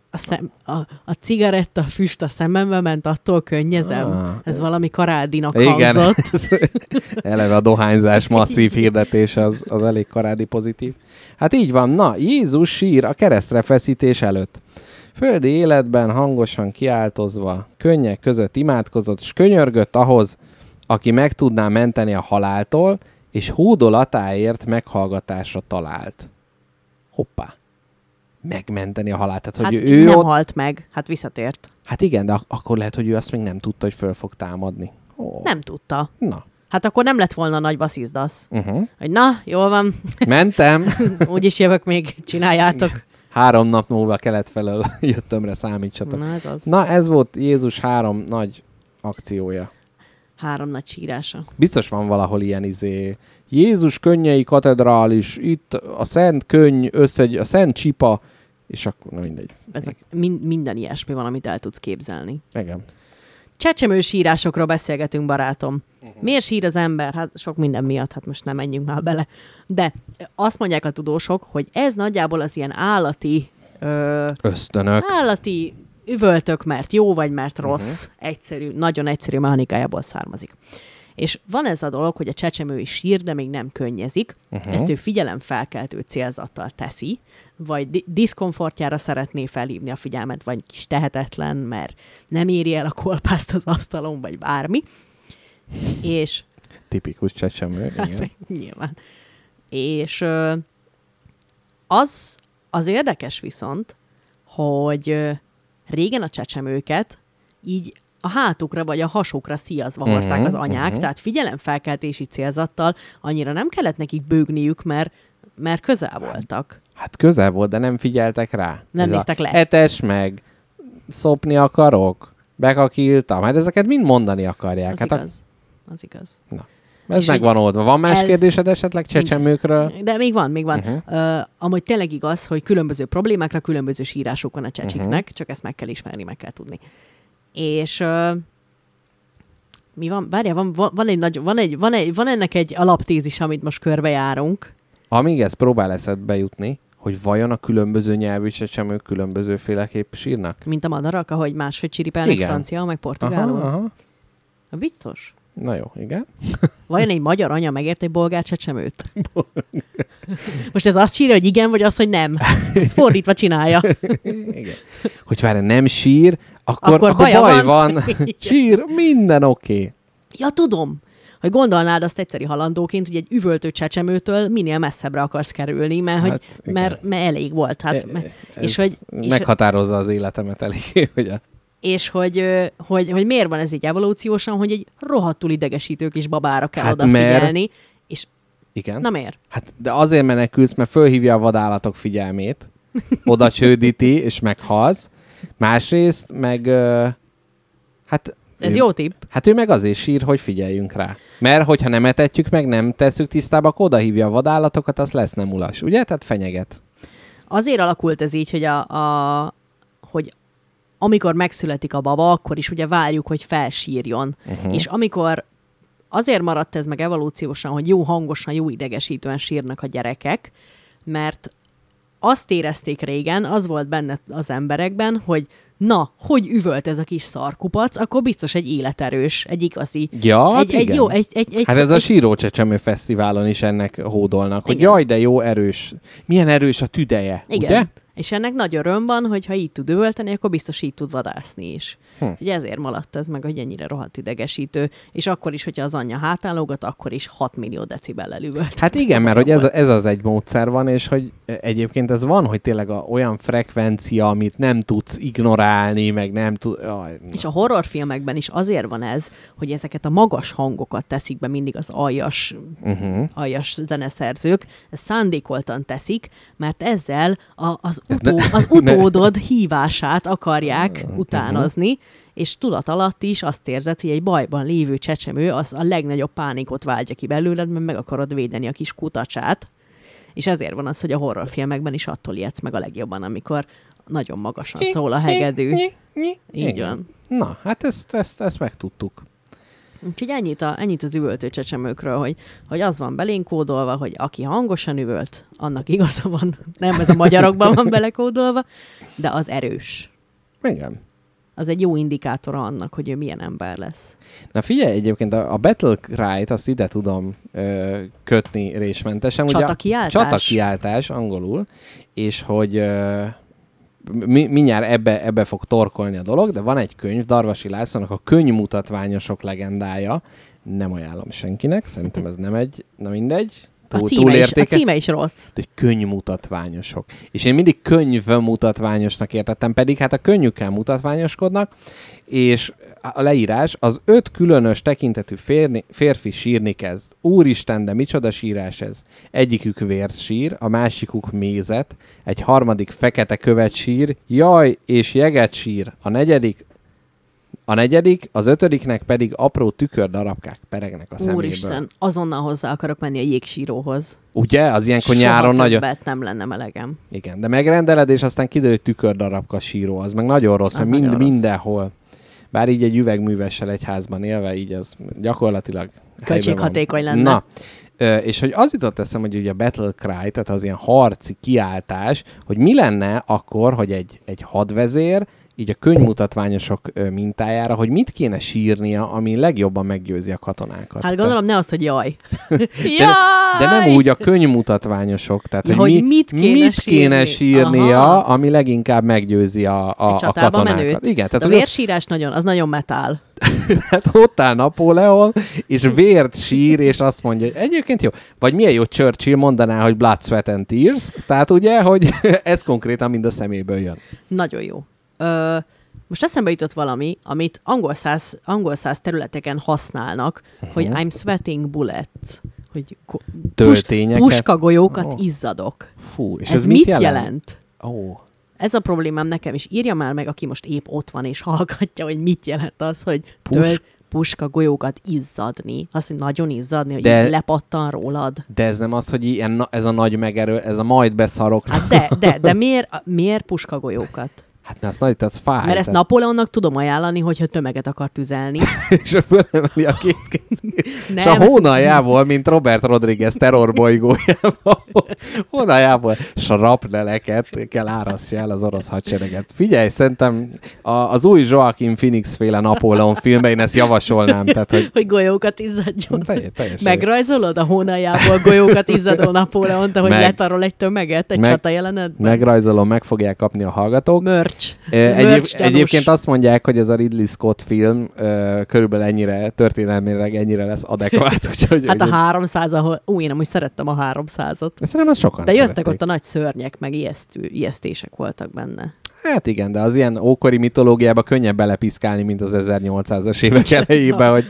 a cigaretta füst a szemembe ment, attól könnyezem. Ez valami Karádinak hangzott. Eleve a dohányzás masszív hirdetés az elég karádi pozitív. Hát így van. Na, Jézus sír a keresztre feszítés előtt. Földi életben hangosan kiáltozva, könnyek között imádkozott, s könyörgött ahhoz, aki meg tudná menteni a haláltól, és hódolatáért meghallgatásra talált. Hoppá. Megmenteni a halált. Tehát, hogy hát ő nem halt meg, hát visszatért. Hát igen, de akkor lehet, hogy ő azt még nem tudta, hogy föl fog támadni. Nem tudta. Na. Hát akkor nem lett volna nagy vasszizdasz. Hogy na, jól van. Mentem. Úgyis jövök még, csináljátok. 3 nap múlva kelet felől jöttömre, számítsatok. Na ez az. Na ez volt Jézus 3 nagy akciója. 3 nagy sírása. Biztos van valahol ilyen Jézus könnyei katedrális, itt a szent könny, a szent csipa, és akkor na mindegy. Ezek minden ilyesmi van, amit el tudsz képzelni. Igen. Csecsemő sírásokról beszélgetünk, barátom. Miért sír az ember? Hát sok minden miatt, hát most nem menjünk már bele. De azt mondják a tudósok, hogy ez nagyjából az ilyen állati... ösztönök. Állati üvöltök, mert jó, vagy mert rossz. Egyszerű, nagyon egyszerű mechanikájából származik. És van ez a dolog, hogy a csecsemő is sír, de még nem könnyezik. Ezt ő figyelemfelkeltő célzattal teszi, vagy diszkomfortjára szeretné felhívni a figyelmet, vagy kis tehetetlen, mert nem éri el a kolpászt az asztalon, vagy bármi. És... Tipikus csecsemő, igen. Nyilván. És az érdekes viszont, hogy régen a csecsemőket így a hátukra vagy a hasukra szíjazva hordták az anyák, tehát figyelemfelkeltési célzattal annyira nem kellett nekik bőgniük, mert közel voltak. Hát közel volt, de nem figyeltek rá. Nem néztek le. Etes meg, szopni akarok, bekakiltam, hát ezeket mind mondani akarják. Az hát igaz. Az igaz. Na. Ez meg van oldva. Van más kérdésed esetleg csecsemőkről? De még van. Amúgy tényleg igaz, hogy különböző problémákra különböző sírások van a csecsiknek, csak ezt meg kell ismerni, meg kell tudni. És mi van? Várjál, van ennek egy alaptézis, amit most körbejárunk. Amíg ez próbál eszedbe jutni, hogy vajon a különböző nyelvű csecsemők különbözőféleképp sírnak? Mint a madarak, ahogy máshogy csiripelnek francia, meg portugálul. Aha. Biztos? Na jó, igen. Vajon egy magyar anya megért egy bolgár csecsemőt? Most ez azt sírja, hogy igen, vagy az, hogy nem? Ezt fordítva csinálja. Igen. Hogy várj, nem sír, akkor baj van. Sír, minden oké. Ja, tudom. Hogy gondolnád azt egyszeri halandóként, hogy egy üvöltő csecsemőtől minél messzebbre akarsz kerülni, mert elég volt. Hát, és meghatározza az életemet elég, hogy és hogy miért van ez így evolúciósan, hogy egy rohadtul idegesítő kis babára kell odafigyelni. És igen. Na miért? Hát, de azért menekülsz, mert fölhívja a vadállatok figyelmét, oda csődíti, és meghalsz. Másrészt meg, hát... Ez jó tipp. Hát ő meg azért sír, hogy figyeljünk rá. Mert hogyha nem etetjük meg, nem tesszük tisztába, akkor odahívja a vadállatokat, az lesz nem ulas. Ugye? Tehát fenyeget. Azért alakult ez így, hogy hogy amikor megszületik a baba, akkor is ugye várjuk, hogy felsírjon. És amikor azért maradt ez meg evolúciósan, hogy jó hangosan, jó idegesítően sírnak a gyerekek, mert azt érezték régen, az volt benne az emberekben, hogy na, hogy üvölt ez a kis szarkupac, akkor biztos egy életerős, egy igazi. Ja, hát ez a Síró Csecsemő Fesztiválon is ennek hódolnak, hogy jaj, de jó, erős. Milyen erős a tüdeje, igen. Ugye? És ennek nagy öröm van, hogy ha így tud üvölteni, akkor biztos így tud vadászni is. Úgyhogy ezért maradt ez meg, hogy ennyire rohadt idegesítő, és akkor is, hogyha az anyja hátállogat, akkor is 6 millió decibellel üvölt. Hát igen, mert hogy ez az egy módszer van, és hogy egyébként ez van, hogy tényleg olyan frekvencia, amit nem tudsz ignorálni, meg nem tud... És a horrorfilmekben is azért van ez, hogy ezeket a magas hangokat teszik be mindig az aljas zeneszerzők, ezt szándékoltan teszik, mert ezzel az utódod hívását akarják utánozni, és tudat alatt is azt érzed, hogy egy bajban lévő csecsemő az a legnagyobb pánikot váltja ki belőled, mert meg akarod védeni a kis kutacsát. És ezért van az, hogy a horrorfilmekben is attól ijedsz meg a legjobban, amikor nagyon magasan szól a hegedű. Így van. Na, hát ezt megtudtuk. Úgyhogy ennyit az üvöltő csecsemőkről, hogy az van belénk kódolva, hogy aki hangosan üvölt, annak igaza van. Nem, ez a magyarokban van belekódolva, de az erős. Igen. Az egy jó indikátora annak, hogy ő milyen ember lesz. Na figyelj, egyébként a Battle Cry-t azt ide tudom kötni résmentesen. Csatakiáltás? Csatakiáltás angolul, és hogy mindjárt ebbe fog torkolni a dolog, de van egy könyv, Darvasi Lászlónak a Könyvmutatványosok legendája. Nem ajánlom senkinek, szerintem ez nem egy, na mindegy. A címe is rossz. De könyvmutatványosok. És én mindig könyvmutatványosnak értettem, pedig hát a könnyükkel mutatványoskodnak, és a leírás, az 5 különös tekintetű férfi sírni kezd. Úristen, de micsoda sírás ez. Egyikük vért sír, a másikuk mézet, egy harmadik fekete követ sír, jaj, és jeget sír. A negyedik, az 5. pedig apró tükördarabkák peregnek a szeméből. Úristen, azonnal hozzá akarok menni a jégsíróhoz. Ugye? Az ilyenkor nyáron nagyon... Soha többet nem lenne melegem. Igen, de megrendeled, és aztán kiderül, hogy tükördarabka síró. Az meg nagyon rossz, az mert mindenhol. Bár így egy üvegművessel egy házban élve, így az gyakorlatilag költséghatékony lenne. Na, és hogy az jutott eszembe, hogy ugye a Battle Cry, tehát az ilyen harci kiáltás, hogy mi lenne akkor, hogy egy hadvezér így a könyvmutatványosok mintájára, hogy mit kéne sírnia, ami legjobban meggyőzi a katonákat. Hát gondolom ne az, hogy jaj. De nem úgy a könyvmutatványosok. Tehát, ja, hogy mit kéne sírnia, ami leginkább meggyőzi a katonákat. Menőt. Igen, tehát a vérsírás az nagyon metál. Hát ott áll Napóleon, és vért sír, és azt mondja, hogy egyébként jó. Vagy milyen jó Churchill mondaná, hogy blood, sweat and tears. Tehát ugye, hogy ez konkrétan mind a szeméből jön. Nagyon jó. Most eszembe jutott valami, amit angol száz területeken használnak, hogy I'm sweating bullets, hogy puskagolyókat izzadok. Fú, és ez mit jelent? Oh. Ez a problémám nekem is. Írja már meg, aki most épp ott van és hallgatja, hogy mit jelent az, hogy puskagolyókat izzadni. Azt, hogy nagyon izzadni, hogy lepattan rólad. De ez nem az, hogy ez a nagy megerő, ez a majd beszarok. Hát de miért puskagolyókat? Hát ne, azt nagy, tehát fáj. Mert ezt Napóleonnak tudom ajánlani, hogyha tömeget akar tüzelni. És fölemeli a két kezét. És a hónaljából, mint Robert Rodriguez terrorbolygójából, hónaljából srapneleket kell árasztja el az orosz hadsereget. Figyelj, szerintem az új Joaquin Phoenix féle Napóleon filmben ezt javasolnám. Tehát, hogy golyókat izzadjon. Teljesen. Megrajzolod a hónaljából golyókat izzadó Napóleont, ahogy letarol egy tömeget egy csatajelenetben? Megrajzolom, meg fogják kapni a hallgatók. Egyébként azt mondják, hogy ez a Ridley Scott film körülbelül ennyire, történelmileg ennyire lesz adekvát. Úgyhogy, hát a 300, ahol... én amúgy szerettem a 300-ot. Szerintem az sokan de jöttek szerették. Ott a nagy szörnyek, meg ijesztések voltak benne. Hát igen, de az ilyen ókori mitológiában könnyebb belepiszkálni, mint az 1800-as évek elejében, hogy...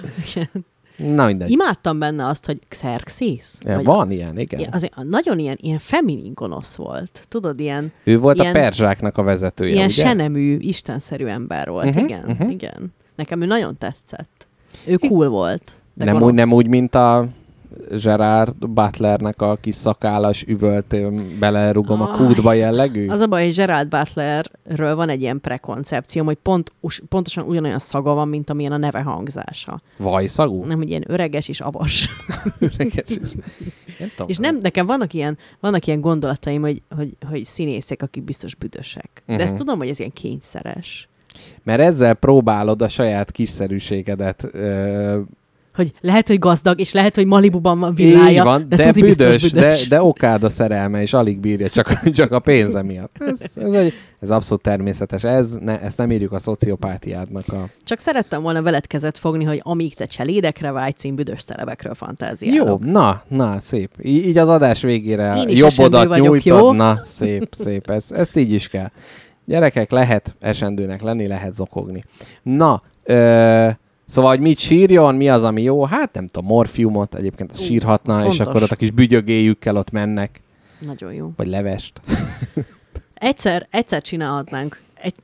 Na mindegy. Imádtam benne azt, hogy Xerxes. Ja, van ilyen, igen. Azért nagyon ilyen feminin gonosz volt. Tudod, ilyen... Ő volt a perzsáknak a vezetője, ilyen ugye? senemű, istenszerű ember volt. Igen. Nekem ő nagyon tetszett. Ő cool volt. Nem úgy, mint a Gerard Butlernek a kis szakállas üvölt belerugom a kútba jellegű? Az a baj, hogy Gerard Butlerről van egy ilyen prekoncepcióm, hogy pontosan ugyanolyan szaga van, mint amilyen a neve hangzása. Vajszagú? Nem, hogy ilyen öreges és avas. Öreges és... És nem, nekem vannak ilyen gondolataim, hogy színészek, akik biztos büdösek. De ezt tudom, hogy ez ilyen kényszeres. Mert ezzel próbálod a saját kiszerűségedet hogy lehet, hogy gazdag, és lehet, hogy Malibuban van villája. Így van, de büdös. De okád a szerelme, és alig bírja csak a pénze miatt. Ez abszolút természetes. Ezt nem írjuk a szociopátiádnak a... Csak szerettem volna veled kezet fogni, hogy amíg te cselédekre vágysz, én büdös celebekről fantáziálok. Jó, na, szép. Így az adás végére jobb odat nyújtod. Jó? Na, szép. Ezt így is kell. Gyerekek, lehet esendőnek lenni, lehet zokogni. Na, szóval, hogy mit sírjon, mi az, ami jó? Hát nem tudom, morfiumot egyébként az sírhatna, és akkor ott a kis bügyögéjükkel ott mennek. Nagyon jó. Vagy levest. Egyszer csinálhatnánk.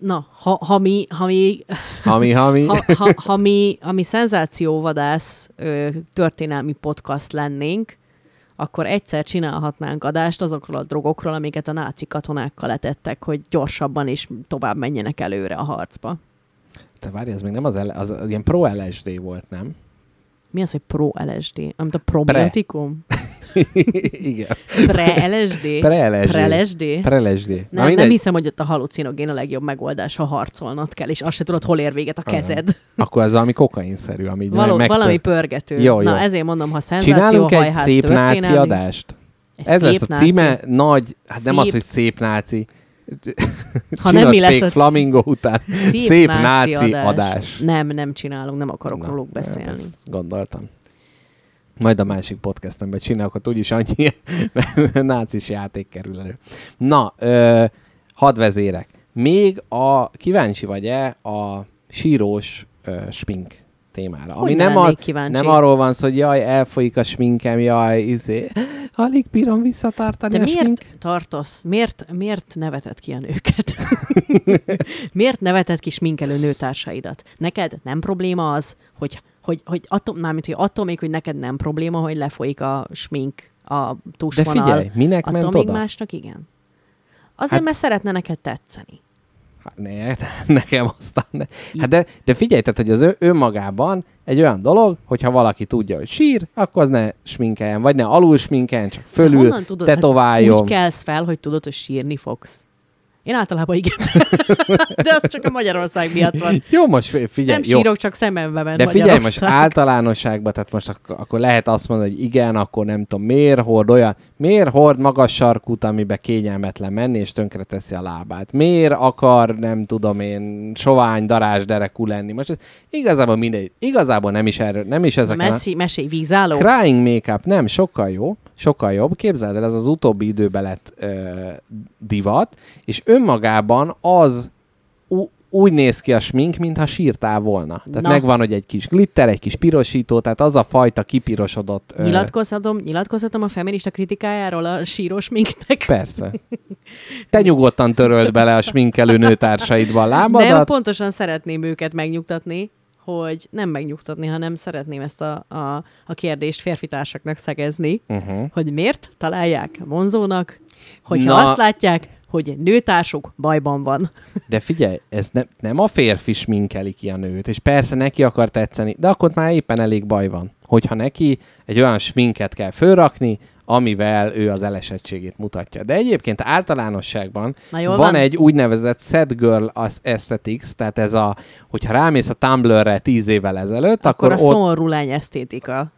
Ha mi szenzációvadász történelmi podcast lennénk, akkor egyszer csinálhatnánk adást azokról a drogokról, amiket a náci katonákkal letettek, hogy gyorsabban és tovább menjenek előre a harcba. Te várj, ez még nem az ilyen pro-LSD volt, nem? Mi az, hogy pro-LSD? Amit a probiotikum? Igen. Pre-LSD? Pre-LSD. Nem hiszem, hogy ott a halucinogén a legjobb megoldás, ha harcolnod kell, és azt se tudod, hol ér véget a kezed. Akkor ez valami kokainszerű, ami valami pörgető. Jó. Na, ezért mondom, ha szenzáció, csinálunk egy szép történelmi... náci adást? Ez lesz a címe, nagy, hát nem az, hogy szép náci. Ha nem mi lesz Flamingo után. Szép náci adás. Nem csinálunk, nem akarok róluk beszélni. Gondoltam. Majd a másik podcastemben csinálok, hogy úgyis annyi nácis játék kerül elő. Na, hadvezérek. Még kíváncsi vagy-e a sírós smink témára? Hogy ami nem arról van szó, hogy jaj, elfolyik a sminkem, jaj, alig bírom visszatartani a smink. Miért neveted ki a nőket? Miért neveted ki sminkelő nőtársaidat? Neked nem probléma az, hogy attól még, hogy neked nem probléma, hogy lefolyik a smink, a tusvonal. De figyelj, minek ment oda? Attól még másnak igen. Azért, mert szeretne neked tetszeni. Hát nekem aztán ne. Hát de figyelj, tehát, hogy az önmagában egy olyan dolog, hogyha valaki tudja, hogy sír, akkor az ne sminkeljen, vagy ne alul sminkeljen, csak fölül tetováljon. Úgy kelsz fel, hogy tudod, hogy sírni fogsz. Én általában igen. De az csak a Magyarország miatt van. Jó, most figyelj. Nem sírok, csak szemembe ment de figyelj, Magyarország. most általánosságban, tehát most akkor lehet azt mondani, hogy igen, akkor nem tudom, miért hord magas sarkút, amiben kényelmetlen menni, és tönkreteszi a lábát? Miért akar, nem tudom én, sovány, darázs derekú lenni? Most ez igazából mindegy. Igazából nem is erről, nem is ezeken Mesélj, vízálló? Crying make-up, nem, sokkal jobb. Képzeld el, ez az utóbbi időben lett divat, és önmagában az úgy néz ki a smink, mintha sírtál volna. Tehát megvan, hogy egy kis glitter, egy kis pirosító, tehát az a fajta kipirosodott... Nyilatkozhatom a feminista kritikájáról a sírós sminknek? Persze. Te nyugodtan töröld bele a sminkelő nőtársaidba a lábadat. Nem, pontosan szeretném őket megnyugtatni, hogy nem megnyugtatni, hanem szeretném ezt a kérdést férfitársaknak szegezni, hogy miért találják vonzónak, hogyha azt látják, hogy egy nőtársuk bajban van. De figyelj, ez nem a férfi sminkeli ki a nőt, és persze neki akar tetszeni, de akkor már éppen elég baj van, hogyha neki egy olyan sminket kell fölrakni, amivel ő az elesettségét mutatja. De egyébként általánosságban van egy úgynevezett sad girl aesthetics, tehát ez hogyha rámész a Tumblr-re 10 évvel ezelőtt, akkor a szomorú lány esztétika.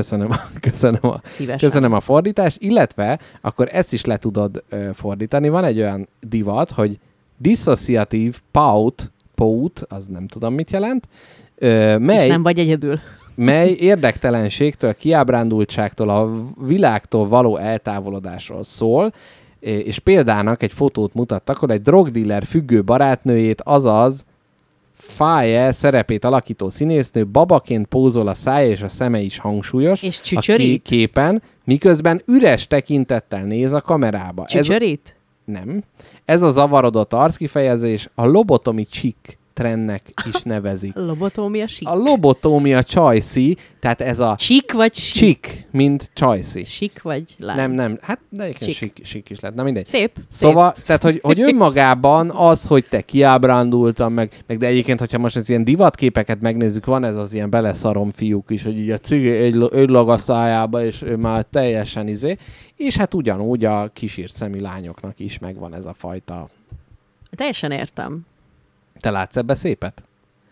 Köszönöm a fordítást, illetve akkor ezt is le tudod fordítani. Van egy olyan divat, hogy dissociative pout, az nem tudom mit jelent, és nem vagy egyedül. Mely érdektelenségtől, kiábrándultságtól, a világtól való eltávolodásról szól, és példának egy fotót mutattak, hogy egy drogdíler függő barátnőjét, azaz Faye szerepét alakító színésznő babaként pózol, a szája és a szeme is hangsúlyos. És csücsörít? A képen, miközben üres tekintettel néz a kamerába. Csücsörít? Nem. Ez a zavarodott arckifejezés a lobotomi chick trendnek is nevezik. Lobotómia chic? A lobotómia csajszi, tehát ez a... Chic vagy chic? Chic, mint csajszi. Chic vagy lány? Nem. Hát de egyébként chic is lehet. Na mindegy. Szép. Szóval, tehát, hogy önmagában az, hogy te kiábrándultam, meg de egyébként, hogyha most az ilyen divatképeket megnézzük, van ez az ilyen beleszarom fiúk is, hogy ugye a cigi egy lag a szájába, és ő már teljesen és hát ugyanúgy a kisírt szemű lányoknak is megvan ez a fajta... Teljesen értem. Te látsz ebbe szépet?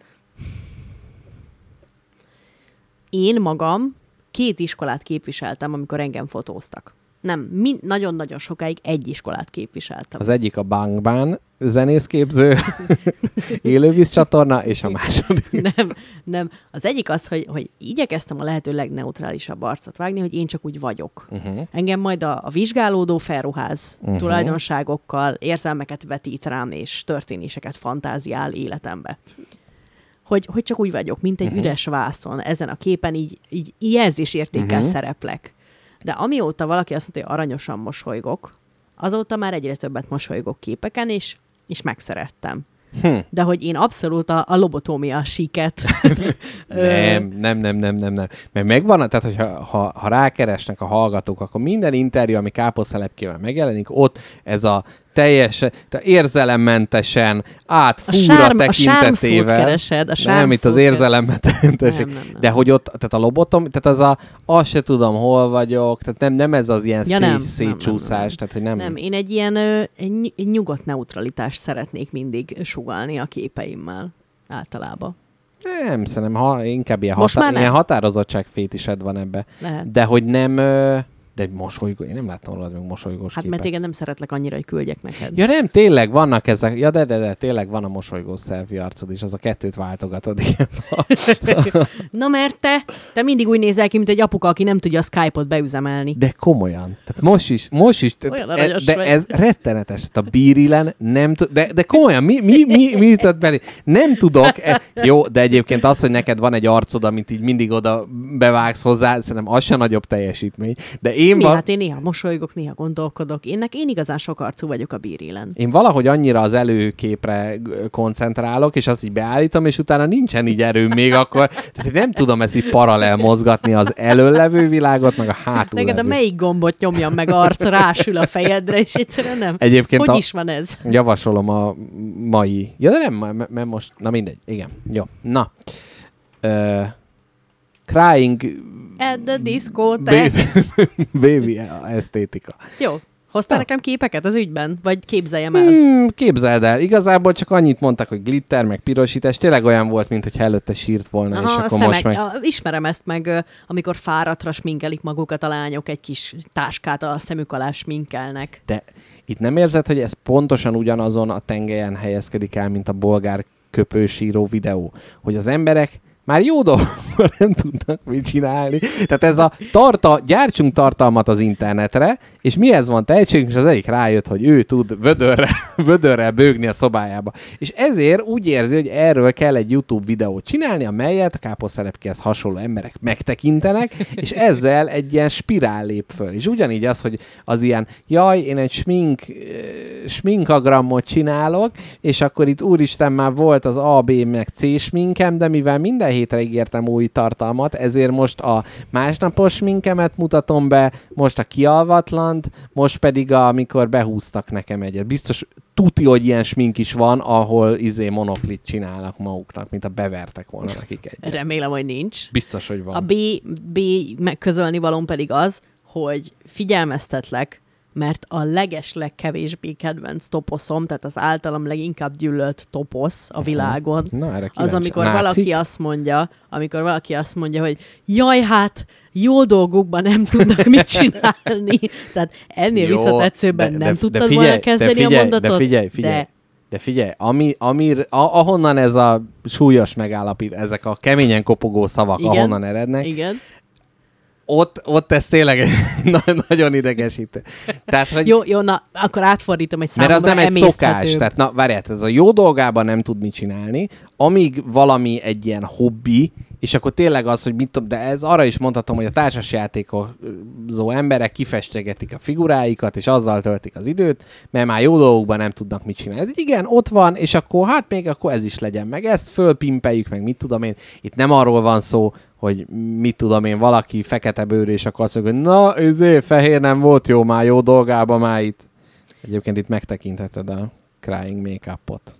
Én magam 2 iskolát képviseltem, amikor engem fotóztak. Nem, nagyon-nagyon sokáig egy iskolát képviseltem. Az egyik a Bang Bang zenészképző élővízcsatorna, és a második. Nem. Az egyik az, hogy igyekeztem a lehető legneutrálisabb arcot vágni, hogy én csak úgy vagyok. Engem majd a vizsgálódó felruház tulajdonságokkal, érzelmeket vetít rám, és történéseket fantáziál életembe. Hogy csak úgy vagyok, mint egy üres vászon. Ezen a képen így jelzésértékkel szereplek. De amióta valaki azt mondta, hogy aranyosan mosolygok, azóta már egyre többet mosolygok képeken, és megszerettem. De hogy én abszolút a lobotómia síket... Nem. Mert megvan, tehát hogyha ha rákeresnek a hallgatók, akkor minden interjú, ami káposztelepkével megjelenik, ott ez a teljesen, érzelemmentesen, átfúra tekintetével. Keresed, nem, itt az érzelemmentesség. Nem. De hogy ott, tehát a lobotom, tehát azt se tudom, hol vagyok, tehát nem ez az ilyen szétcsúszás, tehát hogy nem. Nem, én egy ilyen egy nyugodt neutralitást szeretnék mindig sugálni a képeimmel általában. Nem, szerintem inkább ilyen határozottságfétised van ebbe. Lehet. De hogy nem... De egy mosolygó, én nem láttam rólad meg mosolygós képet. Mert téged nem szeretlek annyira, hogy küldjek neked. Ja nem, tényleg vannak ezek, de tényleg van a mosolygós selfie arcod is, az a 2 váltogatod. Igen. Na mert te mindig úgy nézel ki, mint egy apuka, aki nem tudja a Skype-ot beüzemelni. De komolyan. Tehát most is de ez rettenetes. Tehát a bírilen nem tud, de komolyan, mi jutott belé? Nem tudok. Jó, de egyébként az, hogy neked van egy arcod, amit így mindig oda bevágsz hozzá, szerintem az se nagyobb teljesítmény. De én néha mosolygok, néha gondolkodok. Én igazán sok arcú vagyok a bírilen. Én valahogy annyira az előképre koncentrálok, és azt így beállítom, és utána nincsen így erőm még akkor. Tehát nem tudom ezt így paralel mozgatni az előlevő világot, meg a hátul neked a melyik gombot nyomjam meg arc, rásül a fejedre, és egyszerűen nem. Egyébként hogy is van ez? Javasolom a mai... Ja, de nem, mert most... Na mindegy, igen. Jó. Na. Crying... At the disco baby esztétika. Jó. Hoztál nekem képeket az ügyben? Vagy képzeljem el? Képzeld el. Igazából csak annyit mondtak, hogy glitter, meg pirosítás. Tényleg olyan volt, mintha előtte sírt volna, és akkor most meg... Ismerem ezt meg, amikor fáratra sminkelik magukat a lányok, egy kis táskát a szemük alá sminkelnek. De itt nem érzed, hogy ez pontosan ugyanazon a tengelyen helyezkedik el, mint a bolgár köpősíró videó? Hogy az emberek már jó dolgokban nem tudnak mit csinálni. Tehát ez a gyártsunk tartalmat az internetre, és mihez van tehetségünk, és az egyik rájött, hogy ő tud vödörrel bőgni a szobájába. És ezért úgy érzi, hogy erről kell egy YouTube videót csinálni, amelyet a káposztelepkéhez hasonló emberek megtekintenek, és ezzel egy ilyen spirál lép föl. És ugyanígy az, hogy az ilyen, jaj, én egy sminkagramot csinálok, és akkor itt úristen már volt az A, B, meg C sminkem, de mivel minden hétre ígértem új tartalmat, ezért most a másnapos sminkemet mutatom be, most a kialvatlant, most pedig amikor behúztak nekem egyet. Biztos tuti, hogy ilyen smink is van, ahol monoklit csinálnak maguknak, mint a bevertek volna nekik egyet. Remélem, hogy nincs. Biztos, hogy van. A B megközölni valóm pedig az, hogy figyelmeztetlek, mert a legkevésbé kedvenc toposzom, tehát az általam leginkább gyűlölt toposz a világon, az, amikor valaki azt mondja, hogy jaj, hát jó dolgokban nem tudnak mit csinálni. Tehát ennél visszatetszőbben nem tudtad volna kezdeni a mondatot. De figyelj, ahonnan ez a súlyos megállapít, ezek a keményen kopogó szavak, igen, ahonnan erednek, igen. Ott ez tényleg nagyon idegesítő. Tehát, hogy... Jó, na, akkor átfordítom egy számomra mert az nem egy szokás. Tehát, na, várját, ez a jó dolgában nem tud mit csinálni, amíg valami egy ilyen hobbi, és akkor tényleg az, hogy mit tudom, de ez arra is mondhatom, hogy a társasjátékozó emberek kifestegetik a figuráikat, és azzal töltik az időt, mert már jó dolgokban nem tudnak mit csinálni. Ez igen, ott van, és akkor hát még akkor ez is legyen meg. Ezt fölpimpeljük meg, mit tudom én. Itt nem arról van szó, hogy mit tudom én, valaki fekete bőrű, és akkor azt mondja, hogy na, fehér nem volt jó, már jó dolgában már itt. Egyébként itt megtekintheted a crying make-upot.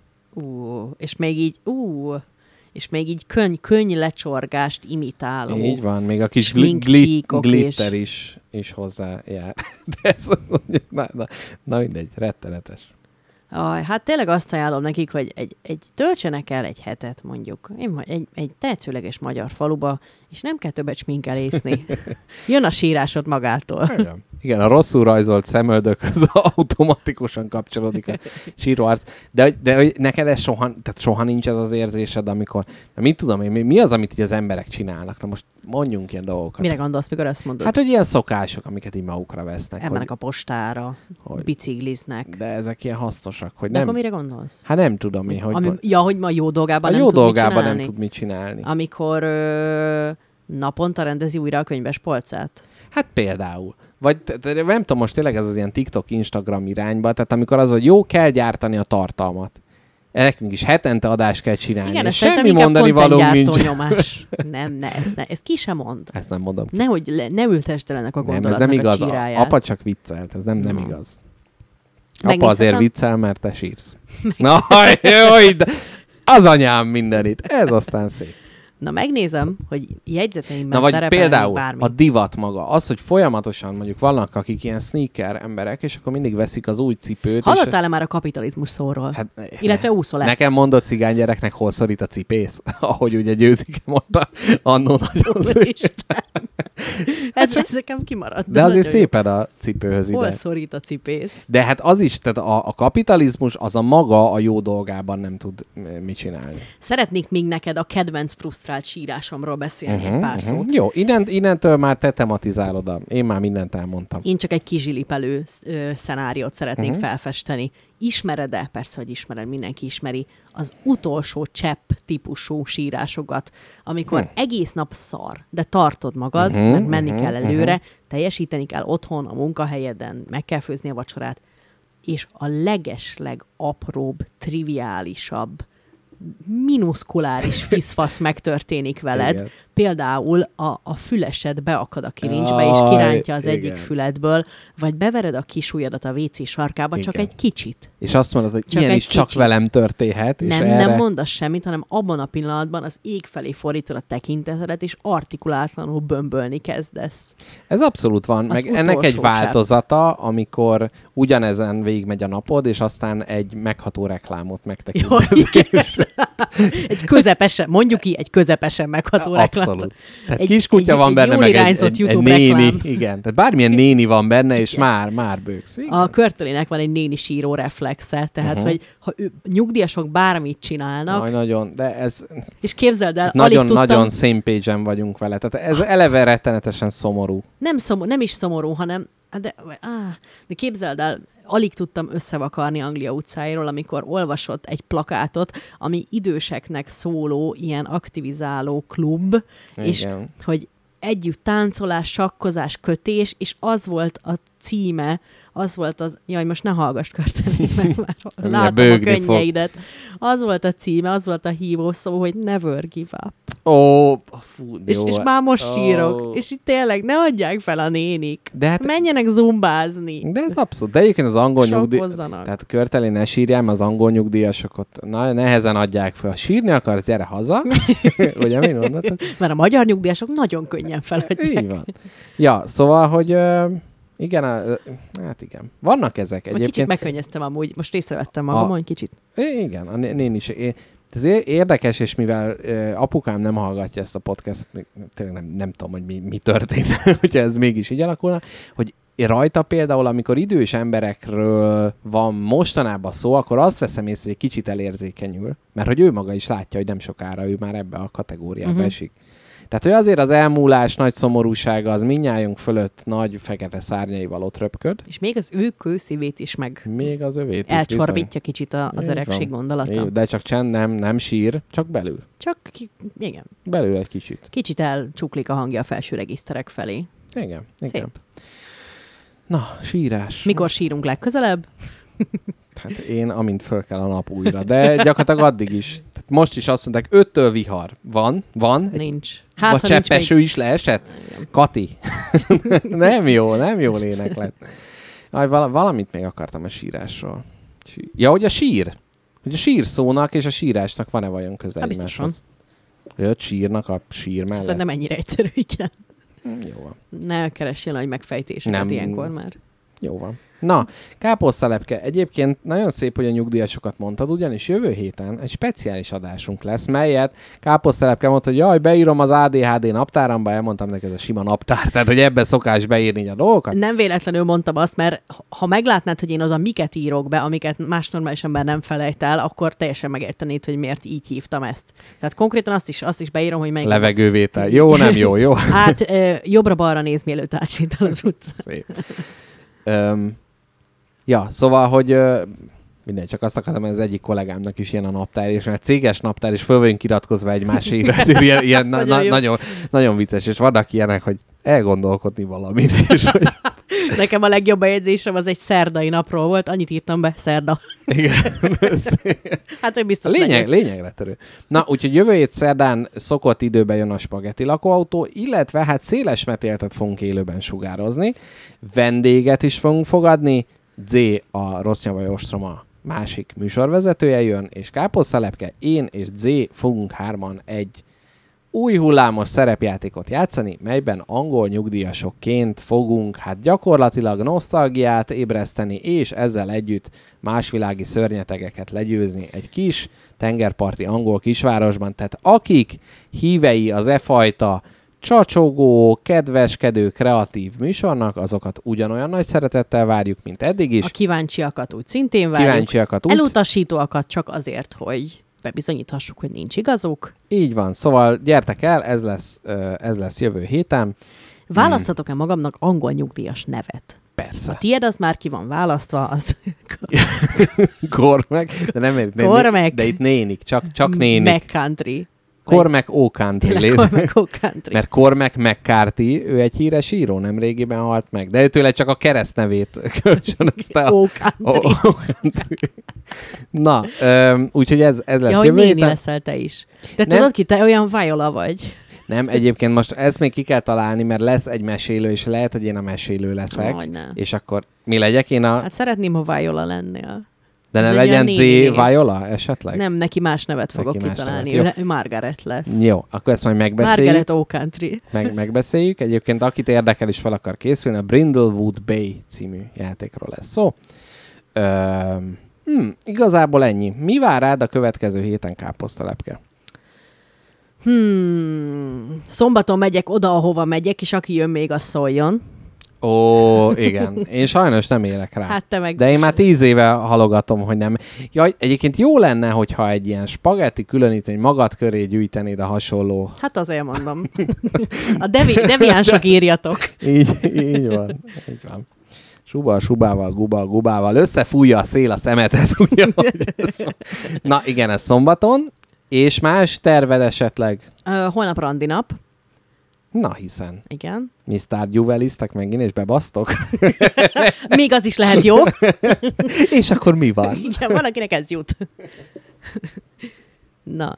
És még így könny lecsorgást imitáló. Így van, még a kis glitter is hozzá jár. De ez, na mindegy, rettenetes. Hát tényleg azt ajánlom nekik, hogy töltsenek el egy hetet mondjuk. Egy tetszőleges magyar faluba, és nem kell többet sminkelészni. Jön a sírásod magától. Igen, a rosszul rajzolt szemöldök az automatikusan kapcsolódik a síró arc. De hogy neked ez soha nincs ez az érzésed, amikor... Na, mit tudom én, mi az, amit így az emberek csinálnak? Na most mondjunk ilyen dolgokat. Mire gondolsz, mikor ezt mondod? Hát, hogy ilyen szokások, amiket így magukra vesznek. Elmennek a postára, bicikliznek. De ezek ilyen hasznosak, hogy de nem... akkor mire gondolsz? Hát nem tudom én, hogy... hogy ma jó dolgában nem tud mit csinálni. Amikor naponta rendezi újra a könyves polcát? Hát például. Vagy nem tudom, most tényleg ez az ilyen TikTok, Instagram irányba, tehát amikor az, hogy jó, kell gyártani a tartalmat. Nekünk is hetente adást kell csinálni. Igen, ez semmi mondani való nincs. Nyomás. Ezt ki sem mond. Ezt nem mondom. Ne ültestelenek a gondolatnak nem, ez nem igaz. A csiráját. Apa csak viccelt, ez nem igaz. Apa azért viccel, mert te sírsz. Na, jó, de az anyám mindenit. Ez aztán szép. Na, megnézem, hogy jegyzeteimben szerepel például bármi. A divat maga. Az, hogy folyamatosan mondjuk vannak, akik ilyen sneaker emberek, és akkor mindig veszik az új cipőt. Hallottál-e már a kapitalizmus szóról? Hát, illetve úszol-e? Nekem mondott cigánygyereknek, hol szorít a cipész? Ahogy ugye Győzike mondta, annó nagyon szép. Ez nekem kimaradt. De azért szépen a cipőhöz ide. Hol szorít a cipész? De hát az is, tehát a kapitalizmus az a maga a jó dolgában nem tud mit csinálni. Szeretnék még neked a kedvenc frusztrált sírásomról beszélni egy pár szót. Jó, innentől már te tematizálod. Én már mindent elmondtam. Én csak egy kizsilipelő szenáriót szeretnék felfesteni. Ismered-e? Persze, hogy ismered, mindenki ismeri az utolsó csepp típusú sírásokat, amikor egész nap szar, de tartod magad, mert menni kell előre, teljesíteni kell otthon, a munkahelyeden, meg kell főzni a vacsorát, és a legesleg apróbb, triviálisabb minuszkuláris fiszfasz megtörténik veled. Igen. Például a fülesed beakad a kilincsbe, és kirántja az egyik füledből, vagy bevered a kisujjadat a WC sarkába, csak egy kicsit. És azt mondod, hogy ilyen is csak velem történhet. Nem mondasz semmit, hanem abban a pillanatban az ég felé fordítod a tekintetedet, és artikulátlanul bömbölni kezdesz. Ez abszolút van, meg ennek egy változata, amikor ugyanezen végigmegy a napod, és aztán egy megható reklámot megtekintesz. Egy közepesen, mondjuk ki, egy közepesen megható reklám. Abszolút. Tehát kiskutya van benne, meg egy néni. Igen, tehát bármilyen néni van benne, és már bőgsz. Igen. A Körtölének van egy néni síró reflexe, tehát, hogy ha nyugdíjasok bármit csinálnak. Nagyon, de ez... És képzeld el, nagyon same page-en vagyunk vele. Tehát ez eleve rettenetesen szomorú. Nem is szomorú, hanem de képzeld el, alig tudtam összevakarni Anglia utcáiról, amikor olvasott egy plakátot, ami időseknek szóló, ilyen aktivizáló klub, igen. És hogy együtt táncolás, sakkozás, kötés, és az volt a címe, jaj, most ne hallgass Körtelék meg már, látom a könnyeidet. Az volt a címe, az volt a hívószó, hogy never give up. És már most sírok. És itt tényleg ne adják fel a nénik. Menjenek zumbázni. De ez abszolút. De egyébként az angol nyugdíjas... Tehát Körtelé ne sírjál, mert az angol nyugdíjasok ott nehezen adják fel. Ha sírni akarsz, gyere haza. Ugye, mi mondhatod? Mert a magyar nyugdíjasok nagyon könnyen feladják. Így van. Ja, szóval, hogy... Igen, hát igen. Vannak ezek egyébként. Kicsit megkönnyeztem amúgy. Most észrevettem magamon egy kicsit. Igen, a nén is. Ez érdekes, és mivel apukám nem hallgatja ezt a podcastot, tényleg nem tudom, hogy mi történt, hogyha ez mégis így alakulna, hogy rajta például, amikor idős emberekről van mostanában szó, akkor azt veszem észre, hogy egy kicsit elérzékenyül, mert hogy ő maga is látja, hogy nem sokára ő már ebbe a kategóriába esik. Tehát, hogy azért az elmúlás nagy szomorúsága az mindnyájunk fölött nagy fekete szárnyaival ott röpköd. És még az ő kőszívét is még az övét elcsorbítja kicsit az öregség gondolata. De csak nem sír, csak belül. Igen. Belül egy kicsit. Kicsit elcsuklik a hangja a felső regiszterek felé. Igen. Szép. Na, sírás. Mikor sírunk legközelebb? Hát én, amint föl kell a nap újra. De gyakorlatilag addig is. Tehát most is azt mondták, 5-től vihar. Van? Nincs. Vagy cseppeső is leesett? Kati. nem jó léneklet. Valamit még akartam a sírásról. Ja, hogy a sír. Hogy a sír szónak és a sírásnak van-e vajon közel egymáshoz? Hogy ott sírnak a sír mellett. Ez nem ennyire egyszerű, igen. Jó van. Ne keressél nagy megfejtéseket ilyenkor már. Jó van. Na, káposztalepke. Egyébként nagyon szép, hogy a nyugdíjasokat mondtad, ugyanis jövő héten egy speciális adásunk lesz, melyet káposztalepke mondta, hogy jaj, beírom az ADHD naptáramba, elmondtam neki, ez a sima naptár, tehát hogy ebben szokás beírni a dolgokat. Nem véletlenül mondtam azt, mert ha meglátnád, hogy én oda miket írok be, amiket más normális ember nem felejt el, akkor teljesen megértenéd, hogy miért így hívtam ezt. Tehát konkrétan azt is beírom, hogy melyik... Levegővétel. Jó, nem jó. Hát jobbra-balra néz, mielőtt átsétál az utcán. Szép. Ja, szóval, hogy mindegy, csak azt akartam, hogy az egyik kollégámnak is ilyen a naptár, és mert céges naptár, és föl vagyunk iratkozva egymáséra, ezért ilyen nagyon vicces, és vannak ilyenek, hogy elgondolkodni valamit, és hogy... Nekem a legjobb bejegyzésem az egy szerdai napról volt, annyit írtam be, szerda. Igen. Hát, hogy biztos lényegre törő. Na, úgyhogy jövő hét szerdán szokott időben jön a spagetti lakóautó, illetve hát széles metéltet fogunk élőben sugározni, vendéget is fogunk fogadni, Z, a Rossz Nyavai Ostroma másik műsorvezetője jön, és Káposztalepke, én és Z fogunk hárman egy új hullámos szerepjátékot játszani, melyben angol nyugdíjasokként fogunk hát gyakorlatilag nosztalgiát ébreszteni, és ezzel együtt másvilági szörnyetegeket legyőzni egy kis tengerparti angol kisvárosban. Tehát akik hívei az e fajta csacsogó, kedveskedő, kreatív műsornak, azokat ugyanolyan nagy szeretettel várjuk, mint eddig is. A kíváncsiakat úgy szintén várjuk. Elutasítóakat csak azért, hogy bebizonyíthassuk, hogy nincs igazuk. Így van, szóval gyertek el, ez lesz jövő héten. Választhatok-e magamnak angol nyugdíjas nevet? Persze. A tiéd az már ki van választva, az... Cormac, de nem értem. Cormac. De itt nénik, csak nénik. McCountry. Cormac O'Country. Cormac O'Country. Mert Cormac McCarthy, ő egy híres író, nem régiben halt meg. De őtőle csak a keresztnevét kölcsönözte. O'Country. Na, úgyhogy ez lesz ja, hogy néni leszel te is. De tudod ki, te olyan Viola vagy. Nem, egyébként most ezt még ki kell találni, mert lesz egy mesélő, és lehet, hogy én a mesélő leszek. És akkor mi legyek én a... Hát szeretném, ha Viola lennél. De ne legyen Z Viola esetleg? Nem, neki más nevet fogok kitalálni. Ő Margaret lesz. Jó, akkor ezt majd megbeszéljük. Margaret O'Country. Megbeszéljük. Egyébként akit érdekel és fel akar készülni, a Brindlewood Bay című játékról lesz szó. Igazából ennyi. Mi vár rád a következő héten, káposztalepke? Szombaton megyek oda, ahova megyek, és aki jön még, az szóljon. Ó, igen. Én sajnos nem élek rá. Hát te meg... De én már 10 éve halogatom, hogy nem. Jaj, egyébként jó lenne, hogyha egy ilyen spagetti különítmény magad köré gyűjtenéd a hasonló... Hát azért mondom. A deviánsok írjatok. Így van. Suba a subával, guba a gubával. Összefújja a szél a szemetet. Ugye, na igen, ez szombaton. És más terved esetleg? Holnap randi nap. Na hiszen. Igen. Mi sztárgyúveliztek megint, és bebasztok? Még az is lehet jó. És akkor mi van? Igen, valakinek ez jut. Na,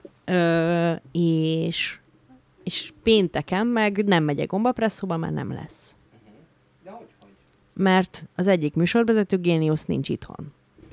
és pénteken meg nem megyek gombapresszóba, mert nem lesz. De hogy? Mert az egyik műsorvezető géniusz nincs itthon.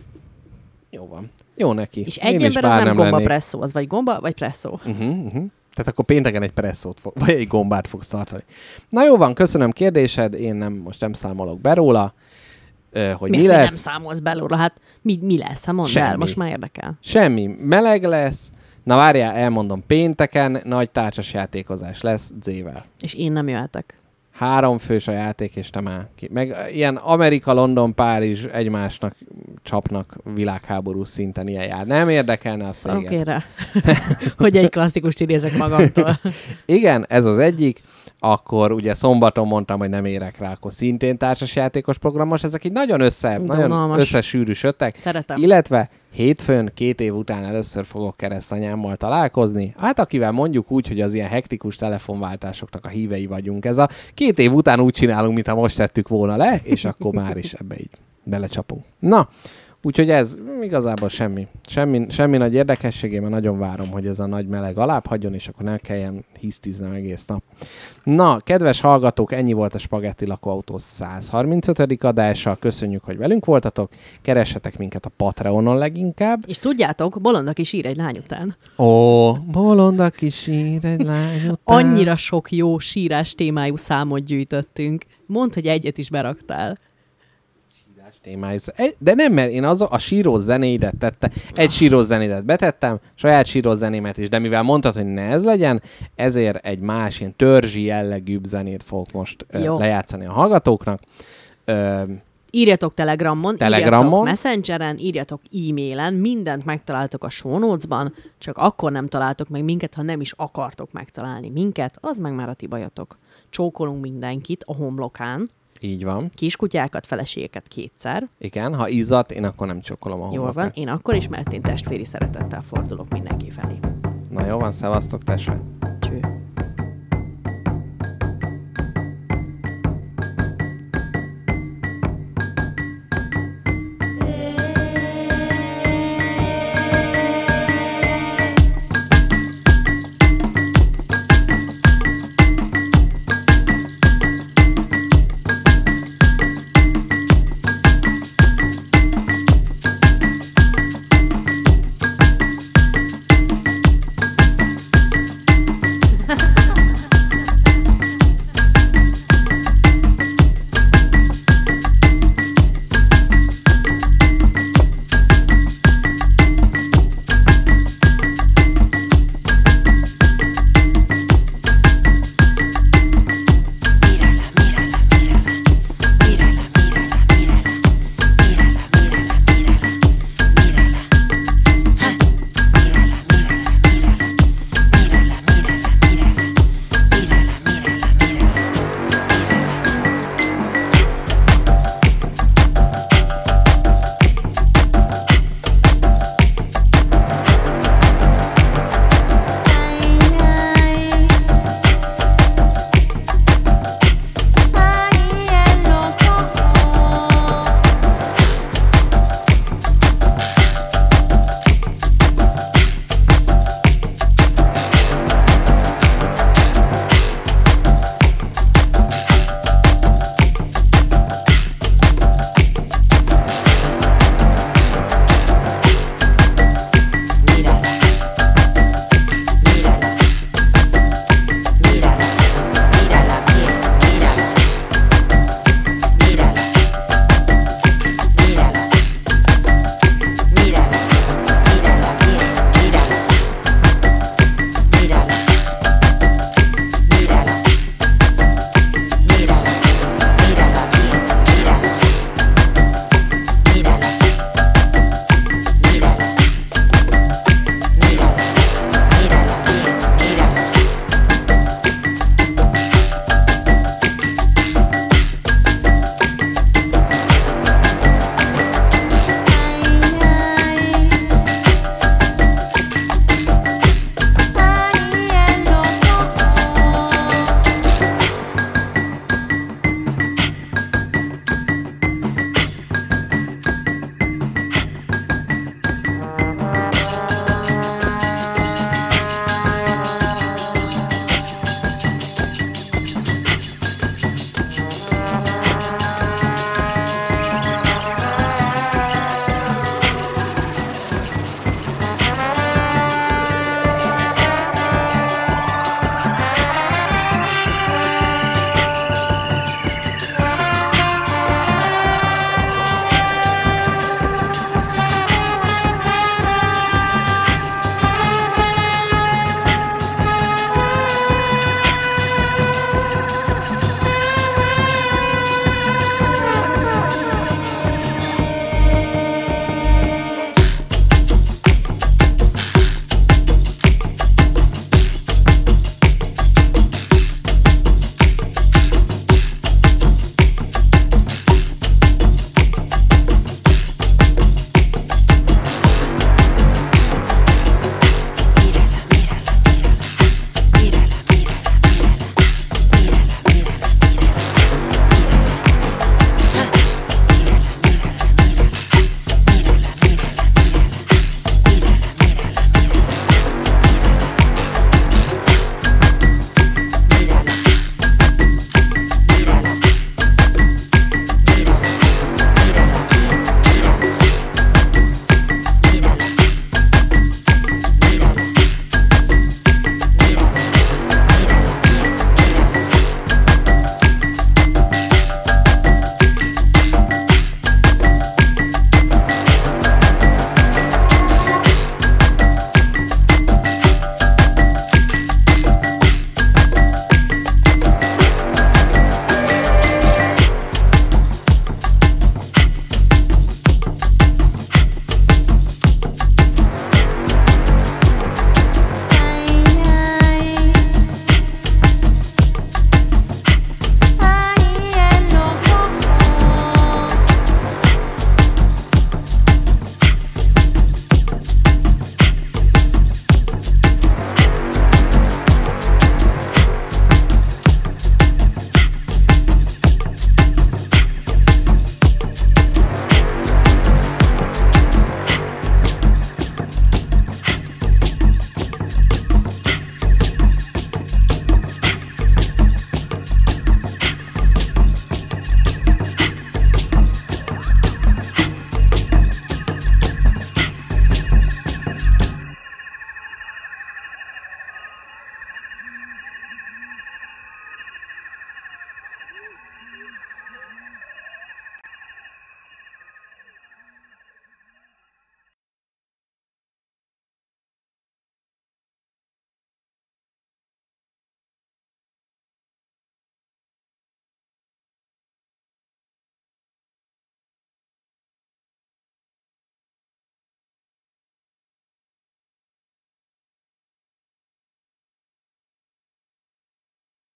Jó van. Jó neki. És egy ember az nem gombapresszó, az vagy gomba, vagy presszó. Tehát akkor pénteken egy presszót vagy egy gombát fogsz tartani. Na jó van, köszönöm kérdésed, én most nem számolok be róla, hogy mi lesz. Nem számolsz be róla? Hát mi lesz? Hát mondd el, most már érdekel. Semmi. Meleg lesz. Na várjál, elmondom. Pénteken nagy társasjátékozás lesz Z-vel. És én nem jöhetek. 3 fős a játék, és te már ki. Meg ilyen Amerika, London, Párizs egymásnak csapnak világháború szinten ilyen jár. Nem érdekelne a széget. Oké, rá. Hogy egy klasszikust idézek magamtól. Igen, ez az egyik. Akkor ugye szombaton mondtam, hogy nem érek rá, akkor szintén társasjátékos programos. Ezek így nagyon összesűrűsödtek. Szeretem. Illetve hétfőn 2 év után először fogok keresztanyámmal találkozni. Hát akivel mondjuk úgy, hogy az ilyen hektikus telefonváltásoknak a hívei vagyunk. Ez a 2 év után úgy csinálunk, mintha most tettük volna le, és akkor már is ebbe így belecsapunk. Na, úgyhogy ez igazából semmi nagy érdekességében nagyon várom, hogy ez a nagy meleg alább hagyjon, és akkor ne kelljen hisztiznem egész nap. Na, kedves hallgatók, ennyi volt a Spagetti Lakóautó 135. adása. Köszönjük, hogy velünk voltatok. Keressetek minket a Patreonon leginkább. És tudjátok, Bolondak is ír egy lány után. Ó, Bolondak is ír egy lány után. Annyira sok jó sírás témájú számot gyűjtöttünk. Mondd, hogy egyet is beraktál. Témájú. De nem, mert én a síró zenéidet tette. Egy síró zenédet betettem, saját síró zenémet is, de mivel mondtad, hogy ne ez legyen, ezért egy más, ilyen törzsi jellegűbb zenét fogok most lejátszani a hallgatóknak. Írjatok Telegramon, írjatok Messengeren, írjatok e-mailen, mindent megtaláltok a show notes-ban, csak akkor nem találtok meg minket, ha nem is akartok megtalálni minket, az meg már a ti bajotok. Csókolunk mindenkit a homlokán. Így van. Kiskutyákat, feleségeket 2-szer. Igen, ha izzat, én akkor nem csókolom a homlokát. Jól van, én akkor is, mert én testvéri szeretettel fordulok mindenki felé. Na jó van, szevasztok, testvérek!